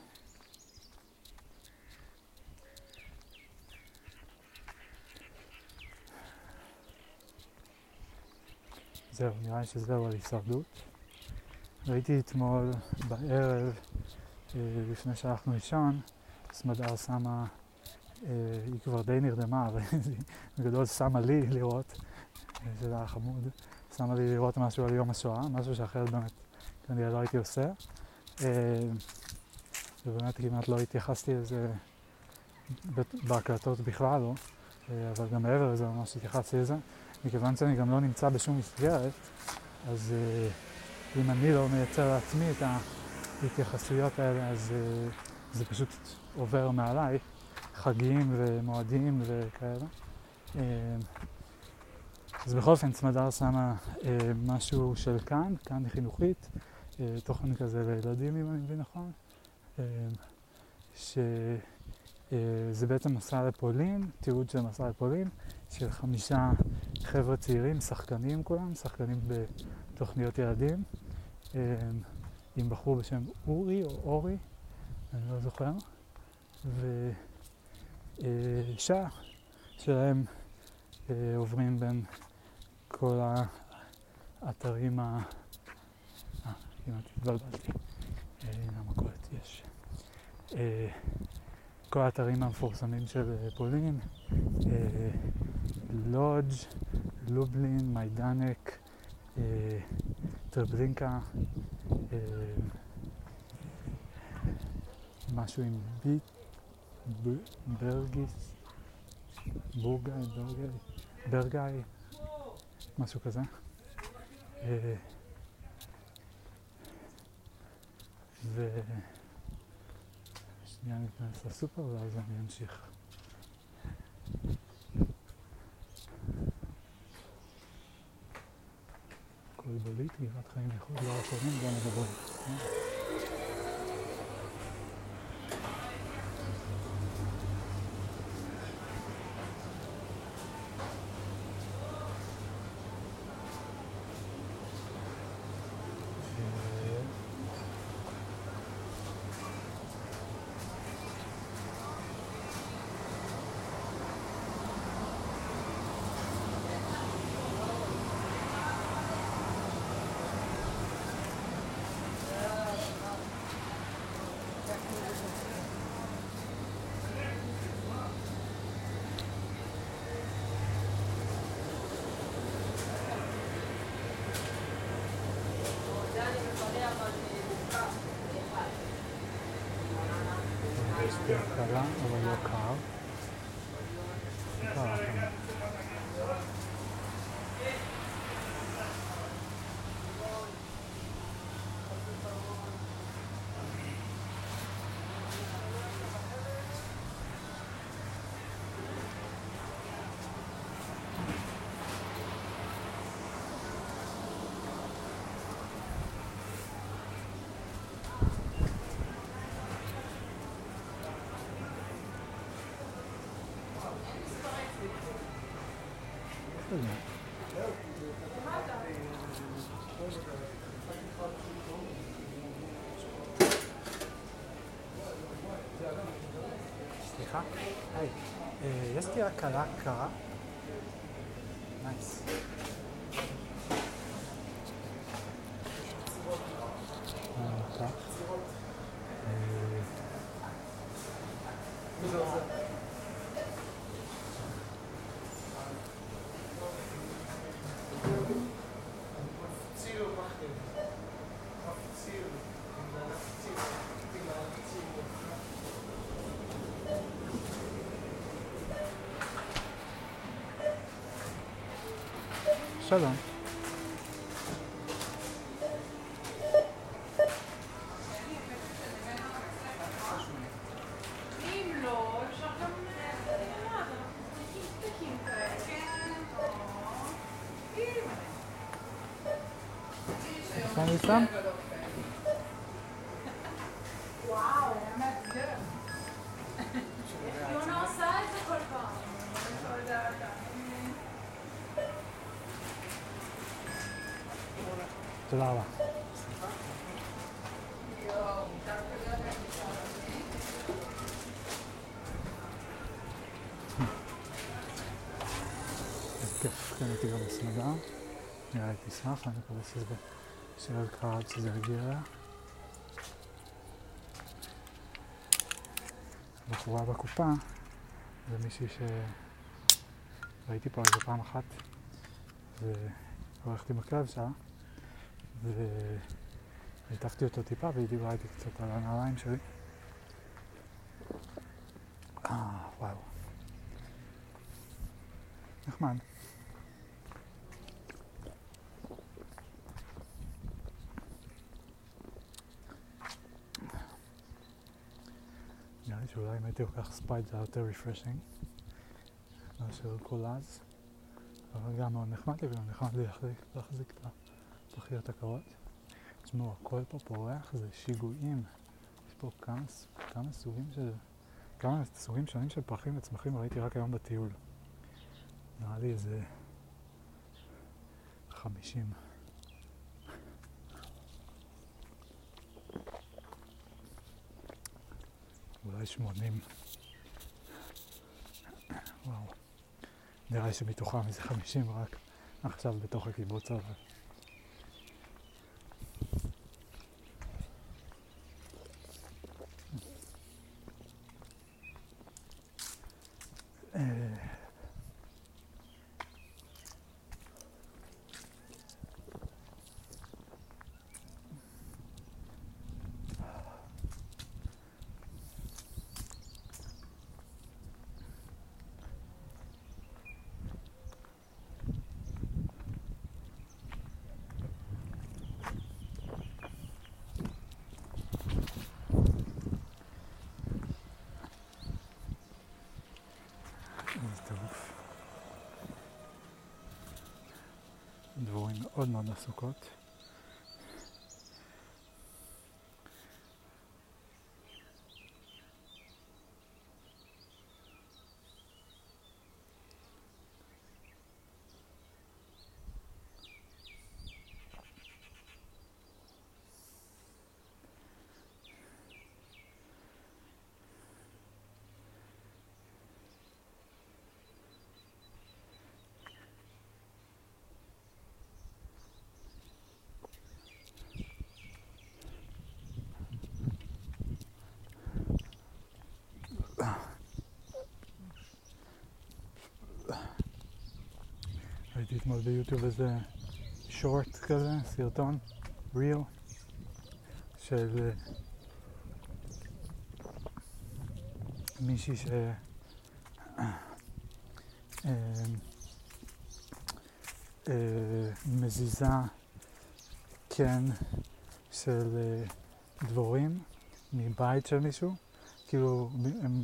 זהו, נראה לי שזהו על הישרדות. ראיתי אתמול בערב, אה, לפני שהלכנו לישון, סמדר שמה, אה, היא כבר די נרדמה, אבל בגדול שמה לי לראות, אה, שזה היה חמוד, שמה לי לראות משהו על יום השואה, משהו שאחרת באמת כנראה לא הייתי עושה. אה, ובאמת כמעט לא התייחסתי לזה בהקלטות בכלל לא, אה, אבל גם מעבר לזה ממש התייחסתי לזה. מכיוון שאני גם לא נמצא בשום מסגרת, אז uh, אם אני לא מייצר לעצמי את ההתייחסויות האלה, אז uh, זה פשוט עובר מעליי, חגים ומועדים וכאלה. Uh, אז בכל אופן, סמדר שמה uh, משהו של כאן, כאן חינוכית, uh, תוכן כזה לילדים, אם אני מבין נכון, uh, שזה בעצם מסע לפולין, תיעוד של מסע לפולין, של חמישה חבר'ה צעירים, שחקנים כולם, שחקנים בתוכניות ילדים, עם בחור בשם אורי או אורי, אני לא זוכר, ושעה שלהם עוברים בין כל האתרים ה... אה, כמעט התבלבלתי, המקורת יש. כל האתרים המפורסמים של פולין, לודג', לובלין, מיידנק, טרבלינקה, משהו עם ביט, ברגיס, בורגאי, ברגאי, ברגאי, משהו כזה. ו... שנייה נתנס לסופר ואז אני אמשיך. כל בולית, גבעת חיים יכול לא הקוראים גם לדברים. קלה, אבל לא קר. קר כאן. סליחה? היי, יש לי רק קלה קרה. נייס. שלום. אפשר ניסם? וואו, מאתגר. יונה עושה את זה כל פעם. תודה רבה. כיף, קניתי גם הסמדה. נראה לי תשמח, אני מקווה שזה שיהיה קרב שזה יגיע אליה. בחורה בקופה זה מישהי שראיתי פה איזה פעם אחת והולכתי בכלב שלה והלטפתי אותו טיפה והיא דיברה איתי קצת על הנעליים שלי. אה, וואו. נחמד. נראה לי שאולי אם הייתי לוקח ספייד זה יותר רפרשינג מאשר קולאז, אבל גם מאוד נחמד לי וגם נחמד לי להחזיק את הפחיות הקרות. תשמעו, הכל פה פורח, זה שיגועים. יש פה כמה, כמה סוגים של... כמה סוגים שונים של פרחים וצמחים ראיתי רק היום בטיול. נראה לי איזה חמישים. אולי שמונים. וואו. נראה לי שמתוכם איזה חמישים רק עכשיו בתוך הקיבוץ אבל. זה טירוף. דבורים מאוד מאוד עסוקות. ראיתי אתמול ביוטיוב איזה שורט כזה, סרטון, ריל, של מישהי ש... מזיזה קן של דבורים מבית של מישהו, כאילו הם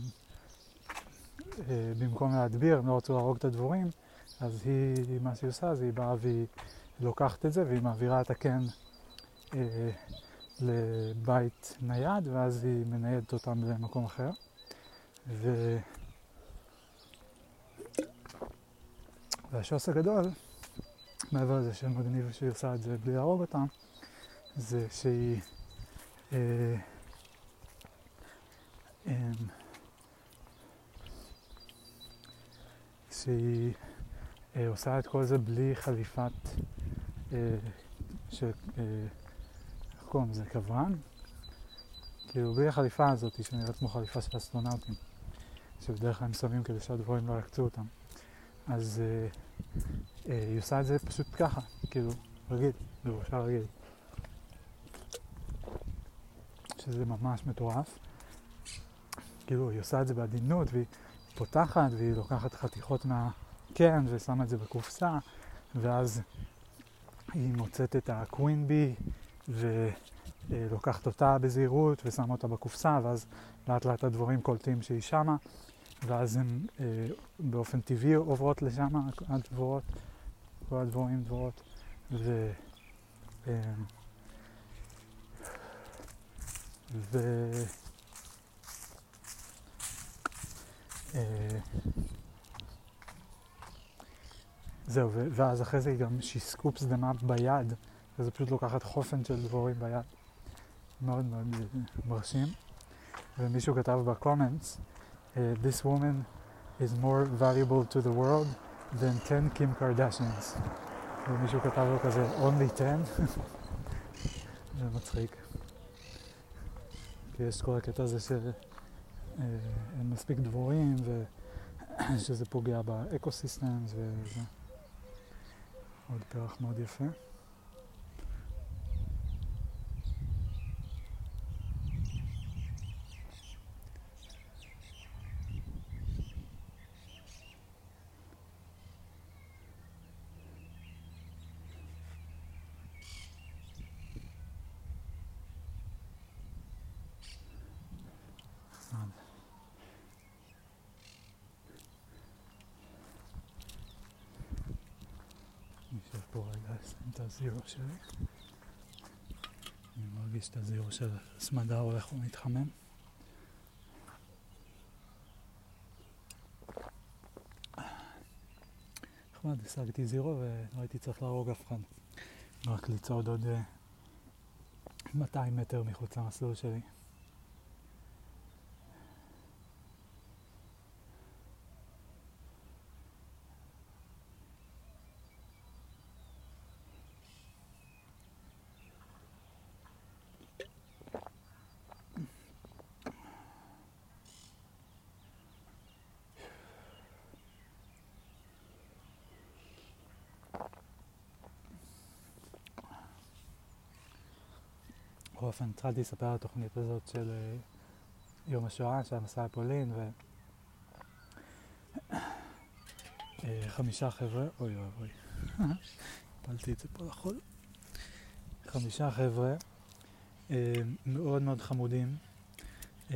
במקום להדביר, הם לא רצו להרוג את הדבורים, אז היא, מה שהיא עושה, אז היא באה והיא לוקחת את זה והיא מעבירה את הקן אה, לבית נייד, ואז היא מניידת אותם למקום אחר. ו... והשוס הגדול, מעבר לזה שמגניב שהיא עושה את זה בלי להרוג אותם, זה שהיא אה, אה, שהיא אה, עושה את כל זה בלי חליפת אה, ש... אה, איך קוראים לזה? קברן? כאילו בלי החליפה הזאת שנראית כמו חליפה של אסטרונאוטים שבדרך כלל הם שמים כדי שהדבורים לא יקצו אותם. אז אה, אה, היא עושה את זה פשוט ככה, כאילו רגיל, בראשה רגיל. שזה ממש מטורף. כאילו היא עושה את זה בעדינות והיא פותחת והיא לוקחת חתיכות מהקן ושמה את זה בקופסה ואז היא מוצאת את הקווין בי ולוקחת אותה בזהירות ושמה אותה בקופסה, ואז לאט לאט הדבורים קולטים שהיא שמה, ואז הן אה, באופן טבעי עוברות לשם, הדבורות, כל הדבורים דבורות, ו... אה, ו... אה, זהו, ואז אחרי זה היא גם she scoops them up ביד, וזה פשוט לוקחת חופן של דבורים ביד. מאוד מאוד מרשים. ומישהו כתב בקומנטס, This woman is more valuable to the world than ten Kim Kardashians. ומישהו כתב לו כזה, only ten? זה מצחיק. כי יש כל הקטע הזה שאין מספיק דבורים, ושזה פוגע באקוסיסטמס, וזה עוד פרח מאוד יפה. נשב פה רגע לשים את הזירו שלי. אני מרגיש את הזירו של סמדר הולך ומתחמם. נחמד, השגתי זירו ולא הייתי צריך להרוג אף אחד. רק לצעוד עוד מאתיים מטר מחוץ למסלול שלי. בכל אופן, התחלתי לספר על התוכנית הזאת של uh, יום השואה, של המסע לפולין, ו... uh, חמישה חבר'ה, אוי אוי אוי, הפלתי את זה פה לחול. חמישה חבר'ה, uh, מאוד מאוד חמודים, uh,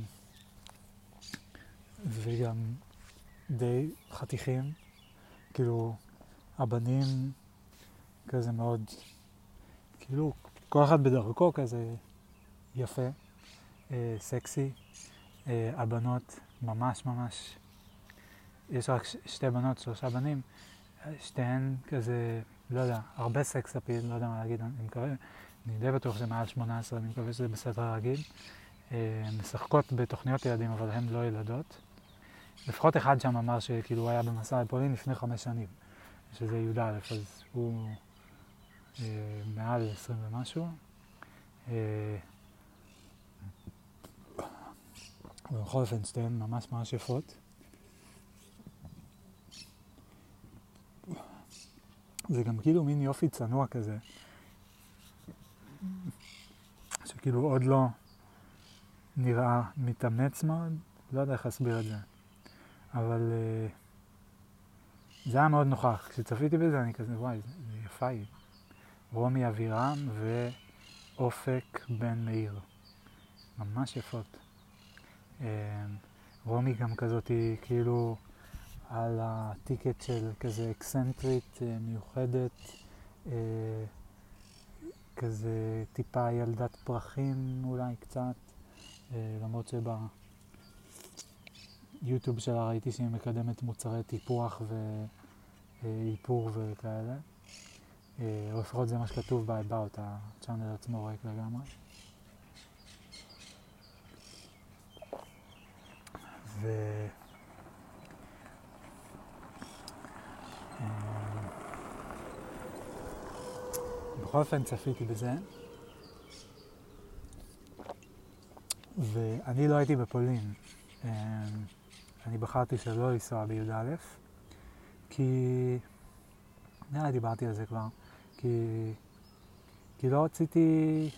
וגם די חתיכים, כאילו, הבנים כזה מאוד, כאילו, כל אחד בדרכו כזה יפה, אה, סקסי, אה, הבנות ממש ממש, יש רק ש- שתי בנות, שלושה בנים, שתיהן כזה, לא יודע, הרבה סקס אפיל, לא יודע מה להגיד, אני מקווה, אני די בטוח שמעל שמונה עשרה, אני מקווה שזה בסדר להגיד, אה, משחקות בתוכניות ילדים, אבל הן לא ילדות. לפחות אחד שם אמר שכאילו הוא היה במסע לפולין לפני חמש שנים, שזה י"א, אז הוא אה, מעל עשרים ומשהו. ובכל אופן שתיהן ממש ממש יפות. זה גם כאילו מין יופי צנוע כזה, שכאילו עוד לא נראה מתאמץ מאוד, לא יודע איך להסביר את זה, אבל uh, זה היה מאוד נוכח. כשצפיתי בזה אני כזה, וואי, זה יפה היא. רומי אבירם ואופק בן מאיר. ממש יפות. Uh, רומי גם כזאת היא כאילו על הטיקט של כזה אקסנטרית, uh, מיוחדת, uh, כזה טיפה ילדת פרחים אולי קצת, uh, למרות שביוטיוב שלה ראיתי שהיא מקדמת מוצרי טיפוח ואיפור וכאלה. Uh, או לפחות זה מה שכתוב ב-About, הצ'אנל עצמו ריק לגמרי. ו... בכל אופן צפיתי בזה, ואני לא הייתי בפולין. אני בחרתי שלא לנסוע בי"א, כי... נראה, דיברתי על זה כבר, כי... כי לא רציתי...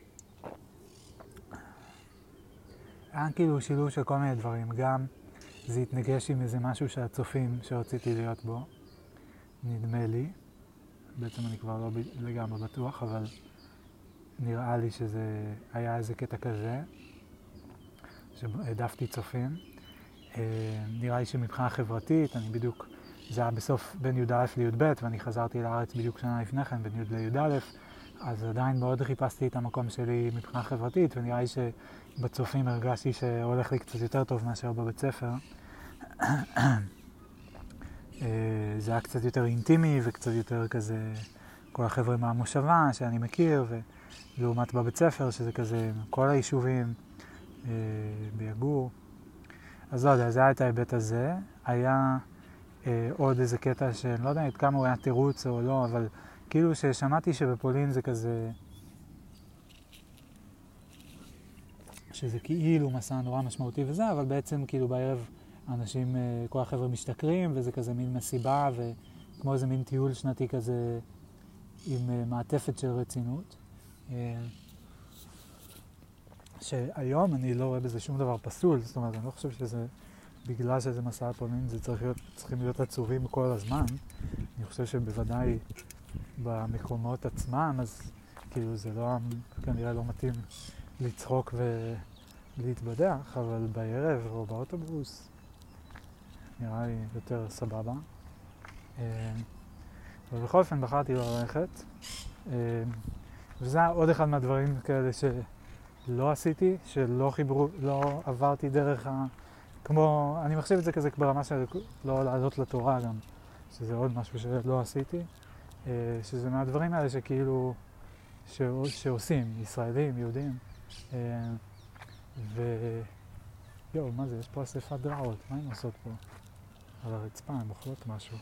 היה כאילו שילוב של כל מיני דברים, גם זה התנגש עם איזה משהו שהצופים שרציתי להיות בו, נדמה לי. בעצם אני כבר לא לגמרי בטוח, אבל נראה לי שזה היה איזה קטע כזה, שהעדפתי צופים. נראה לי שמבחינה חברתית, אני בדיוק, זה היה בסוף בין י"א לי"ב, ואני חזרתי לארץ בדיוק שנה לפני כן, בין י' לי"א, אז עדיין מאוד חיפשתי את המקום שלי מבחינה חברתית, ונראה לי שבצופים הרגשתי שהולך לי קצת יותר טוב מאשר בבית ספר. זה היה קצת יותר אינטימי וקצת יותר כזה, כל החבר'ה מהמושבה שאני מכיר, ולעומת בבית ספר שזה כזה כל היישובים ביגור. אז לא יודע, זה היה את ההיבט הזה. היה אה, עוד איזה קטע שאני לא יודע עד כמה הוא היה תירוץ או לא, אבל כאילו ששמעתי שבפולין זה כזה, שזה כאילו מסע נורא משמעותי וזה, אבל בעצם כאילו בערב האנשים, אה, כל החבר'ה משתכרים, וזה כזה מין מסיבה, וכמו איזה מין טיול שנתי כזה עם אה, מעטפת של רצינות. אה, שהיום אני לא רואה בזה שום דבר פסול, זאת אומרת, אני לא חושב שזה, בגלל שזה מסע לפולין, זה צריך להיות, צריכים להיות עצובים כל הזמן. אני חושב שבוודאי במקומות עצמם, אז כאילו זה לא, כנראה לא מתאים לצחוק ולהתבדח, אבל בערב או באוטובוס נראה לי יותר סבבה. אבל בכל אופן בחרתי לא ללכת, וזה עוד אחד מהדברים כאלה ש... לא עשיתי, שלא חיברו, לא עברתי דרך ה... כמו, אני מחשב את זה כזה ברמה של לא לעלות לתורה גם, שזה עוד משהו שלא עשיתי, שזה מהדברים האלה שכאילו, ש... שעושים, ישראלים, יהודים. ו... יואו, מה זה? יש פה אספת דרעות, מה הן עושות פה? על הרצפה, הן אוכלות משהו.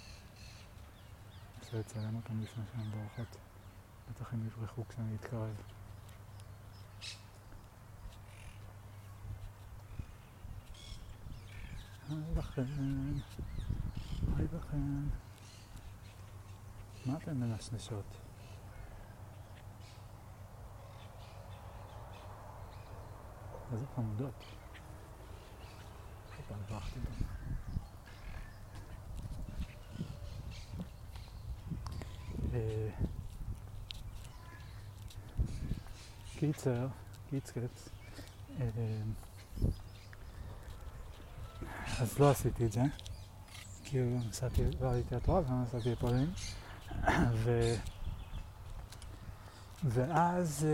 אפשר לצלם אותם לפני שהן בורחות. בטח הם יברחו כשאני אתקרב. היי לכן, היי לכן. מה אתן מנשנשות? איזה חמודות. איפה הברחתי אותם. קיצר, קיצקץ. אז לא עשיתי את זה, כאילו נסעתי, לא הייתי התורה, אבל נסעתי לפולין, ו... ואז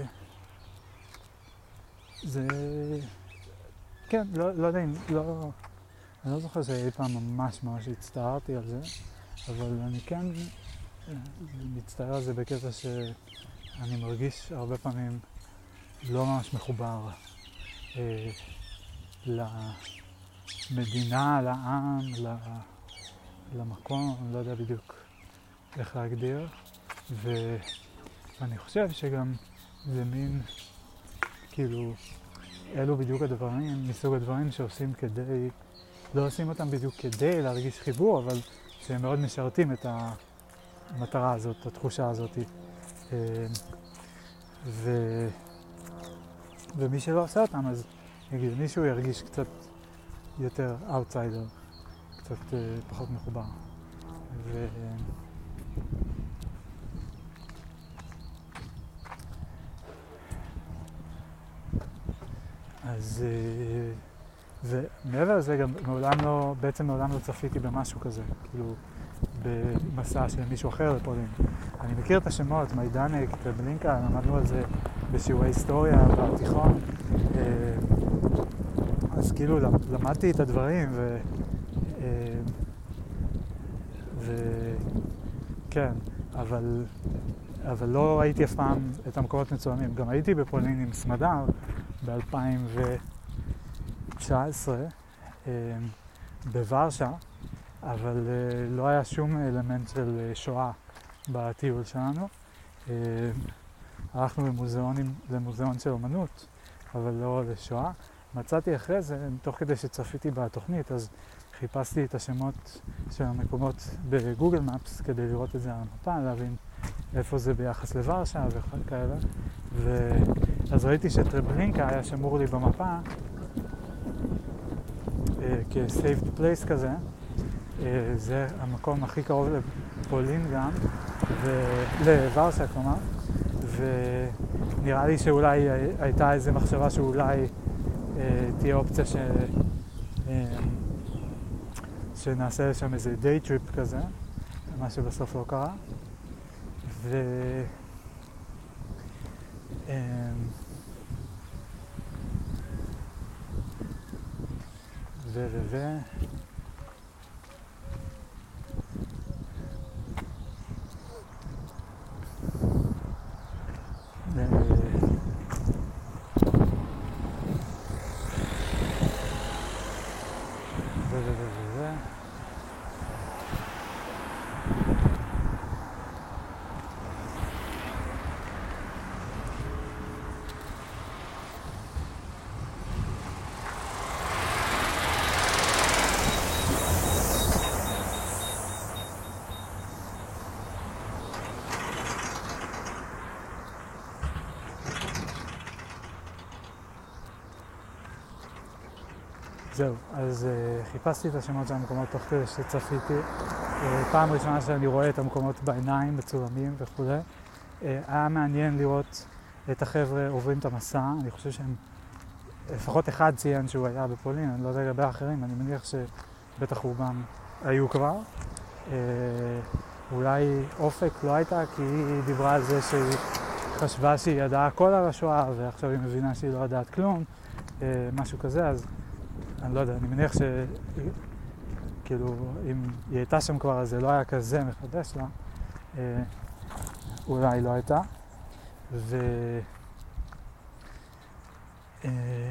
זה... כן, לא, לא יודע אם, לא... אני לא זוכר שאי פעם ממש ממש הצטערתי על זה, אבל אני כן מצטער על זה בקטע שאני מרגיש הרבה פעמים לא ממש מחובר אה, ל... מדינה, לעם, למקום, אני לא יודע בדיוק איך להגדיר, ואני חושב שגם זה מין, כאילו, אלו בדיוק הדברים, מסוג הדברים שעושים כדי, לא עושים אותם בדיוק כדי להרגיש חיבור, אבל שהם מאוד משרתים את המטרה הזאת, את התחושה הזאת. ו... ומי שלא עושה אותם, אז נגיד, מישהו ירגיש קצת יותר אאוטסיידר, קצת uh, פחות מחובר. ו... אז... Uh, ומעבר לזה גם מעולם לא, בעצם מעולם לא צפיתי במשהו כזה, כאילו במסע של מישהו אחר לפולין. אני מכיר את השמות, מיידנק, טרבלינקה, למדנו על זה בשיעורי היסטוריה בתיכון. Uh, אז כאילו למדתי את הדברים ו... וכן, אבל... אבל לא ראיתי אף פעם את המקומות מצוינים. גם הייתי בפולין עם סמדר ב-אלפיים תשע עשרה בוורשה, אבל לא היה שום אלמנט של שואה בטיול שלנו. הלכנו למוזיאונים, למוזיאון של אומנות, אבל לא לשואה. מצאתי אחרי זה, תוך כדי שצפיתי בתוכנית, אז חיפשתי את השמות של המקומות בגוגל מפס כדי לראות את זה על המפה, להבין איפה זה ביחס לוורשה וכאלה. ואז ראיתי שטרבלינקה היה שמור לי במפה, כ-saved place כזה. זה המקום הכי קרוב לפולין גם, לוורשה כלומר, ונראה לי שאולי הייתה איזו מחשבה שאולי תהיה אופציה ש... שנעשה שם איזה day trip כזה, מה שבסוף לא קרה. ו... ו... ו... ו... זהו, אז uh, חיפשתי את השמות של המקומות תוך כדי שצפיתי. Uh, פעם ראשונה שאני רואה את המקומות בעיניים, בצולמים וכו'. Uh, היה מעניין לראות את החבר'ה עוברים את המסע. אני חושב שהם, לפחות אחד ציין שהוא היה בפולין, אני לא יודע לגבי האחרים, אני מניח שבטח רובם היו כבר. Uh, אולי אופק לא הייתה, כי היא דיברה על זה שהיא חשבה שהיא ידעה הכל על השואה, ועכשיו היא מבינה שהיא לא יודעת כלום, uh, משהו כזה, אז אני לא יודע, אני מניח ש... כאילו, אם היא הייתה שם כבר, אז זה לא היה כזה מחדש לה. אה, אולי לא הייתה. ו... אה,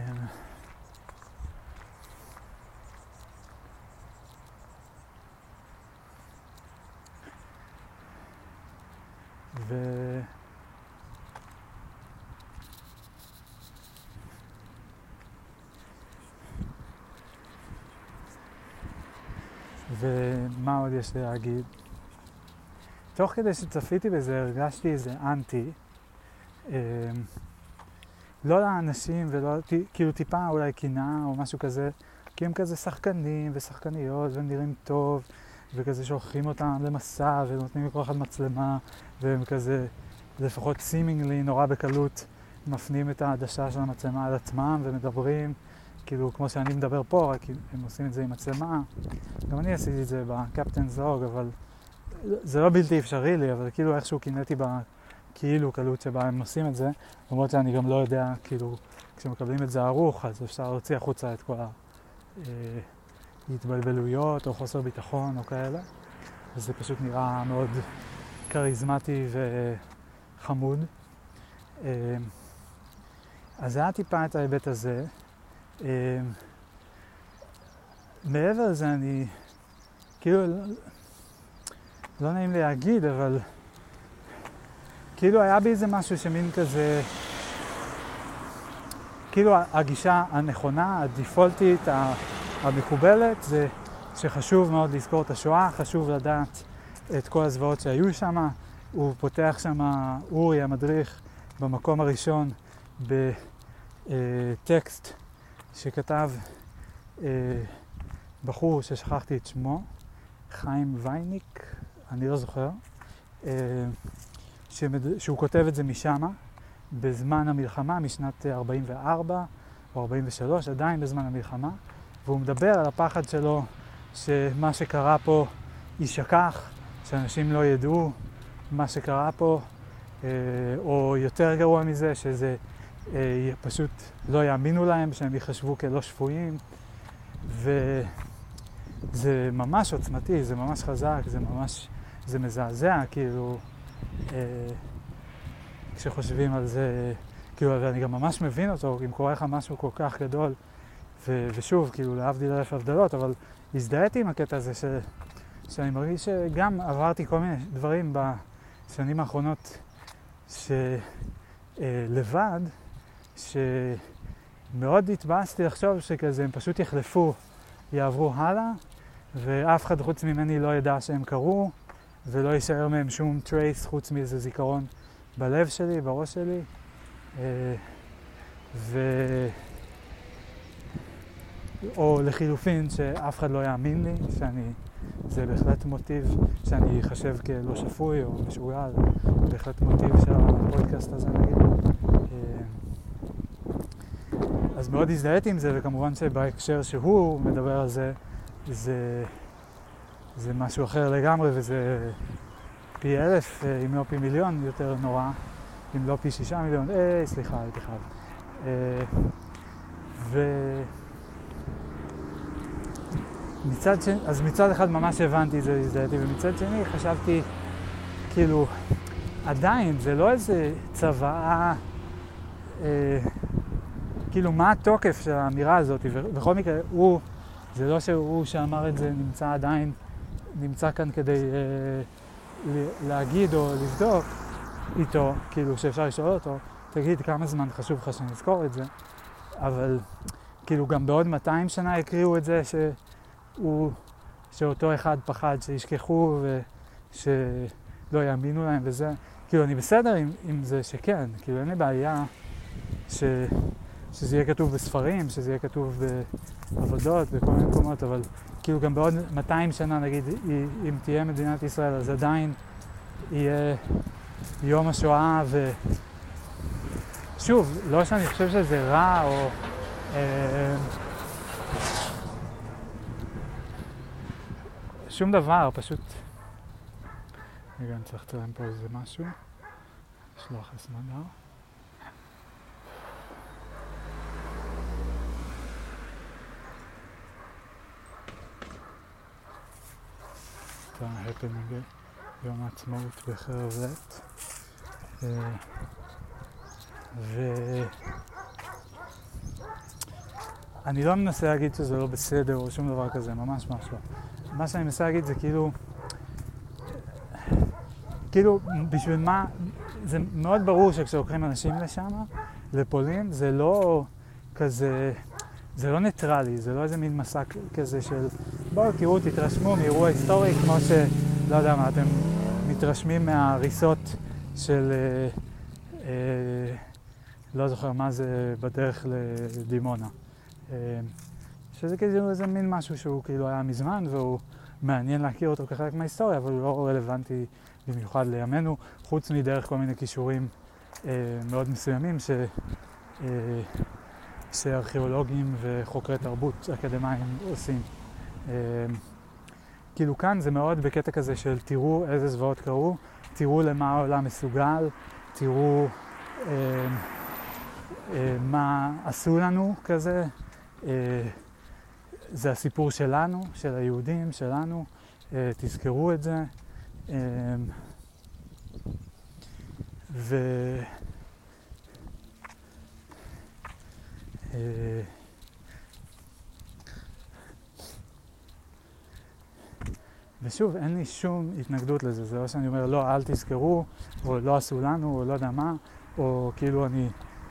ו... ומה עוד יש לי להגיד? תוך כדי שצפיתי בזה הרגשתי איזה אנטי, אה, לא לאנשים ולא, כאילו טיפה אולי קינה או משהו כזה, כי הם כזה שחקנים ושחקניות והם נראים טוב וכזה שולחים אותם למסע ונותנים לכל אחד מצלמה והם כזה לפחות seemingly נורא בקלות מפנים את העדשה של המצלמה על עצמם ומדברים כאילו כמו שאני מדבר פה, רק הם עושים את זה עם מצלמה. גם אני עשיתי את זה בקפטנס לוג, אבל זה לא בלתי אפשרי לי, אבל כאילו איכשהו קינאתי בכאילו קלות שבה הם עושים את זה, למרות שאני גם לא יודע, כאילו, כשמקבלים את זה ערוך, אז אפשר להוציא החוצה את כל ההתבלבלויות או חוסר ביטחון או כאלה. אז זה פשוט נראה מאוד קריזמטי וחמוד. אז זה היה טיפה את ההיבט הזה. Uh, מעבר לזה אני, כאילו, לא, לא נעים לי להגיד, אבל כאילו היה בי איזה משהו שמין כזה, כאילו הגישה הנכונה, הדיפולטית, המקובלת, זה שחשוב מאוד לזכור את השואה, חשוב לדעת את כל הזוועות שהיו שם. הוא פותח שם, אורי המדריך, במקום הראשון בטקסט, שכתב אה, בחור ששכחתי את שמו, חיים וייניק, אני לא זוכר, אה, שמד... שהוא כותב את זה משמה, בזמן המלחמה, משנת ארבעים וארבע או ארבעים ושלוש, עדיין בזמן המלחמה, והוא מדבר על הפחד שלו שמה שקרה פה יישכח, שאנשים לא ידעו מה שקרה פה, אה, או יותר גרוע מזה, שזה פשוט לא יאמינו להם, שהם יחשבו כלא שפויים, וזה ממש עוצמתי, זה ממש חזק, זה ממש, זה מזעזע, כאילו, אה, כשחושבים על זה, כאילו, ואני גם ממש מבין אותו, אם קורה לך משהו כל כך גדול, ו- ושוב, כאילו, להבדיל אלף הבדלות, אבל הזדהיתי עם הקטע הזה, ש- שאני מרגיש שגם עברתי כל מיני דברים בשנים האחרונות, שלבד, שמאוד התבאסתי לחשוב שכזה הם פשוט יחלפו, יעברו הלאה, ואף אחד חוץ ממני לא ידע שהם קרו, ולא יישאר מהם שום טרייס חוץ מאיזה זיכרון בלב שלי, בראש שלי. ו... או לחילופין שאף אחד לא יאמין לי, שאני, זה בהחלט מוטיב שאני אחשב כלא שפוי או משוגע, זה בהחלט מוטיב של הפודקאסט הזה נגיד. אז מאוד הזדהיתי עם זה, וכמובן שבהקשר שהוא מדבר על זה, זה, זה משהו אחר לגמרי, וזה פי אלף, אם לא פי מיליון יותר נורא, אם לא פי שישה מיליון, אה, סליחה, הייתי חייב. אה, ו... מצד שני, אז מצד אחד ממש הבנתי את זה, הזדהיתי, ומצד שני חשבתי, כאילו, עדיין, זה לא איזה צוואה, אה, כאילו, מה התוקף של האמירה הזאת? ובכל מקרה, הוא, זה לא שהוא שאמר את זה נמצא עדיין, נמצא כאן כדי אה, להגיד או לבדוק איתו, כאילו, שאפשר לשאול אותו, תגיד כמה זמן חשוב לך שנזכור את זה, אבל כאילו, גם בעוד מאתיים שנה יקריאו את זה שהוא, שאותו אחד פחד שישכחו ושלא יאמינו להם וזה, כאילו, אני בסדר עם, עם זה שכן, כאילו, אין לי בעיה ש... שזה יהיה כתוב בספרים, שזה יהיה כתוב בעבודות, בכל מיני מקומות, אבל כאילו גם בעוד מאתיים שנה, נגיד, אם תהיה מדינת ישראל, אז עדיין יהיה יום השואה, ושוב, לא שאני חושב שזה רע, או... אה, שום דבר, פשוט... רגע, אני צריך לצלם פה איזה משהו. לשלוח הסמדר. הפנינג יום העצמאות בחרב לט, ואני לא מנסה להגיד שזה לא בסדר או שום דבר כזה, ממש ממש לא. מה שאני מנסה להגיד זה כאילו, כאילו בשביל מה, זה מאוד ברור שכשלוקחים אנשים לשם, לפולין, זה לא כזה, זה לא ניטרלי, זה לא איזה מין מסע כזה של בואו תראו, תתרשמו מאירוע היסטורי כמו ש... לא יודע מה, אתם מתרשמים מההריסות של... אה, אה, לא זוכר מה זה בדרך לדימונה. אה, שזה כאילו איזה מין משהו שהוא כאילו היה מזמן והוא מעניין להכיר אותו כחלק מההיסטוריה, אבל הוא לא רלוונטי במיוחד לימינו, חוץ מדרך כל מיני קישורים אה, מאוד מסוימים ש... אה, שארכיאולוגים וחוקרי תרבות אקדמיים עושים. כאילו כאן זה מאוד בקטע כזה של תראו איזה זוועות קרו, תראו למה העולם מסוגל, תראו אה, אה, מה עשו לנו כזה. אה, זה הסיפור שלנו, של היהודים, שלנו, אה, תזכרו את זה. אה, ו... ושוב, אין לי שום התנגדות לזה, זה לא שאני אומר לא, אל תזכרו, או לא עשו לנו, או לא יודע מה, או כאילו אני...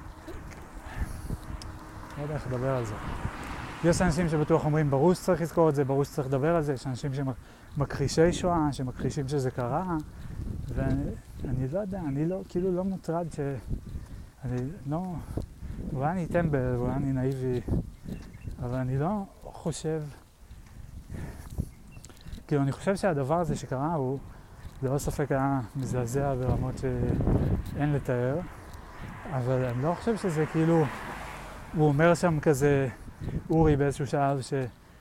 לא יודע איך לדבר על זה. יש אנשים שבטוח אומרים, ברור שצריך לזכור את זה, ברור שצריך לדבר על זה, יש אנשים שמכחישי שואה, שמכחישים שזה קרה, ואני לא יודע, אני לא, כאילו לא מוטרד ש... אני לא... אולי אני טמבל, אולי אני נאיבי, אבל אני לא חושב... כאילו, אני חושב שהדבר הזה שקרה הוא, ללא ספק היה מזעזע ברמות שאין לתאר, אבל אני לא חושב שזה כאילו... הוא אומר שם כזה, אורי באיזשהו שלב, ש...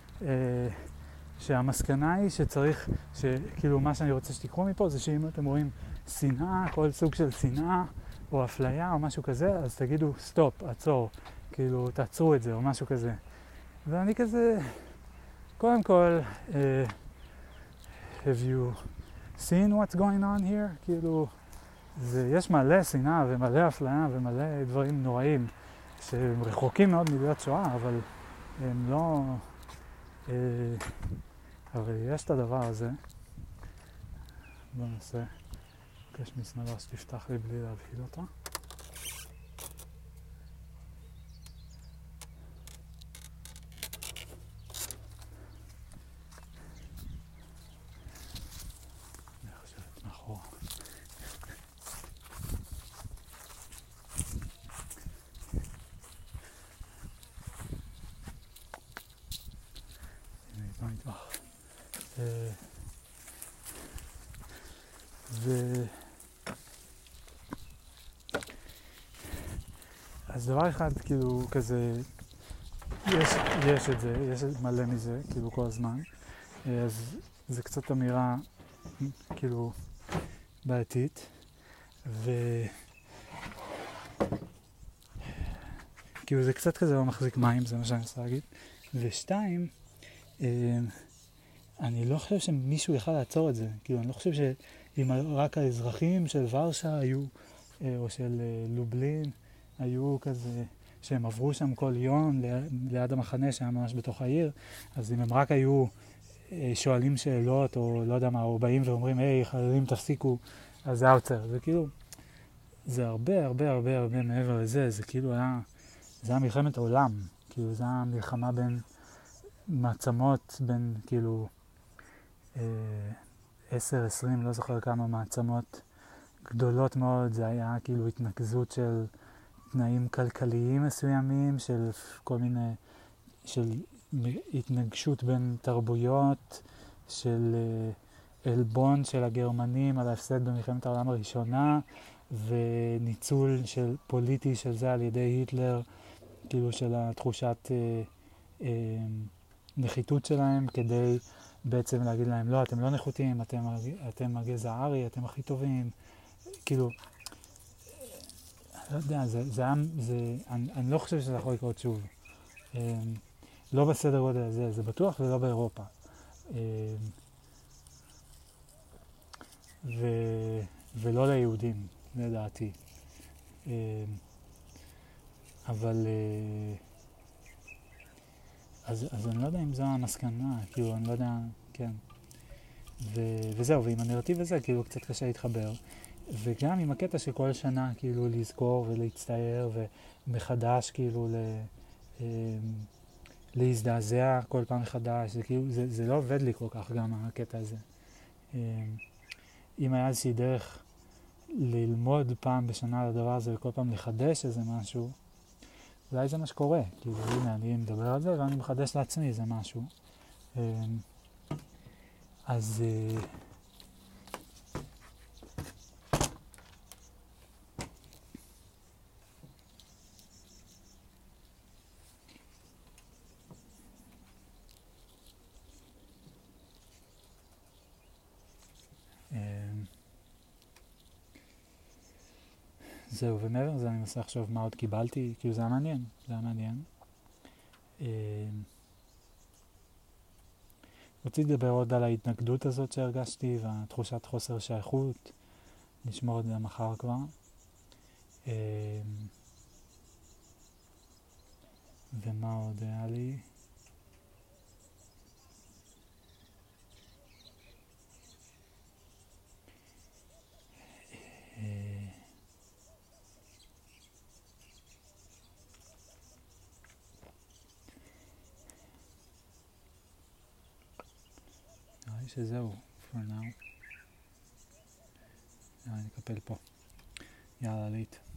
שהמסקנה היא שצריך, שכאילו מה שאני רוצה שתיקחו מפה זה שאם אתם רואים שנאה, כל סוג של שנאה, או אפליה או משהו כזה, אז תגידו סטופ, עצור, כאילו תעצרו את זה או משהו כזה. ואני כזה, קודם כל, uh, have you seen what's going on here? כאילו, זה, יש מלא שנאה ומלא אפליה ומלא דברים נוראים שהם רחוקים מאוד מלהיות שואה, אבל הם לא... Uh, אבל יש את הדבר הזה. בוא נעשה. מבקש מסמדר שתפתח לי בלי להבהיל אותה. אני חושבת מאחורה. אז דבר אחד, כאילו, כזה, יש, יש את זה, יש מלא מזה, כאילו, כל הזמן. אז זה קצת אמירה, כאילו, בעייתית. ו... כאילו, זה קצת כזה לא מחזיק מים, זה מה שאני רוצה להגיד. ושתיים, אני לא חושב שמישהו יכל לעצור את זה. כאילו, אני לא חושב שאם רק האזרחים של ורשה היו, או של לובלין, היו כזה, שהם עברו שם כל יום ליד המחנה שהיה ממש בתוך העיר, אז אם הם רק היו שואלים שאלות, או לא יודע מה, או באים ואומרים, היי, חיילים תפסיקו, אז זה היה עוצר. זה כאילו, זה הרבה הרבה הרבה הרבה מעבר לזה, זה כאילו היה, זה היה מלחמת עולם. כאילו, זה היה מלחמה בין מעצמות, בין כאילו עשר, עשרים, לא זוכר כמה מעצמות גדולות מאוד. זה היה כאילו התנקזות של תנאים כלכליים מסוימים, של כל מיני, של התנגשות בין תרבויות, של אלבון של הגרמנים על ההפסד במלחמת העולם הראשונה, וניצול של פוליטי של זה על ידי היטלר, כאילו של התחושת אה, אה, נחיתות שלהם, כדי בעצם להגיד להם, לא, אתם לא נחותים, אתם, אתם הגזע הארי, אתם הכי טובים. כאילו, לא יודע, זה, זה, זה, אני, אני לא חושב שזה יכול לקרות שוב. אה, לא בסדר גודל הזה, זה בטוח, ולא באירופה. אה, ו, ולא ליהודים, לדעתי. אה, אבל... אה, אז, אז אני לא יודע אם זו המסקנה, כאילו, אני לא יודע, כן. ו, וזהו, ועם הנרטיב הזה, כאילו, קצת קשה להתחבר. וגם עם הקטע שכל שנה, כאילו, לזכור ולהצטער, ומחדש, כאילו, ל, אה, להזדעזע כל פעם מחדש. זה כאילו, זה, זה לא עובד לי כל כך, גם הקטע הזה. אה, אם היה איזושהי דרך ללמוד פעם בשנה על הדבר הזה, וכל פעם לחדש איזה משהו, אולי זה מה שקורה, כאילו, הנה, אני מדבר על זה ואני מחדש לעצמי איזה משהו. אז... זהו, ומעבר לזה אני מנסה לחשוב מה עוד קיבלתי, כאילו זה היה מעניין, זה היה מעניין. רציתי לדבר עוד על ההתנגדות הזאת שהרגשתי, והתחושת חוסר שייכות, נשמור את זה מחר כבר. ומה עוד היה לי? נראה לי שזהו, for now. אני אקפל פה. יאללה, ליט.